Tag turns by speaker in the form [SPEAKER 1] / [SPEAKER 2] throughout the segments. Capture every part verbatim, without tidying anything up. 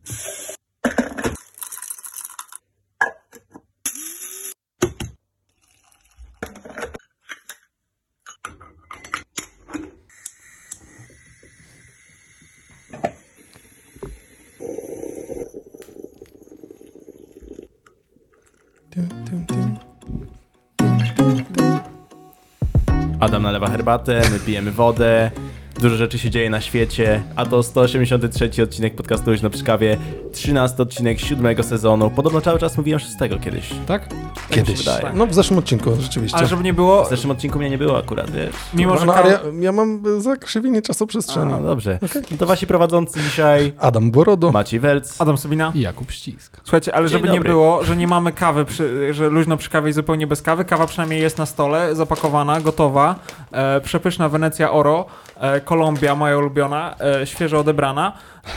[SPEAKER 1] Adam nalewa herbatę, my pijemy wodę, dużo rzeczy się dzieje na świecie, a to sto osiemdziesiąty trzeci odcinek podcastu Luźno przy kawie, trzynasty odcinek siódmego sezonu. Podobno cały czas mówiłem szóstego kiedyś.
[SPEAKER 2] Tak?
[SPEAKER 3] Kiedyś. Tak. No w zeszłym odcinku rzeczywiście.
[SPEAKER 4] Ale żeby nie było...
[SPEAKER 1] W zeszłym odcinku mnie nie było akurat, wiesz.
[SPEAKER 4] Mimo, że
[SPEAKER 3] no,
[SPEAKER 4] ka...
[SPEAKER 3] ale ja, ja mam zakrzywienie czasoprzestrzeni.
[SPEAKER 1] A, dobrze. Okay. To wasi prowadzący dzisiaj...
[SPEAKER 3] Adam Borodo.
[SPEAKER 1] Maciej Welc.
[SPEAKER 4] Adam Sobina.
[SPEAKER 2] I Jakub Ścisk.
[SPEAKER 4] Słuchajcie, ale
[SPEAKER 1] Dzień
[SPEAKER 4] żeby
[SPEAKER 1] dobry.
[SPEAKER 4] nie było, że nie mamy kawy, przy, że luźno przy kawie i zupełnie bez kawy. Kawa przynajmniej jest na stole, zapakowana, gotowa. E, przepyszna Wenecja Oro. E, Kolumbia, moja ulubiona. E, świeżo odebrana.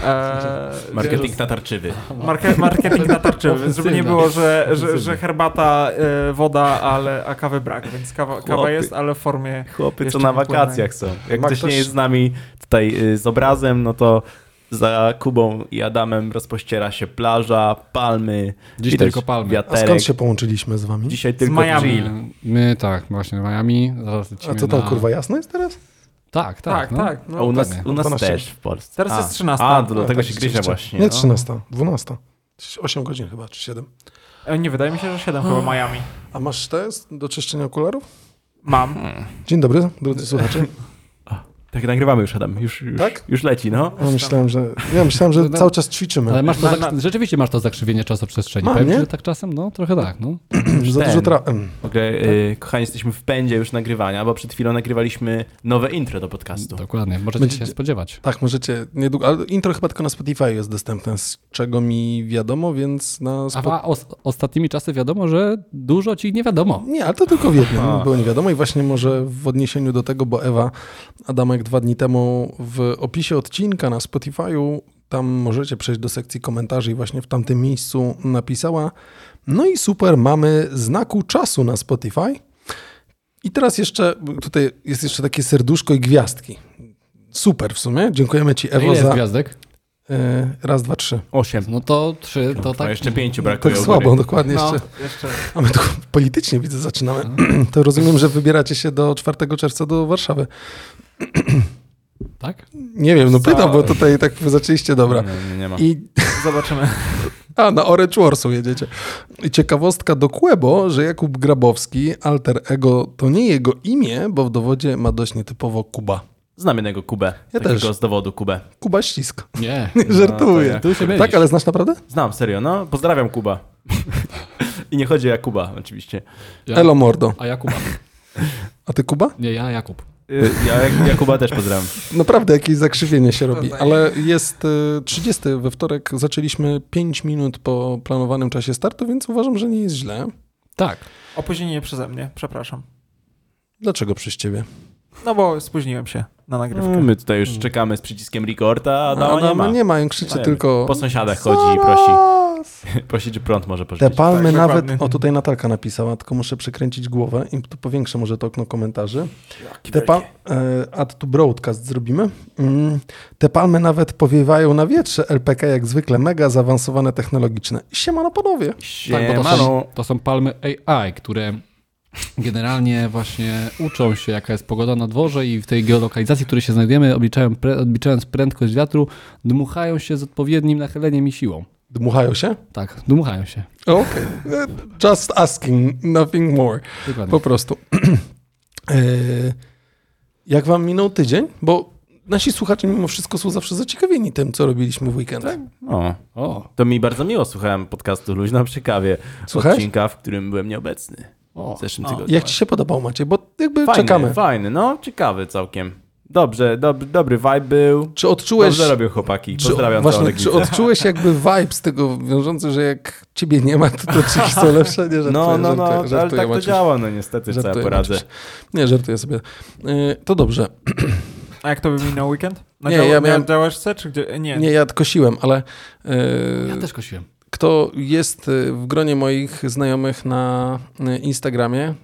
[SPEAKER 4] E,
[SPEAKER 1] Marketing
[SPEAKER 4] więc...
[SPEAKER 1] natarczywy.
[SPEAKER 4] Marke, marketing natarczywy, więc żeby nie było, że, że, że herbata, e, woda, ale, a kawy brak. Więc kawa, kawa jest, ale w formie...
[SPEAKER 1] Chłopy, co na wakacjach są. Jak
[SPEAKER 3] Ma
[SPEAKER 1] ktoś
[SPEAKER 3] ktoś...
[SPEAKER 1] nie jest z nami tutaj y, z obrazem, no to za Kubą i Adamem rozpościera się plaża, palmy.
[SPEAKER 2] Dziś tylko palmy.
[SPEAKER 1] Wiaterek.
[SPEAKER 3] A skąd się połączyliśmy z wami?
[SPEAKER 1] Dzisiaj tylko
[SPEAKER 4] Miami.
[SPEAKER 1] chill.
[SPEAKER 2] My tak, właśnie w Miami. Zaraz
[SPEAKER 3] A co tam,
[SPEAKER 2] na...
[SPEAKER 3] kurwa, jasno jest teraz?
[SPEAKER 2] Tak, tak.
[SPEAKER 4] Tak,
[SPEAKER 2] no.
[SPEAKER 4] tak.
[SPEAKER 1] A u nas,
[SPEAKER 2] pewnie.
[SPEAKER 1] u nas
[SPEAKER 3] dwanaście.
[SPEAKER 1] też w Polsce.
[SPEAKER 4] Teraz
[SPEAKER 1] a.
[SPEAKER 4] jest trzynasta.
[SPEAKER 1] A, to do
[SPEAKER 3] A,
[SPEAKER 1] tego
[SPEAKER 3] tak,
[SPEAKER 1] się gryzie
[SPEAKER 3] rzeczywiście.
[SPEAKER 1] właśnie.
[SPEAKER 3] Nie,
[SPEAKER 1] no.
[SPEAKER 3] trzynasta, dwunasta. osiem godzin chyba, czy siedem.
[SPEAKER 4] E, Nie, wydaje mi się, że siedem chyba Miami.
[SPEAKER 3] A masz test do czyszczenia okularów?
[SPEAKER 4] Mam.
[SPEAKER 3] Dzień dobry, drodzy słuchacze.
[SPEAKER 1] Tak nagrywamy już, Adam. Już, już,
[SPEAKER 3] Tak?
[SPEAKER 1] już leci, no.
[SPEAKER 3] Ja myślałem, że, ja myślałem, że cały czas ćwiczymy.
[SPEAKER 2] Ale masz to
[SPEAKER 4] Na-
[SPEAKER 2] zak-
[SPEAKER 4] na-
[SPEAKER 2] rzeczywiście masz to zakrzywienie czasoprzestrzeni.
[SPEAKER 3] Mam,
[SPEAKER 2] Powiem ci,
[SPEAKER 3] nie?
[SPEAKER 2] że tak czasem? No, trochę tak, no.
[SPEAKER 3] Za
[SPEAKER 1] ten.
[SPEAKER 3] dużo tra... em.
[SPEAKER 1] W ogóle, y, kochani, jesteśmy w pędzie już nagrywania, bo przed chwilą nagrywaliśmy nowe intro do podcastu.
[SPEAKER 2] Dokładnie, możecie
[SPEAKER 3] Będziecie-
[SPEAKER 2] się spodziewać.
[SPEAKER 3] Tak, możecie niedługo, ale intro chyba tylko na Spotify jest dostępne, z czego mi wiadomo, więc na
[SPEAKER 2] A,
[SPEAKER 3] Spotify...
[SPEAKER 2] a os- ostatnimi czasy wiadomo, że dużo ci nie wiadomo.
[SPEAKER 3] Nie, ale to tylko w jednym
[SPEAKER 1] A.
[SPEAKER 3] było nie wiadomo i właśnie może w odniesieniu do tego, bo Ewa Adamek dwa dni temu w opisie odcinka na Spotify'u, tam możecie przejść do sekcji komentarzy i właśnie w tamtym miejscu napisała: no i super, mamy znaku czasu na Spotify. I teraz jeszcze, tutaj jest jeszcze takie serduszko i gwiazdki. Super w sumie, dziękujemy ci
[SPEAKER 2] A
[SPEAKER 3] Ewo
[SPEAKER 2] ile jest
[SPEAKER 3] za...
[SPEAKER 2] gwiazdek?
[SPEAKER 3] y, raz, dwa, trzy.
[SPEAKER 1] Osiem.
[SPEAKER 2] No to trzy, to
[SPEAKER 1] To
[SPEAKER 2] tak.
[SPEAKER 1] jeszcze pięciu brakuje.
[SPEAKER 3] Tak
[SPEAKER 1] u góry.
[SPEAKER 3] słabo, dokładnie
[SPEAKER 4] No,
[SPEAKER 3] jeszcze.
[SPEAKER 4] jeszcze.
[SPEAKER 3] A my tu politycznie widzę, zaczynamy. To rozumiem, że wybieracie się do czwartego czerwca do Warszawy.
[SPEAKER 2] Tak?
[SPEAKER 3] Nie wiem, no
[SPEAKER 1] Co?
[SPEAKER 3] pytam, bo tutaj tak wy zaczęliście, dobra.
[SPEAKER 1] Nie, nie, nie ma.
[SPEAKER 3] I,
[SPEAKER 4] Zobaczymy.
[SPEAKER 3] a, na Orange Warsu jedziecie. I ciekawostka do Kłębo, że Jakub Grabowski, alter ego, to nie jego imię, bo w dowodzie ma dość nietypowo Kuba.
[SPEAKER 1] Znam jednego Kubę.
[SPEAKER 3] Ja
[SPEAKER 1] takiego
[SPEAKER 3] też.
[SPEAKER 1] z dowodu Kubę.
[SPEAKER 3] Kuba Ścisk.
[SPEAKER 2] Nie.
[SPEAKER 3] Żartuję.
[SPEAKER 1] jak-
[SPEAKER 2] Tu się mylisz.
[SPEAKER 3] Tak, ale znasz naprawdę?
[SPEAKER 1] Znam, serio, no. Pozdrawiam Kuba. I nie chodzi o Jakuba, oczywiście.
[SPEAKER 2] Ja,
[SPEAKER 3] Elo mordo.
[SPEAKER 2] A Jakuba.
[SPEAKER 3] A ty Kuba?
[SPEAKER 2] Nie, ja Jakub.
[SPEAKER 1] Y, Ja Jakuba też pozdrawiam.
[SPEAKER 3] Naprawdę jakieś zakrzywienie się robi, ale jest y, trzydziesty we wtorek, zaczęliśmy pięć minut po planowanym czasie startu, więc uważam, że nie jest źle.
[SPEAKER 2] Tak.
[SPEAKER 4] Opóźnienie przeze mnie, przepraszam.
[SPEAKER 3] Dlaczego przez ciebie?
[SPEAKER 4] No bo spóźniłem się na nagrywkę.
[SPEAKER 1] No, my tutaj już czekamy z przyciskiem recorda, a Adama nie ma.
[SPEAKER 3] nie ma, on krzyczy
[SPEAKER 1] Nie,
[SPEAKER 3] tylko...
[SPEAKER 1] Po sąsiadach chodzi i prosi. Prosi, czy prąd może
[SPEAKER 3] Te
[SPEAKER 1] pożyczyć.
[SPEAKER 3] palmy
[SPEAKER 4] Tak,
[SPEAKER 3] nawet...
[SPEAKER 4] dokładnie.
[SPEAKER 3] O, tutaj Natalka napisała, tylko muszę przekręcić głowę i tu powiększę może to okno komentarzy. Te pa... e, add to broadcast zrobimy. Mm, te palmy nawet powiewają na wietrze L P K jak zwykle, mega zaawansowane technologiczne. Siemano panowie.
[SPEAKER 2] Tak, bo to
[SPEAKER 1] Siemano.
[SPEAKER 2] są, to są palmy A I, które generalnie właśnie uczą się, jaka jest pogoda na dworze i w tej geolokalizacji, w której się znajdujemy, obliczają, pre, obliczając prędkość wiatru, dmuchają się z odpowiednim nachyleniem i siłą.
[SPEAKER 3] Dmuchają się?
[SPEAKER 2] Tak, dmuchają się.
[SPEAKER 3] Okej. Okay. Just asking, nothing more.
[SPEAKER 2] Dokładnie.
[SPEAKER 3] Po prostu. E, jak wam minął tydzień? Bo nasi słuchacze mimo wszystko są zawsze zaciekawieni tym, co robiliśmy w weekend.
[SPEAKER 1] O,
[SPEAKER 2] O,
[SPEAKER 1] to mi bardzo miło, słuchałem podcastu Luźno przy kawie.
[SPEAKER 3] Słuchałeś?
[SPEAKER 1] Odcinka, w którym byłem nieobecny.
[SPEAKER 2] o.
[SPEAKER 1] W zeszłym
[SPEAKER 4] O.
[SPEAKER 1] tygodniu.
[SPEAKER 3] Jak ci się podobał, Maciej? Bo jakby
[SPEAKER 1] Fajny,
[SPEAKER 3] czekamy.
[SPEAKER 1] fajny, no ciekawy całkiem. Dobrze, dob, dobry vibe był.
[SPEAKER 3] Czy odczułeś...
[SPEAKER 1] Dobrze robią chłopaki.
[SPEAKER 3] Czy,
[SPEAKER 1] Pozdrawiam całą
[SPEAKER 3] właśnie,
[SPEAKER 1] Legnicę.
[SPEAKER 3] czy odczułeś jakby vibe z tego wiążący, że jak ciebie nie ma, to te czyki są lepsze? Nie, żartuję,
[SPEAKER 1] No, no, no,
[SPEAKER 3] żartuję, żartuję,
[SPEAKER 1] ale tak to
[SPEAKER 3] Maciuś.
[SPEAKER 1] działa, no niestety, co ja
[SPEAKER 3] Żartuję,
[SPEAKER 1] poradzę.
[SPEAKER 3] Maciuś. Nie, żartuję sobie. Yy, to dobrze.
[SPEAKER 4] A jak to by minął weekend? Na,
[SPEAKER 3] Nie,
[SPEAKER 4] dział-
[SPEAKER 3] ja
[SPEAKER 4] na
[SPEAKER 3] miałem-
[SPEAKER 4] działeczce, czy gdzie? Nie.
[SPEAKER 3] Nie, ja kosiłem, ale yy,
[SPEAKER 2] Ja też kosiłem.
[SPEAKER 3] kto jest yy, w gronie moich znajomych na yy, Instagramie,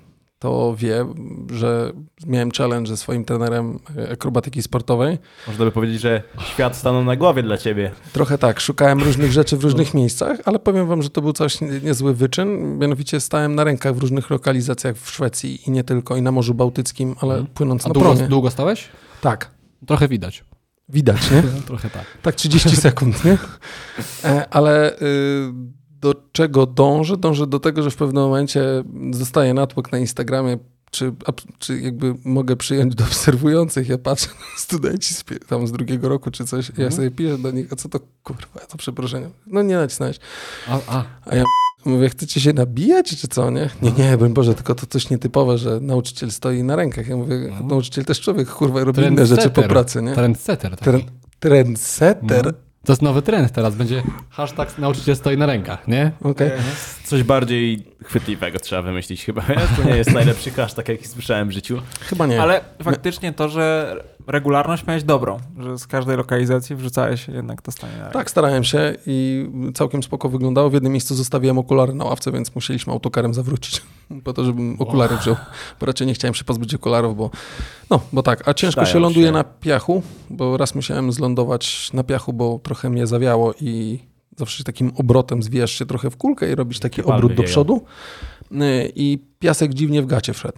[SPEAKER 3] to wie, że miałem challenge ze swoim trenerem akrobatyki sportowej.
[SPEAKER 1] Można by powiedzieć, że świat stanął na głowie dla ciebie.
[SPEAKER 3] Trochę tak, szukałem różnych rzeczy w różnych miejscach, ale powiem wam, że to był coś nie- niezły wyczyn. Mianowicie stałem na rękach w różnych lokalizacjach w Szwecji i nie tylko, i na Morzu Bałtyckim, ale
[SPEAKER 2] Mhm.
[SPEAKER 3] płynąc
[SPEAKER 2] A
[SPEAKER 3] na
[SPEAKER 2] długo,
[SPEAKER 3] promie.
[SPEAKER 2] długo stałeś?
[SPEAKER 3] Tak,
[SPEAKER 2] Trochę widać.
[SPEAKER 3] widać, nie?
[SPEAKER 2] Trochę tak.
[SPEAKER 3] Tak trzydzieści sekund, nie? E, Ale y, do czego dążę? Dążę do tego, że w pewnym momencie dostaję natłok na Instagramie, czy, a, czy jakby mogę przyjąć do obserwujących. Ja patrzę na studenci z, pie- tam z drugiego roku czy coś, ja sobie piszę do nich, a co to kurwa, to przeproszenie. No nie nacisnąłeś.
[SPEAKER 2] A, a.
[SPEAKER 3] A ja mówię, chcecie się nabijać, czy co, nie? Nie, nie, broń Boże, tylko to coś nietypowe, że nauczyciel stoi na rękach. Ja mówię,
[SPEAKER 2] No.
[SPEAKER 3] nauczyciel też człowiek, kurwa, robi inne
[SPEAKER 2] Trendsetter.
[SPEAKER 3] rzeczy po pracy, nie?
[SPEAKER 2] Trendsetter. taki.
[SPEAKER 3] Tren- Trendsetter.
[SPEAKER 2] No. To jest nowy trend teraz. Będzie hashtag nauczyciel stoi na rękach, nie?
[SPEAKER 3] Okej.
[SPEAKER 1] Coś bardziej chwytliwego trzeba wymyślić chyba. To nie jest najlepszy hashtag, jaki słyszałem w życiu.
[SPEAKER 3] Chyba nie.
[SPEAKER 4] Ale faktycznie to, że regularność miałeś dobrą, że z każdej lokalizacji wrzucałeś jednak to stanie na
[SPEAKER 3] Tak, starałem się i całkiem spoko wyglądało. W jednym miejscu zostawiłem okulary na ławce, więc musieliśmy autokarem zawrócić po to, żebym okulary wziął. Bo raczej nie chciałem się pozbyć okularów, bo no, bo tak. A ciężko
[SPEAKER 1] Przydają
[SPEAKER 3] się ląduje
[SPEAKER 1] się.
[SPEAKER 3] na piachu, bo raz musiałem zlądować na piachu, bo trochę mnie zawiało i zawsze takim obrotem zwijasz się trochę w kulkę i robisz taki
[SPEAKER 1] Palmy
[SPEAKER 3] obrót do
[SPEAKER 1] wieją.
[SPEAKER 3] przodu. Y, I piasek dziwnie w gacie wszedł.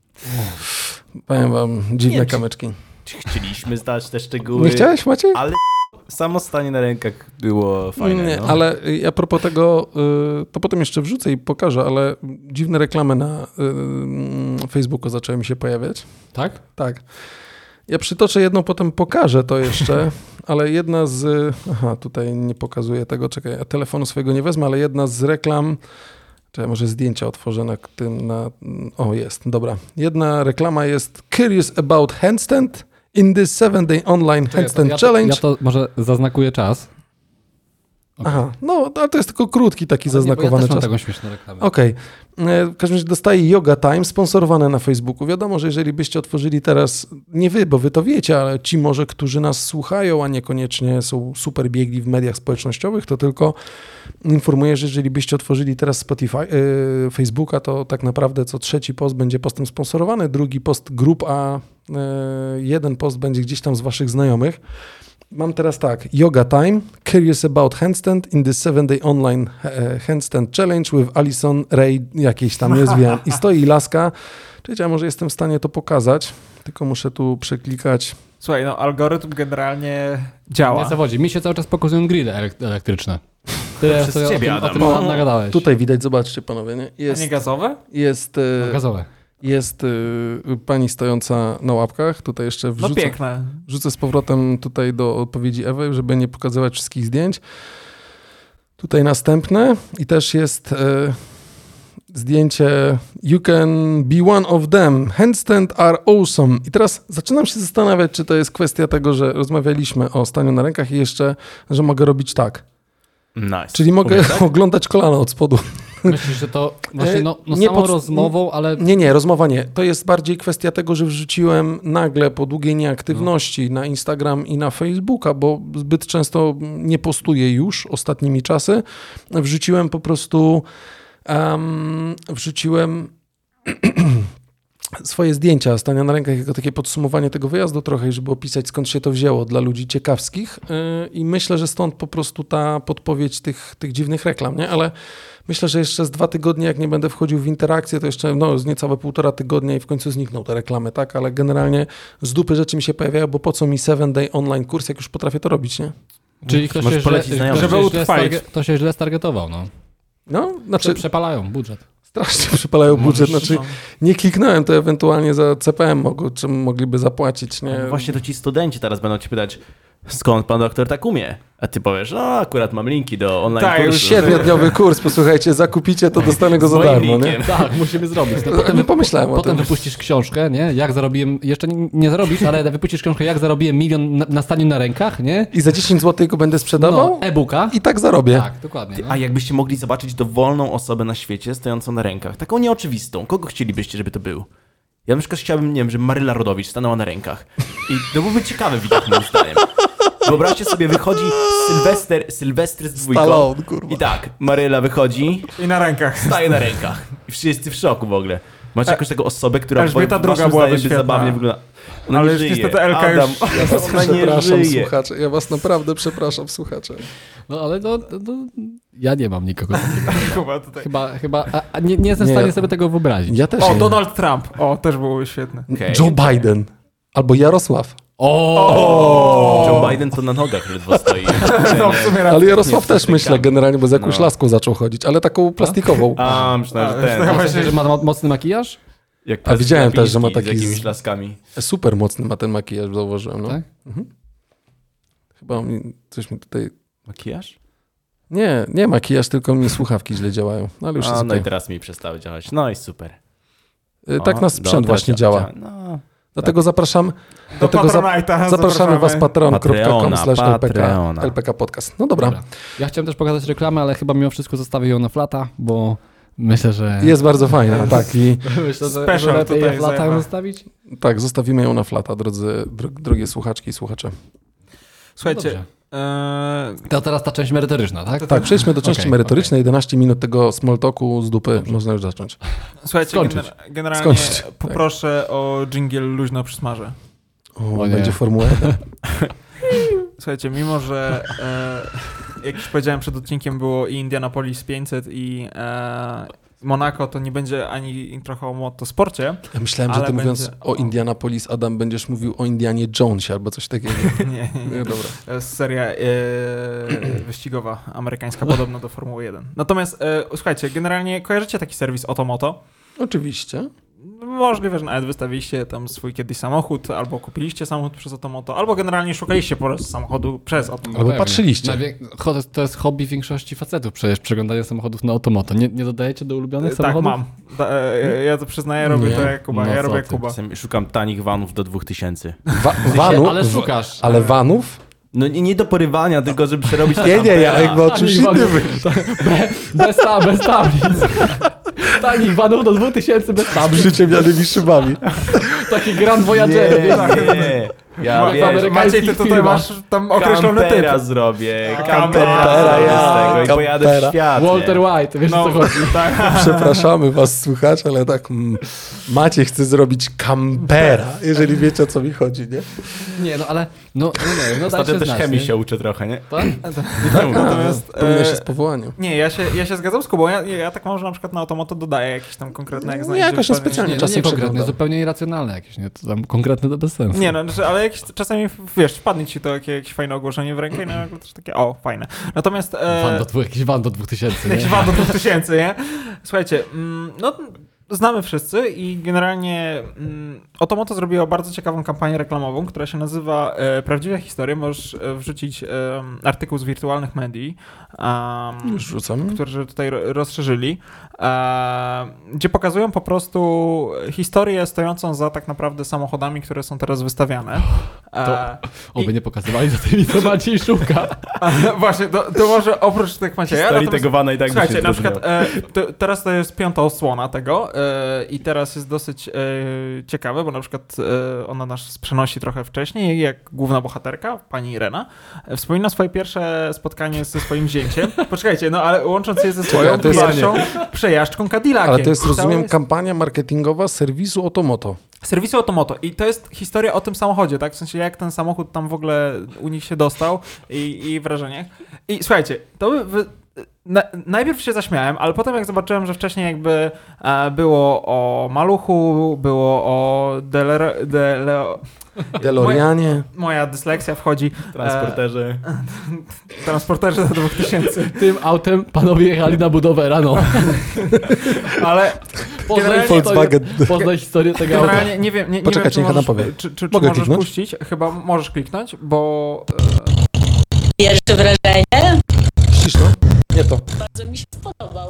[SPEAKER 3] Powiem wam, dziwne
[SPEAKER 1] Nie, czy-
[SPEAKER 3] kamyczki.
[SPEAKER 1] Chcieliśmy zdać te szczegóły.
[SPEAKER 3] Nie chciałeś, Maciej?
[SPEAKER 1] Ale samo stanie na rękach było fajne.
[SPEAKER 3] Nie,
[SPEAKER 1] no.
[SPEAKER 3] ale y, a propos tego, y, to potem jeszcze wrzucę i pokażę, ale dziwne reklamy na y, Facebooku zaczęły mi się pojawiać.
[SPEAKER 2] Tak?
[SPEAKER 3] Tak. Ja przytoczę jedną, potem pokażę to jeszcze, ale jedna z... Aha, tutaj nie pokazuję tego, czekaj, ja telefonu swojego nie wezmę, ale jedna z reklam... Czekaj, może zdjęcia otworzę na tym, na... O, jest, dobra. Jedna reklama jest Curious about handstand in this seven day online handstand
[SPEAKER 2] ja, to,
[SPEAKER 3] challenge.
[SPEAKER 2] ja to może zaznakuję czas.
[SPEAKER 3] Aha, no, ale to jest tylko krótki taki
[SPEAKER 2] Ale nie, bo
[SPEAKER 3] zaznakowany
[SPEAKER 2] ja też mam
[SPEAKER 3] czas.
[SPEAKER 2] taką śmieszną reklamę.
[SPEAKER 3] Okej. E, W każdym razie dostaje Yoga Time sponsorowane na Facebooku. Wiadomo, że jeżeli byście otworzyli teraz, nie wy, bo wy to wiecie, ale ci może, którzy nas słuchają, a niekoniecznie są super biegli w mediach społecznościowych, to tylko informuję, że jeżeli byście otworzyli teraz Spotify, e, Facebooka, to tak naprawdę co trzeci post będzie postem sponsorowany, drugi post grup, a e, jeden post będzie gdzieś tam z waszych znajomych. Mam teraz tak, Yoga Time, Curious about handstand in the seven day online e, handstand challenge with Alison Ray, jakiejś tam jest, wiem. I stoi laska. Czekajcie, a może jestem w stanie to pokazać, tylko muszę tu przeklikać.
[SPEAKER 4] Słuchaj, no algorytm generalnie działa.
[SPEAKER 2] Nie zawodzi. Mi się cały czas pokazują grille elek- elektryczne. Tyle
[SPEAKER 1] Przez
[SPEAKER 2] sobie
[SPEAKER 1] ciebie,
[SPEAKER 2] o tym, o
[SPEAKER 1] Adam.
[SPEAKER 2] tym
[SPEAKER 3] O,
[SPEAKER 2] nagadałeś.
[SPEAKER 3] Tutaj widać, zobaczcie panowie, nie?
[SPEAKER 4] A
[SPEAKER 3] Jest,
[SPEAKER 4] nie gazowe?
[SPEAKER 3] jest, e,
[SPEAKER 2] No, gazowe.
[SPEAKER 3] jest e, pani stojąca na łapkach. Tutaj jeszcze
[SPEAKER 4] No
[SPEAKER 3] wrzucę,
[SPEAKER 4] piękne.
[SPEAKER 3] wrzucę z powrotem tutaj do odpowiedzi Ewy, żeby nie pokazywać wszystkich zdjęć. Tutaj następne i też jest e, zdjęcie You can be one of them. Handstand are awesome. I teraz zaczynam się zastanawiać, czy to jest kwestia tego, że rozmawialiśmy o staniu na rękach i jeszcze, że mogę robić tak.
[SPEAKER 1] Nice.
[SPEAKER 3] Czyli mogę
[SPEAKER 1] Mówię, tak?
[SPEAKER 3] oglądać kolano od spodu.
[SPEAKER 2] Myślisz, że to właśnie no, no
[SPEAKER 3] Nie
[SPEAKER 2] samą
[SPEAKER 3] pod-
[SPEAKER 2] rozmową, ale
[SPEAKER 3] Nie, nie, rozmowa nie. To jest bardziej kwestia tego, że wrzuciłem nagle po długiej nieaktywności na Instagram i na Facebooka, bo zbyt często nie postuję już ostatnimi czasy. Wrzuciłem po prostu um, wrzuciłem swoje zdjęcia stania na rękach jako takie podsumowanie tego wyjazdu trochę, żeby opisać skąd się to wzięło dla ludzi ciekawskich yy, i myślę, że stąd po prostu ta podpowiedź tych, tych dziwnych reklam, nie? Ale myślę, że jeszcze z dwa tygodnie, jak nie będę wchodził w interakcję, to jeszcze no, z niecałe półtora tygodnia i w końcu znikną te reklamy, tak? Ale generalnie z dupy rzeczy mi się pojawiają, bo po co mi seven day online kurs, jak już potrafię to robić, nie?
[SPEAKER 2] czyli ktoś
[SPEAKER 1] Możesz
[SPEAKER 2] się, źle,
[SPEAKER 1] polecić znajomym.
[SPEAKER 2] ktoś,
[SPEAKER 4] Żeby
[SPEAKER 2] się źle
[SPEAKER 4] utrwalić.
[SPEAKER 2] starge- ktoś się źle stargetował, no.
[SPEAKER 3] No,
[SPEAKER 2] Prze-
[SPEAKER 3] znaczy
[SPEAKER 2] przepalają budżet.
[SPEAKER 3] strasznie przypalają budżet,
[SPEAKER 4] Możesz-
[SPEAKER 3] znaczy nie kliknąłem, to ewentualnie za C P M mogło, czym mogliby zapłacić, nie?
[SPEAKER 1] No właśnie to ci studenci teraz będą ci pytać, skąd pan doktor tak umie? A ty powiesz, no akurat mam linki do online
[SPEAKER 4] Tak, już
[SPEAKER 1] kursu.
[SPEAKER 3] Siedmiodniowy kurs, posłuchajcie, zakupicie, to dostanę go
[SPEAKER 1] Z
[SPEAKER 3] za
[SPEAKER 1] moim
[SPEAKER 3] darmo, nie?
[SPEAKER 1] linkiem.
[SPEAKER 2] Tak, musimy zrobić. To
[SPEAKER 3] Nie pomyślałem o
[SPEAKER 2] Potem
[SPEAKER 3] tym.
[SPEAKER 2] wypuścisz książkę, nie? Jak zarobiłem, jeszcze nie, nie zarobisz, ale wypuścisz książkę, jak zarobiłem milion na, na staniu na rękach, nie?
[SPEAKER 3] I za dziesięć złotych go będę sprzedawał
[SPEAKER 2] No, e-booka.
[SPEAKER 3] i tak zarobię.
[SPEAKER 2] Tak, dokładnie. No.
[SPEAKER 1] A jakbyście mogli zobaczyć dowolną osobę na świecie stojącą na rękach, taką nieoczywistą, kogo chcielibyście, żeby to był? Ja na przykład chciałbym, nie wiem, żeby Maryla Rodowicz stanęła na rękach. I to byłby ciekawy widok moim zdaniem. Wyobraźcie sobie, wychodzi Sylwester, Sylwestry z dwójką.
[SPEAKER 3] Stallone, kurwa.
[SPEAKER 1] I tak, Maryla wychodzi,
[SPEAKER 4] I na rękach.
[SPEAKER 1] staje na rękach. I wszyscy w szoku w ogóle. Macie jakąś taką osobę, która
[SPEAKER 4] Elżbieta
[SPEAKER 1] w
[SPEAKER 4] druga
[SPEAKER 1] waszym
[SPEAKER 4] byłaby
[SPEAKER 1] zdaniem by
[SPEAKER 4] świetna.
[SPEAKER 1] zabawnie wygląda. Ona
[SPEAKER 4] Ale
[SPEAKER 1] nie
[SPEAKER 4] już
[SPEAKER 1] żyje.
[SPEAKER 4] niestety Elka
[SPEAKER 1] Adam,
[SPEAKER 4] już-
[SPEAKER 3] Ja was
[SPEAKER 1] ona nie
[SPEAKER 3] przepraszam,
[SPEAKER 1] żyje.
[SPEAKER 3] słuchacze. Ja was naprawdę przepraszam, słuchacze.
[SPEAKER 2] No ale no, no, ja nie mam nikogo takiego.
[SPEAKER 4] Kuba tutaj.
[SPEAKER 2] Chyba, chyba a, a nie, nie jestem w
[SPEAKER 3] Nie,
[SPEAKER 2] stanie
[SPEAKER 3] ja-
[SPEAKER 2] sobie tego wyobrazić.
[SPEAKER 3] Ja też
[SPEAKER 4] O,
[SPEAKER 3] nie.
[SPEAKER 4] Donald Trump. O, też byłoby świetne.
[SPEAKER 1] Okej.
[SPEAKER 3] Joe Biden. Albo Jarosław.
[SPEAKER 2] O!
[SPEAKER 1] Joe Biden to na nogach ledwo stoi.
[SPEAKER 4] No, w sumie
[SPEAKER 3] Ale Jarosław
[SPEAKER 1] Nie,
[SPEAKER 3] też
[SPEAKER 1] z
[SPEAKER 3] myślę
[SPEAKER 1] rękami.
[SPEAKER 3] generalnie, bo z jakąś
[SPEAKER 1] No.
[SPEAKER 3] laską zaczął chodzić, ale taką plastikową.
[SPEAKER 1] A, myślałem, że
[SPEAKER 4] A,
[SPEAKER 1] ten.
[SPEAKER 4] myślałem,
[SPEAKER 2] W sensie,
[SPEAKER 4] właśnie-
[SPEAKER 2] że ma mo- mocny makijaż?
[SPEAKER 1] Jak
[SPEAKER 3] A widziałem też, że ma
[SPEAKER 1] Glapiński
[SPEAKER 3] taki
[SPEAKER 1] z jakimiś
[SPEAKER 3] z-
[SPEAKER 1] laskami.
[SPEAKER 3] Super mocny ma ten makijaż, zauważyłem. No.
[SPEAKER 2] Tak?
[SPEAKER 3] Chyba mi, coś mi tutaj...
[SPEAKER 1] Makijaż?
[SPEAKER 3] Nie, nie makijaż, tylko mi słuchawki źle działają. No, ale już
[SPEAKER 1] A,
[SPEAKER 3] jest
[SPEAKER 1] no
[SPEAKER 3] okej.
[SPEAKER 1] i teraz mi przestały działać. No i super.
[SPEAKER 3] Y, Tak
[SPEAKER 1] O,
[SPEAKER 3] na
[SPEAKER 1] no,
[SPEAKER 3] sprzęt
[SPEAKER 1] teraz
[SPEAKER 3] właśnie działa.
[SPEAKER 1] No.
[SPEAKER 3] Dlatego zapraszam...
[SPEAKER 4] Do
[SPEAKER 3] Dlatego za,
[SPEAKER 4] Patronite'a
[SPEAKER 3] zapraszamy was patreon kropka com
[SPEAKER 1] Patreona,
[SPEAKER 3] slash
[SPEAKER 1] Patreona.
[SPEAKER 3] L P K podcast. No dobra,
[SPEAKER 2] Dobra. Ja chciałem też pokazać reklamę, ale chyba mimo wszystko zostawię ją na flata, bo myślę, że...
[SPEAKER 3] jest bardzo fajna, tak. I
[SPEAKER 2] Myślę, że,
[SPEAKER 4] Special
[SPEAKER 2] że lepiej
[SPEAKER 4] tutaj
[SPEAKER 2] je flata
[SPEAKER 4] zajmę.
[SPEAKER 2] zostawić.
[SPEAKER 3] tak, zostawimy ją na flata, drodzy, dro, drogie słuchaczki i słuchacze.
[SPEAKER 4] Słuchajcie,
[SPEAKER 2] Dobrze.
[SPEAKER 4] e,
[SPEAKER 2] To teraz ta część merytoryczna, tak?
[SPEAKER 3] Tak, przejdźmy do części
[SPEAKER 2] Okej,
[SPEAKER 3] merytorycznej. jedenaście minut tego small talku z dupy. Można już zacząć.
[SPEAKER 4] słuchajcie,
[SPEAKER 2] Skończyć.
[SPEAKER 4] gener- generalnie
[SPEAKER 3] Skończyć,
[SPEAKER 4] poproszę o dżingiel luźno przysmażę.
[SPEAKER 3] O,
[SPEAKER 2] O nie.
[SPEAKER 3] będzie Formuła jeden.
[SPEAKER 4] Słuchajcie, mimo że e, jak już powiedziałem przed odcinkiem było i Indianapolis pięćset i e, Monaco, to nie będzie ani trochę o motosporcie.
[SPEAKER 3] Ja myślałem, że
[SPEAKER 4] Ale
[SPEAKER 3] ty mówiąc
[SPEAKER 4] będzie-
[SPEAKER 3] o Indianapolis, Adam, będziesz mówił o Indianie Jonesie albo coś takiego.
[SPEAKER 4] Nie, nie,
[SPEAKER 3] Nie, dobra.
[SPEAKER 4] To jest seria e, wyścigowa amerykańska, podobna do Formuły jeden. Natomiast e, słuchajcie, generalnie kojarzycie taki serwis Otomoto?
[SPEAKER 3] Oczywiście.
[SPEAKER 4] Możliwe, że nawet wystawiliście tam swój kiedyś samochód, albo kupiliście samochód przez Otomoto, albo generalnie szukaliście po prostu samochodu przez Otomoto.
[SPEAKER 3] Albo
[SPEAKER 2] Pewnie.
[SPEAKER 3] patrzyliście.
[SPEAKER 2] Najwię- cho- To jest hobby większości facetów, przecież przeglądanie samochodów na Automoto. Nie, nie dodajecie do ulubionych
[SPEAKER 4] Tak,
[SPEAKER 2] samochodów?
[SPEAKER 4] mam. Da, e, ja to przyznaję, robię
[SPEAKER 3] Nie.
[SPEAKER 4] to jak Kuba.
[SPEAKER 2] No
[SPEAKER 4] ja
[SPEAKER 2] co
[SPEAKER 4] robię jak
[SPEAKER 2] ty.
[SPEAKER 4] Kuba.
[SPEAKER 1] Czasem szukam tanich vanów do dwóch tysięcy.
[SPEAKER 3] Wa- vanów?
[SPEAKER 2] Ale szukasz.
[SPEAKER 3] Ale vanów?
[SPEAKER 1] No nie, nie do porywania, tylko żeby przerobić na
[SPEAKER 3] Nie, nie, ja
[SPEAKER 1] kampera.
[SPEAKER 3] jakby o czymś
[SPEAKER 2] Tanich
[SPEAKER 3] innym.
[SPEAKER 2] vanów. Be- Bez, ta, bez tablic. Tanich vanów do dwóch tysięcy bez tablic.
[SPEAKER 3] Życiowianymi szybami.
[SPEAKER 2] Taki Grand Voyager.
[SPEAKER 1] Nie, nie. Ja
[SPEAKER 2] Ma-
[SPEAKER 1] wiesz,
[SPEAKER 2] Amerykańskich
[SPEAKER 4] Maciej, ty tutaj
[SPEAKER 2] firmach.
[SPEAKER 4] masz tam określony typ.
[SPEAKER 1] kampera zrobię.
[SPEAKER 4] Kampera,
[SPEAKER 1] Kampera zrobię
[SPEAKER 3] ja,
[SPEAKER 1] z tego i pojadę
[SPEAKER 3] kampera.
[SPEAKER 1] w świat.
[SPEAKER 2] Walter
[SPEAKER 1] nie?
[SPEAKER 2] White, wiesz
[SPEAKER 4] No,
[SPEAKER 2] o co chodzi.
[SPEAKER 4] tak.
[SPEAKER 3] Przepraszamy was, słuchacz, ale tak mm, Maciej chce zrobić kampera, jeżeli wiecie, o co mi chodzi, nie?
[SPEAKER 2] Nie, no ale, no, no nie wiem, no daj
[SPEAKER 1] Ostatnio
[SPEAKER 2] się
[SPEAKER 1] też
[SPEAKER 2] znać,
[SPEAKER 1] chemii
[SPEAKER 2] nie?
[SPEAKER 1] się uczę trochę, nie?
[SPEAKER 2] Tak?
[SPEAKER 4] Natomiast,
[SPEAKER 3] Powinno się
[SPEAKER 4] e,
[SPEAKER 3] z powołaniem.
[SPEAKER 4] nie, ja się, ja się zgadzam z Kubą. Ja, ja tak mam, że na przykład na Automoto dodaję jakieś tam konkretne, jak
[SPEAKER 3] No,
[SPEAKER 4] znajdę.
[SPEAKER 3] jakoś
[SPEAKER 4] dokładnie-
[SPEAKER 3] specjalnie.
[SPEAKER 2] Nie, no
[SPEAKER 3] Czasem
[SPEAKER 2] nie konkretne,
[SPEAKER 3] przeglądam.
[SPEAKER 2] zupełnie irracjonalne jakieś, nie? To tam konkretne to bez sensu.
[SPEAKER 4] Nie, no, znaczy, ale jakieś, czasami, wiesz, wpadnie ci to jakieś, jakieś fajne ogłoszenie w rękę i nagle też takie, o, fajne. Natomiast... E,
[SPEAKER 2] Van do dwóch, jakiś van do dwóch tysięcy, nie?
[SPEAKER 4] Jakiś van do dwóch tysięcy, nie? Słuchajcie, mm, no znamy wszyscy i generalnie mm, Otomoto zrobiło bardzo ciekawą kampanię reklamową, która się nazywa e, Prawdziwe historie. Możesz e, wrzucić e, artykuł z wirtualnych medii, um,
[SPEAKER 3] Już rzucam.
[SPEAKER 4] który tutaj ro- rozszerzyli, e, gdzie pokazują po prostu historię stojącą za tak naprawdę samochodami, które są teraz wystawiane. E,
[SPEAKER 2] Oby nie pokazywali za tymi, co Maciej szuka.
[SPEAKER 4] Właśnie, to, to może oprócz tych Macieja.
[SPEAKER 1] Historii
[SPEAKER 4] natomiast-
[SPEAKER 1] tego vana i tak by się
[SPEAKER 4] Słuchajcie, na
[SPEAKER 1] zróżniło.
[SPEAKER 4] przykład e, to, teraz to jest piąta osłona tego e, i teraz jest dosyć e, ciekawe, bo na przykład e, ona nas przenosi trochę wcześniej, jak główna bohaterka, pani Irena, e, wspomina swoje pierwsze spotkanie ze swoim zięciem. Poczekajcie, no ale łącząc je ze swoją
[SPEAKER 3] to jest-
[SPEAKER 4] pierwszą przejażdżką Cadillaciem.
[SPEAKER 3] Ale to jest,
[SPEAKER 4] Cały
[SPEAKER 3] rozumiem,
[SPEAKER 4] jest
[SPEAKER 3] kampania marketingowa serwisu Otomoto.
[SPEAKER 4] serwisu Otomoto i to jest historia o tym samochodzie, tak? W sensie jak ten samochód tam w ogóle u nich się dostał i, i wrażeniach. I słuchajcie, to by... Wy... Na, najpierw się zaśmiałem, ale potem jak zobaczyłem, że wcześniej jakby e, było o Maluchu, było o Delero, Deleo,
[SPEAKER 3] DeLoreanie.
[SPEAKER 4] moja dysleksja wchodzi,
[SPEAKER 1] Transporterzy.
[SPEAKER 4] e, transporterzy za dwóch tysięcy,
[SPEAKER 2] Tym autem panowie jechali na budowę rano.
[SPEAKER 4] ale
[SPEAKER 2] Poznaj
[SPEAKER 4] Generalnie-
[SPEAKER 2] historię,
[SPEAKER 3] Volkswagen.
[SPEAKER 2] poznaj historię tego auta.
[SPEAKER 4] generalnie nie wiem, nie, nie
[SPEAKER 3] Poczekaj,
[SPEAKER 4] wiem, czy
[SPEAKER 3] niech Adam
[SPEAKER 4] możesz,
[SPEAKER 3] powie.
[SPEAKER 4] czy, czy, czy
[SPEAKER 3] Mogę
[SPEAKER 4] możesz
[SPEAKER 3] kliknąć?
[SPEAKER 4] puścić, chyba możesz kliknąć, bo
[SPEAKER 5] Pierwsze wrażenie?
[SPEAKER 3] Ścisz, no? Nie to.
[SPEAKER 5] Bardzo mi się spodobał.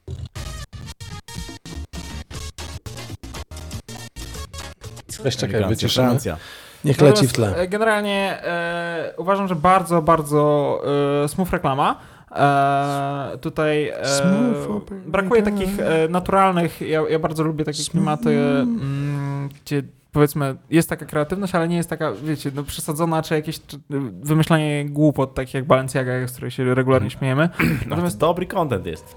[SPEAKER 3] Weź czekaj,
[SPEAKER 1] Francja,
[SPEAKER 3] wyciszymy.
[SPEAKER 1] Francja.
[SPEAKER 3] Niech leci w
[SPEAKER 4] Natomiast,
[SPEAKER 3] tle.
[SPEAKER 4] e, Generalnie e, uważam, że bardzo, bardzo e, smooth reklama. E, tutaj e,
[SPEAKER 3] Smooth
[SPEAKER 4] brakuje
[SPEAKER 3] operator.
[SPEAKER 4] takich e, naturalnych, ja, ja bardzo lubię takie klimaty, mm, gdzie powiedzmy jest taka kreatywność, ale nie jest taka, wiecie, no, przesadzona, czy jakieś czy, wymyślanie głupot, takich jak Balenciaga, z której się regularnie śmiejemy.
[SPEAKER 1] No, to dobry content jest.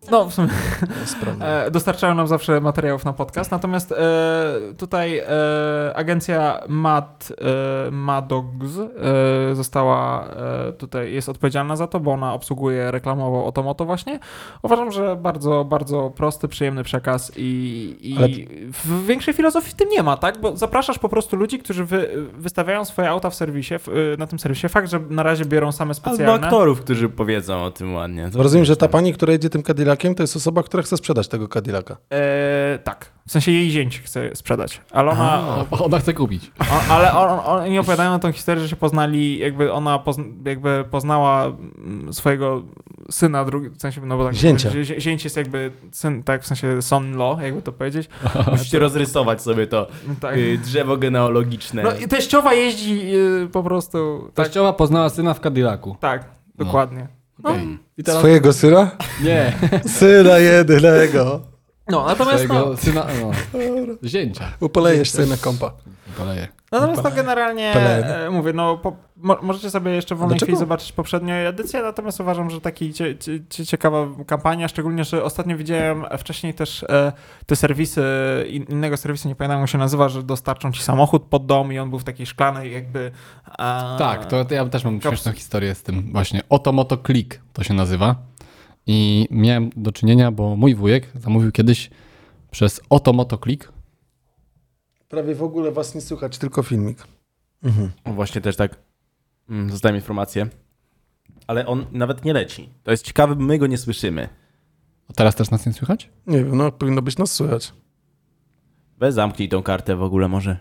[SPEAKER 4] No, w sumie
[SPEAKER 3] Sprawdzę.
[SPEAKER 4] e, dostarczają nam zawsze materiałów na podcast, natomiast e, tutaj e, agencja Mad, e, Madogs e, została e, tutaj, jest odpowiedzialna za to, bo ona obsługuje reklamowo Otomoto właśnie. Uważam, że bardzo, bardzo prosty, przyjemny przekaz i, i
[SPEAKER 3] Ale...
[SPEAKER 4] w większej filozofii w tym nie ma, tak? Bo zapraszasz po prostu ludzi, którzy wy, wystawiają swoje auta w serwisie, w, na tym serwisie. Fakt, że na razie biorą same specjalne.
[SPEAKER 1] Albo aktorów, którzy powiedzą o tym ładnie. To
[SPEAKER 3] Rozumiem, że ta
[SPEAKER 1] tam.
[SPEAKER 3] pani, która jedzie tym Cadillaciem, to jest osoba, która chce sprzedać tego Cadillaca.
[SPEAKER 4] E, tak, w sensie jej zięć chce sprzedać, ale ona,
[SPEAKER 2] O, ona chce kupić.
[SPEAKER 4] o, ale on, on, oni opowiadają tą historię, że się poznali, jakby ona pozna, jakby poznała mm, swojego syna, drugi, w sensie, no bo tak,
[SPEAKER 3] Zięcia.
[SPEAKER 4] że zi- zięć jest jakby syn, tak, w sensie son-in-law, jakby to powiedzieć.
[SPEAKER 1] Musicie rozrysować sobie to
[SPEAKER 4] Tak.
[SPEAKER 1] y, drzewo genealogiczne.
[SPEAKER 4] No i teściowa jeździ y, po prostu, tak,
[SPEAKER 2] Teściowa poznała syna w Cadillacu.
[SPEAKER 4] tak,
[SPEAKER 2] No.
[SPEAKER 4] dokładnie.
[SPEAKER 2] Okay. I teraz...
[SPEAKER 3] Swojego syna?
[SPEAKER 2] Nie.
[SPEAKER 3] Syna jedynego.
[SPEAKER 4] No, natomiast no,
[SPEAKER 2] Swojego syna, no. Zięcia.
[SPEAKER 3] Upolejesz sobie na kompa.
[SPEAKER 2] Poleje.
[SPEAKER 4] Natomiast to generalnie
[SPEAKER 3] Pelé.
[SPEAKER 4] e, mówię, no po, mo, możecie sobie jeszcze w wolnej
[SPEAKER 3] Dlaczego?
[SPEAKER 4] chwili zobaczyć poprzednią edycję, natomiast uważam, że taki cie, cie, cie, ciekawa kampania, szczególnie, że ostatnio widziałem wcześniej też e, te serwisy, in, innego serwisu, nie pamiętam jak się nazywa, że dostarczą ci samochód pod dom i on był w takiej szklanej jakby... A,
[SPEAKER 2] Tak, to, to ja też mam
[SPEAKER 4] Kaps-
[SPEAKER 2] śmieszną historię z tym właśnie. Otomoto Click to się nazywa. I miałem do czynienia, bo mój wujek zamówił kiedyś przez Otomoto Click.
[SPEAKER 3] Prawie w ogóle was nie słychać, tylko filmik. Mhm.
[SPEAKER 1] Właśnie też tak mm, dostałem informację. Ale on nawet nie leci. To jest ciekawe, bo my go nie słyszymy.
[SPEAKER 2] A teraz też nas nie słychać?
[SPEAKER 3] Nie wiem, no powinno być nas słychać.
[SPEAKER 1] Weź zamknij tą kartę w ogóle może.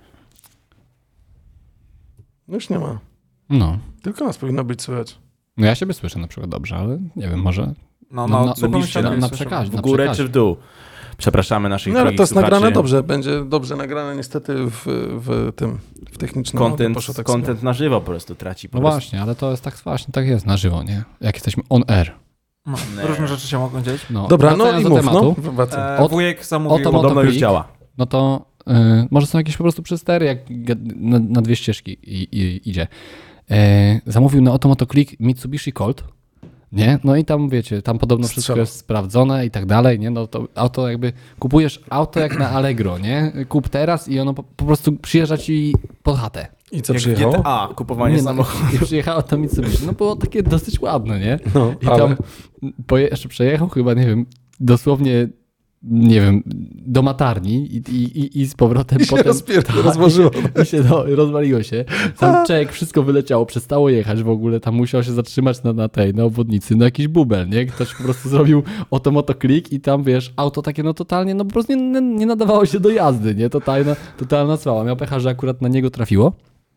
[SPEAKER 3] Już nie ma.
[SPEAKER 2] No.
[SPEAKER 3] Tylko nas powinno być słychać.
[SPEAKER 2] No ja siebie słyszę na przykład dobrze, ale nie wiem, może
[SPEAKER 4] No,
[SPEAKER 2] No,
[SPEAKER 4] no,
[SPEAKER 2] na-
[SPEAKER 4] słucham
[SPEAKER 1] napiszcie
[SPEAKER 4] się,
[SPEAKER 2] na,
[SPEAKER 4] nie
[SPEAKER 2] na
[SPEAKER 4] słyszę.
[SPEAKER 2] przekazie.
[SPEAKER 1] W
[SPEAKER 2] na
[SPEAKER 1] górę
[SPEAKER 2] przekazie.
[SPEAKER 1] czy w dół? Przepraszamy naszych
[SPEAKER 3] No ale
[SPEAKER 1] drogich
[SPEAKER 3] to jest
[SPEAKER 1] słuchaczy.
[SPEAKER 3] nagrane dobrze. Będzie dobrze nagrane niestety w, w tym, w technicznym. audio
[SPEAKER 1] Content,
[SPEAKER 3] poszło tak
[SPEAKER 1] content na żywo po prostu traci. Po
[SPEAKER 2] No
[SPEAKER 1] prostu.
[SPEAKER 2] właśnie, ale to jest tak właśnie, tak jest na żywo, nie? Jak jesteśmy on air.
[SPEAKER 4] No,
[SPEAKER 1] Nie.
[SPEAKER 4] różne rzeczy się mogą dziać.
[SPEAKER 2] No,
[SPEAKER 3] sobie. Dobra, no
[SPEAKER 2] wracając
[SPEAKER 3] i
[SPEAKER 2] do
[SPEAKER 3] mów,
[SPEAKER 2] tematu,
[SPEAKER 3] no. Wracaj.
[SPEAKER 4] E,
[SPEAKER 2] Od-
[SPEAKER 4] wujek zamówił...
[SPEAKER 2] oto-
[SPEAKER 1] Podobno już
[SPEAKER 2] Click.
[SPEAKER 1] działa.
[SPEAKER 2] no to y, może są jakieś po prostu przestery, jak ge- na, na dwie ścieżki i, i, idzie. E, zamówił na Otomoto Click Mitsubishi Colt, nie? No i tam wiecie, tam podobno wszystko
[SPEAKER 3] Strzela.
[SPEAKER 2] jest sprawdzone i tak dalej, nie? No to auto jakby, kupujesz auto jak na Allegro, nie? Kup teraz i ono po, po prostu przyjeżdża ci pod chatę.
[SPEAKER 3] I co
[SPEAKER 1] Jak w
[SPEAKER 3] przyjechało?
[SPEAKER 1] G T A, kupowanie
[SPEAKER 2] Nie, no,
[SPEAKER 1] samochodu.
[SPEAKER 2] i przyjechało to Mitsubishi. No było takie dosyć ładne, nie?
[SPEAKER 3] No,
[SPEAKER 2] I
[SPEAKER 3] ale...
[SPEAKER 2] tam poje, jeszcze przejechał chyba, nie wiem, dosłownie, nie wiem, do matarni i, i, i, i z powrotem
[SPEAKER 3] I się
[SPEAKER 2] potem...
[SPEAKER 3] rozpier-
[SPEAKER 2] tak,
[SPEAKER 3] rozłożyło.
[SPEAKER 2] I się no, rozwaliło się. Tam czek, wszystko wyleciało, przestało jechać w ogóle, tam musiał się zatrzymać na, na tej, na obwodnicy, no jakiś bubel, nie? Ktoś po prostu zrobił Otomoto Click i tam, wiesz, auto takie no totalnie, no po prostu nie, nie, nie nadawało się do jazdy, nie? Totalna, totalna cała. Miał pecha, że akurat na niego trafiło.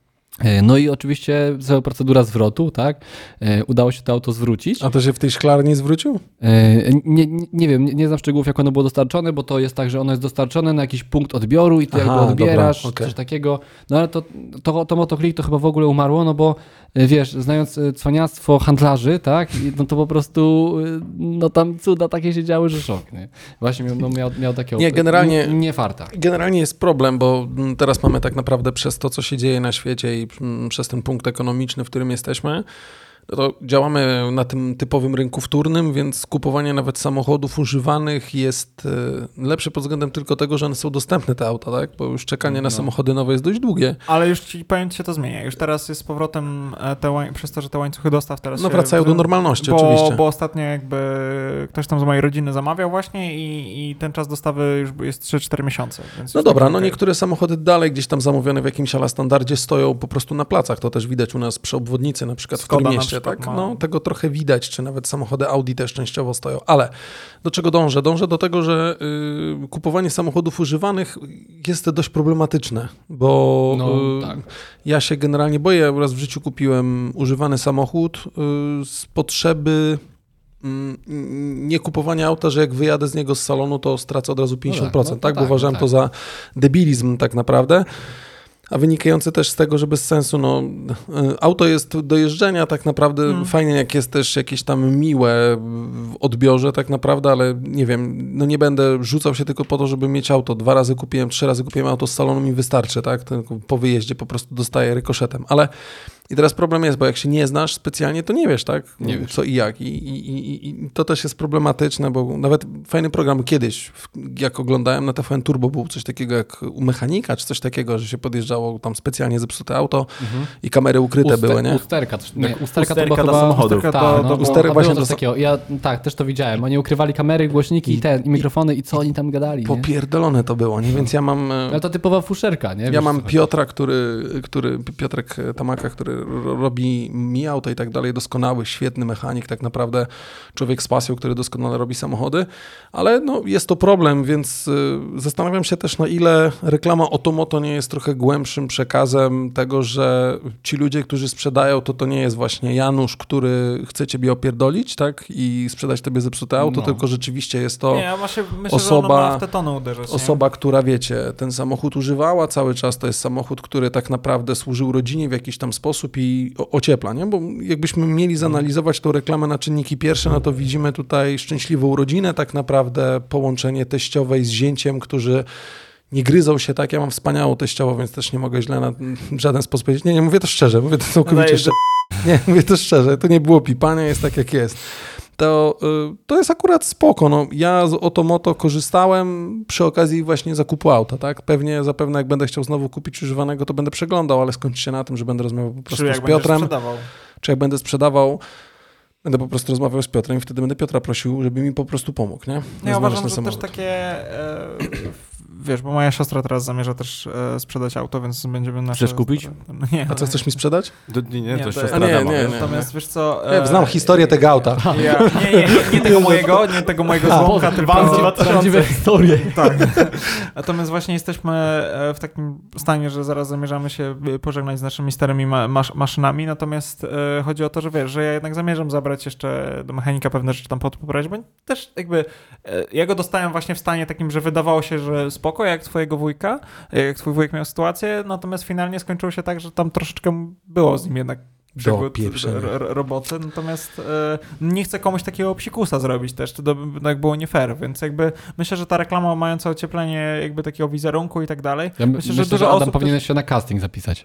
[SPEAKER 2] No i oczywiście cała procedura zwrotu, tak? E, Udało się to auto zwrócić.
[SPEAKER 3] A to się w tej szklarni zwrócił?
[SPEAKER 2] E, Nie, nie, nie wiem, nie, nie znam szczegółów, jak ono było dostarczone, bo to jest tak, że ono jest dostarczone na jakiś punkt odbioru i ty
[SPEAKER 3] Aha,
[SPEAKER 2] jakby odbierasz,
[SPEAKER 3] dobra, okej.
[SPEAKER 2] coś takiego. No ale to, to, to motoclick to chyba w ogóle umarło, no bo e, wiesz, znając e, cwaniactwo handlarzy, tak? I no to po prostu, e, no tam cuda takie się działy, że szok, nie? Właśnie miał, no, miał, miał takie...
[SPEAKER 3] Nie, generalnie-
[SPEAKER 2] Nie, nie farta.
[SPEAKER 3] Generalnie jest problem, bo mm, teraz mamy tak naprawdę przez to, co się dzieje na świecie i mm, przez ten punkt ekonomiczny, w którym jesteśmy, to działamy na tym typowym rynku wtórnym, więc kupowanie nawet samochodów używanych jest e, lepsze pod względem tylko tego, że one są dostępne, te auta, tak? Bo już czekanie na
[SPEAKER 2] No.
[SPEAKER 3] samochody nowe jest dość długie.
[SPEAKER 4] Ale już ci powiem, się to zmienia. Już teraz jest z powrotem e, te łań... przez to, że te łańcuchy dostaw teraz
[SPEAKER 3] No
[SPEAKER 4] się...
[SPEAKER 3] wracają do normalności,
[SPEAKER 4] bo,
[SPEAKER 3] oczywiście.
[SPEAKER 4] Bo ostatnio jakby ktoś tam z mojej rodziny zamawiał właśnie i, i ten czas dostawy już jest trzy cztery miesiące. Więc
[SPEAKER 3] No
[SPEAKER 4] już
[SPEAKER 3] dobra,
[SPEAKER 4] tak
[SPEAKER 3] no
[SPEAKER 4] okej.
[SPEAKER 3] niektóre samochody dalej gdzieś tam zamówione w jakimś ala standardzie stoją po prostu na placach. To też widać u nas przy obwodnicy, na przykład w
[SPEAKER 4] Skoda
[SPEAKER 3] którym
[SPEAKER 4] na
[SPEAKER 3] mieście,
[SPEAKER 4] przykład
[SPEAKER 3] tak?
[SPEAKER 4] ma.
[SPEAKER 3] No tego trochę widać, czy nawet samochody Audi też częściowo stoją. Ale do czego dążę? Dążę do tego, że y, kupowanie samochodów używanych jest dość problematyczne, bo
[SPEAKER 2] No,
[SPEAKER 3] y,
[SPEAKER 2] tak.
[SPEAKER 3] ja się generalnie boję. Raz w życiu kupiłem używany samochód y, z potrzeby mm, nie kupowania auta, że jak wyjadę z niego z salonu, to stracę od razu pięćdziesiąt procent,
[SPEAKER 2] no
[SPEAKER 3] tak?
[SPEAKER 2] tak,
[SPEAKER 3] Bo
[SPEAKER 2] no
[SPEAKER 3] uważałem
[SPEAKER 2] tak.
[SPEAKER 3] to za debilizm tak naprawdę. A wynikający też z tego, że bez sensu, no, y, auto jest do jeżdżenia tak naprawdę,
[SPEAKER 4] Mm.
[SPEAKER 3] fajnie jak jest też jakieś tam miłe w odbiorze tak naprawdę, ale nie wiem, no nie będę rzucał się tylko po to, żeby mieć auto. Dwa razy kupiłem, trzy razy kupiłem auto z salonu, mi wystarczy, tak? Tylko po wyjeździe po prostu dostaję rykoszetem, ale I teraz problem jest, bo jak się nie znasz specjalnie, to nie wiesz, tak?
[SPEAKER 2] Nie wiesz.
[SPEAKER 3] Co i jak. I, i, i, I to też jest problematyczne, bo nawet fajny program kiedyś, jak oglądałem na T V N Turbo, był coś takiego jak u mechanika, czy coś takiego, że się podjeżdżało tam specjalnie zepsute auto
[SPEAKER 2] Mhm.
[SPEAKER 3] i kamery ukryte
[SPEAKER 2] Uster,
[SPEAKER 3] były, nie?
[SPEAKER 2] Usterka. też- Nie,
[SPEAKER 1] Tak,
[SPEAKER 2] usterka,
[SPEAKER 1] usterka
[SPEAKER 2] to była
[SPEAKER 1] dla
[SPEAKER 2] chyba...
[SPEAKER 1] samochodów.
[SPEAKER 4] Usterka
[SPEAKER 2] Tak,
[SPEAKER 4] do-
[SPEAKER 2] no,
[SPEAKER 4] do-
[SPEAKER 2] bo
[SPEAKER 3] usterek
[SPEAKER 2] było
[SPEAKER 3] właśnie
[SPEAKER 2] coś
[SPEAKER 3] do-
[SPEAKER 2] takiego. Ja tak, też to widziałem. Oni ukrywali kamery, głośniki i, te, i mikrofony i co oni tam gadali, nie?
[SPEAKER 3] Popierdolone to było, nie? Więc ja mam... e,
[SPEAKER 2] Ale to typowa fuszerka, nie?
[SPEAKER 3] Ja
[SPEAKER 2] Wiesz,
[SPEAKER 3] mam
[SPEAKER 2] co chodzi.
[SPEAKER 3] Piotra, który, który, Piotrek Tamaka, który ro- robi mi auto i tak dalej, doskonały, świetny mechanik, tak naprawdę człowiek z pasją, który doskonale robi samochody, ale no, jest to problem, więc y, zastanawiam się też, na ile reklama Otomoto nie jest trochę głębszym przekazem tego, że ci ludzie, którzy sprzedają, to to nie jest właśnie Janusz, który chce ciebie opierdolić, tak, i sprzedać tobie zepsute auto,
[SPEAKER 2] No.
[SPEAKER 3] tylko rzeczywiście jest to...
[SPEAKER 4] Nie, ja właśnie myślę,
[SPEAKER 3] osoba-
[SPEAKER 4] że ona ma w te tony uderzać. nie?
[SPEAKER 3] Osoba, która, wiecie, ten samochód używała cały czas, to jest samochód, który tak naprawdę służył rodzinie w jakiś tam sposób i o- ociepla, nie? Bo jakbyśmy mieli zanalizować tą reklamę na czynniki pierwsze, no to widzimy tutaj szczęśliwą rodzinę, tak naprawdę połączenie teściowej z zięciem, którzy nie gryzą się tak. Ja mam wspaniałą teściową, więc też nie mogę źle na w żaden sposób powiedzieć. Nie, nie, mówię to szczerze, mówię to całkowicie
[SPEAKER 4] Daję-
[SPEAKER 3] szczerze. Nie, mówię to szczerze, to nie było pipania, jest tak jak jest. To, y, to jest akurat spoko. No, ja z Otomoto korzystałem przy okazji właśnie zakupu auta, tak? Pewnie, zapewne jak będę chciał znowu kupić używanego, to będę przeglądał, ale skończy się na tym, że będę rozmawiał po prostu
[SPEAKER 4] Czy jak
[SPEAKER 3] z
[SPEAKER 4] będziesz
[SPEAKER 3] Piotrem,
[SPEAKER 4] sprzedawał.
[SPEAKER 3] czy jak będę sprzedawał, będę po prostu rozmawiał z Piotrem i wtedy będę Piotra prosił, żeby mi po prostu pomógł, nie?
[SPEAKER 4] Ja
[SPEAKER 3] Znaleźć
[SPEAKER 4] uważam,
[SPEAKER 3] ten
[SPEAKER 4] że
[SPEAKER 3] samochód.
[SPEAKER 4] też takie, e, wiesz, bo moja siostra teraz zamierza też e, sprzedać auto, więc będziemy nasze...
[SPEAKER 1] Chcesz kupić?
[SPEAKER 4] No nie,
[SPEAKER 3] A co, chcesz mi sprzedać?
[SPEAKER 1] Do, nie, nie, to
[SPEAKER 4] to-
[SPEAKER 1] siostra
[SPEAKER 3] A nie,
[SPEAKER 1] dama.
[SPEAKER 3] nie, nie.
[SPEAKER 4] Natomiast wiesz co...
[SPEAKER 3] Ja znam historię tego auta.
[SPEAKER 4] Ja, nie, nie, nie, nie tego mojego, nie tego mojego złomka, tylko...
[SPEAKER 2] Prawdziwe historie.
[SPEAKER 4] Tak. Natomiast właśnie jesteśmy e, w takim stanie, że zaraz zamierzamy się e, pożegnać z naszymi starymi ma- masz- maszynami, natomiast e, chodzi o to, że wiesz, że ja jednak zamierzam zabrać jeszcze do mechanika pewne rzeczy tam podpoprawić, bo też jakby e, ja go dostałem właśnie w stanie takim, że wydawało się, że spoko, jak twojego wujka, jak twój wujek miał sytuację, natomiast finalnie skończyło się tak, że tam troszeczkę było z nim jednak przygód,
[SPEAKER 3] pieprzenia.
[SPEAKER 4] r- r- roboty, natomiast e, nie chcę komuś takiego psikusa zrobić też, to by tak było nie fair, więc jakby myślę, że ta reklama mająca ocieplenie jakby takiego wizerunku i tak dalej,
[SPEAKER 2] Ja
[SPEAKER 4] myślę,
[SPEAKER 2] myślę,
[SPEAKER 4] że
[SPEAKER 2] że,
[SPEAKER 4] dużo
[SPEAKER 2] Adam
[SPEAKER 4] osób
[SPEAKER 2] powinien
[SPEAKER 4] też...
[SPEAKER 2] się na casting zapisać.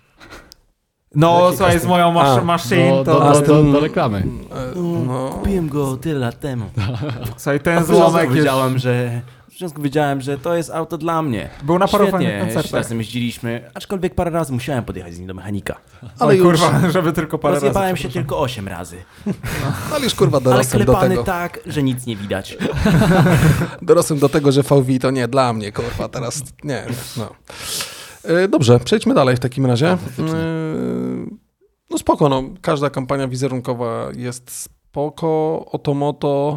[SPEAKER 4] No,
[SPEAKER 3] Jaki
[SPEAKER 4] słuchaj, z
[SPEAKER 3] casting?
[SPEAKER 4] moją masz-
[SPEAKER 3] A,
[SPEAKER 4] maszyn,
[SPEAKER 2] Do,
[SPEAKER 4] to...
[SPEAKER 2] do,
[SPEAKER 3] A
[SPEAKER 2] do,
[SPEAKER 3] z
[SPEAKER 2] do,
[SPEAKER 3] tym-
[SPEAKER 2] do reklamy.
[SPEAKER 3] E, No,
[SPEAKER 1] Kupiłem go tyle lat temu.
[SPEAKER 4] Słuchaj, ten
[SPEAKER 1] A
[SPEAKER 4] złomek
[SPEAKER 1] złomek
[SPEAKER 4] jest...
[SPEAKER 1] wiedziałem, że... W związku wiedziałem, że to jest auto dla mnie.
[SPEAKER 4] Był na paru fajnych
[SPEAKER 1] Świetnie,
[SPEAKER 4] koncertach.
[SPEAKER 1] razem jeździliśmy, aczkolwiek parę razy musiałem podjechać z nim do mechanika.
[SPEAKER 3] ale
[SPEAKER 4] Ale
[SPEAKER 3] już,
[SPEAKER 4] kurwa, żeby tylko parę razy.
[SPEAKER 1] Rozjebałem się
[SPEAKER 4] przepraszam.
[SPEAKER 1] tylko osiem razy.
[SPEAKER 3] ale już kurwa
[SPEAKER 1] Ale
[SPEAKER 3] dorosłem do
[SPEAKER 1] klepany
[SPEAKER 3] tego.
[SPEAKER 1] tak, że nic nie widać.
[SPEAKER 3] Dorosłem do tego, że V V to nie dla mnie, kurwa, teraz nie, no. E, Dobrze, przejdźmy dalej w takim razie. E, No spoko, no, każda kampania wizerunkowa jest spoko, Otomoto.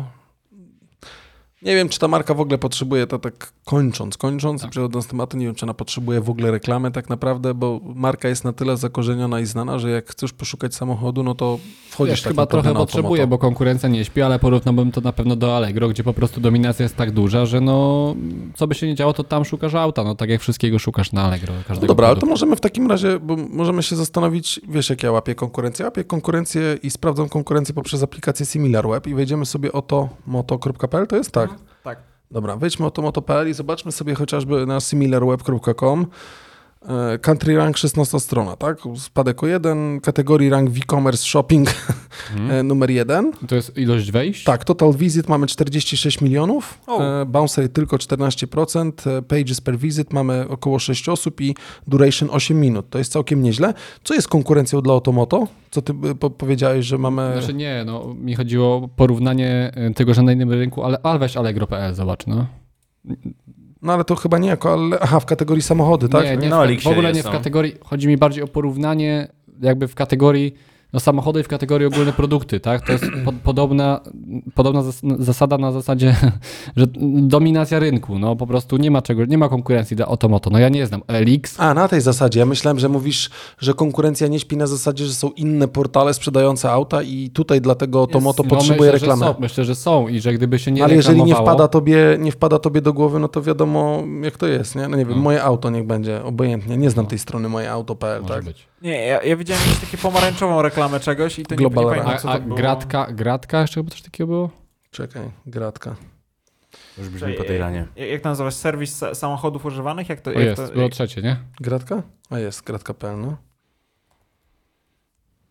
[SPEAKER 3] Nie wiem, czy ta marka w ogóle potrzebuje, to tak kończąc, kończąc,
[SPEAKER 2] Tak.
[SPEAKER 3] przechodząc z tematu, nie wiem, czy ona potrzebuje w ogóle reklamy tak naprawdę, bo marka jest na tyle zakorzeniona i znana, że jak chcesz poszukać samochodu, no to wchodzisz
[SPEAKER 2] Wiesz,
[SPEAKER 3] tak
[SPEAKER 2] chyba
[SPEAKER 3] naprawdę
[SPEAKER 2] trochę
[SPEAKER 3] na
[SPEAKER 2] potrzebuje,
[SPEAKER 3] Otomoto.
[SPEAKER 2] bo konkurencja nie śpi, ale porównałbym to na pewno do Allegro, gdzie po prostu dominacja jest tak duża, że no, co by się nie działo, to tam szukasz auta, no tak jak wszystkiego szukasz na Allegro.
[SPEAKER 3] No
[SPEAKER 2] Każdego
[SPEAKER 3] dobra, ale to
[SPEAKER 2] produktu.
[SPEAKER 3] możemy w takim razie, bo możemy się zastanowić, wiesz jak ja łapię konkurencję? Łapię konkurencję i sprawdzam konkurencję poprzez aplikację SimilarWeb i wejdziemy sobie otomoto kropka p l, to jest tak?
[SPEAKER 4] Tak.
[SPEAKER 3] Dobra, wejdźmy otomoto kropka p l i zobaczmy sobie chociażby na similarweb kropka com. E, Country Rank szesnasta strona, tak? Spadek o jeden, kategorii rank w e-commerce shopping e, numer jeden.
[SPEAKER 2] To jest ilość wejść?
[SPEAKER 3] Tak, total visit mamy czterdzieści sześć milionów,
[SPEAKER 4] O.
[SPEAKER 3] e, bounce rate tylko czternaście procent, e, pages per visit mamy około sześć osób i duration osiem minut. To jest całkiem nieźle. Co jest konkurencją dla Otomoto? Co ty e, po powiedziałeś, że mamy...
[SPEAKER 2] Znaczy nie, no mi chodziło o porównanie y, tego, że na innym rynku, ale, ale weź allegro kropka p l, zobacz, no.
[SPEAKER 3] No ale to chyba nie jako... Ale... Aha, w kategorii samochody, tak?
[SPEAKER 2] Nie, nie,
[SPEAKER 1] Na
[SPEAKER 2] w,
[SPEAKER 1] Elixie
[SPEAKER 2] w ogóle nie
[SPEAKER 1] są.
[SPEAKER 2] w kategorii, chodzi mi bardziej o porównanie jakby w kategorii no samochody i w kategorii ogólne produkty, tak? To jest po, podobna, podobna zas- zasada na zasadzie, że dominacja rynku, no po prostu nie ma czego, nie ma konkurencji dla Otomoto. No ja nie znam L X.
[SPEAKER 3] A, na tej zasadzie. Ja myślałem, że mówisz, że konkurencja nie śpi na zasadzie, że są inne portale sprzedające auta i tutaj dlatego Otomoto
[SPEAKER 2] No,
[SPEAKER 3] potrzebuje
[SPEAKER 2] myślę,
[SPEAKER 3] reklamy.
[SPEAKER 2] Że są, myślę, że są i że gdyby się nie
[SPEAKER 3] Ale jeżeli nie
[SPEAKER 2] reklamowało,
[SPEAKER 3] wpada, tobie, nie wpada tobie do głowy, no to wiadomo jak to jest, nie? No nie wiem,
[SPEAKER 2] No.
[SPEAKER 3] moje auto niech będzie, obojętnie. Nie znam
[SPEAKER 2] No.
[SPEAKER 3] tej strony moje auto kropka p l,
[SPEAKER 2] może
[SPEAKER 3] tak?
[SPEAKER 2] być.
[SPEAKER 4] Nie, ja, ja widziałem jakąś taką pomarańczową reklamę czegoś i to nie, nie
[SPEAKER 3] Global
[SPEAKER 4] pamiętam,
[SPEAKER 2] A,
[SPEAKER 4] co
[SPEAKER 2] a
[SPEAKER 4] to było.
[SPEAKER 2] gratka, gratka jeszcze chyba coś takiego było?
[SPEAKER 3] Czekaj, gratka.
[SPEAKER 1] Już brzmi
[SPEAKER 4] Czekaj,
[SPEAKER 1] podejrzanie.
[SPEAKER 4] Jak jak to nazywasz? Serwis sa- samochodów używanych? Jak to,
[SPEAKER 2] O
[SPEAKER 4] jak
[SPEAKER 2] jest,
[SPEAKER 4] to,
[SPEAKER 2] było trzecie, nie?
[SPEAKER 3] Gratka? A jest, gratka kropka p l, no.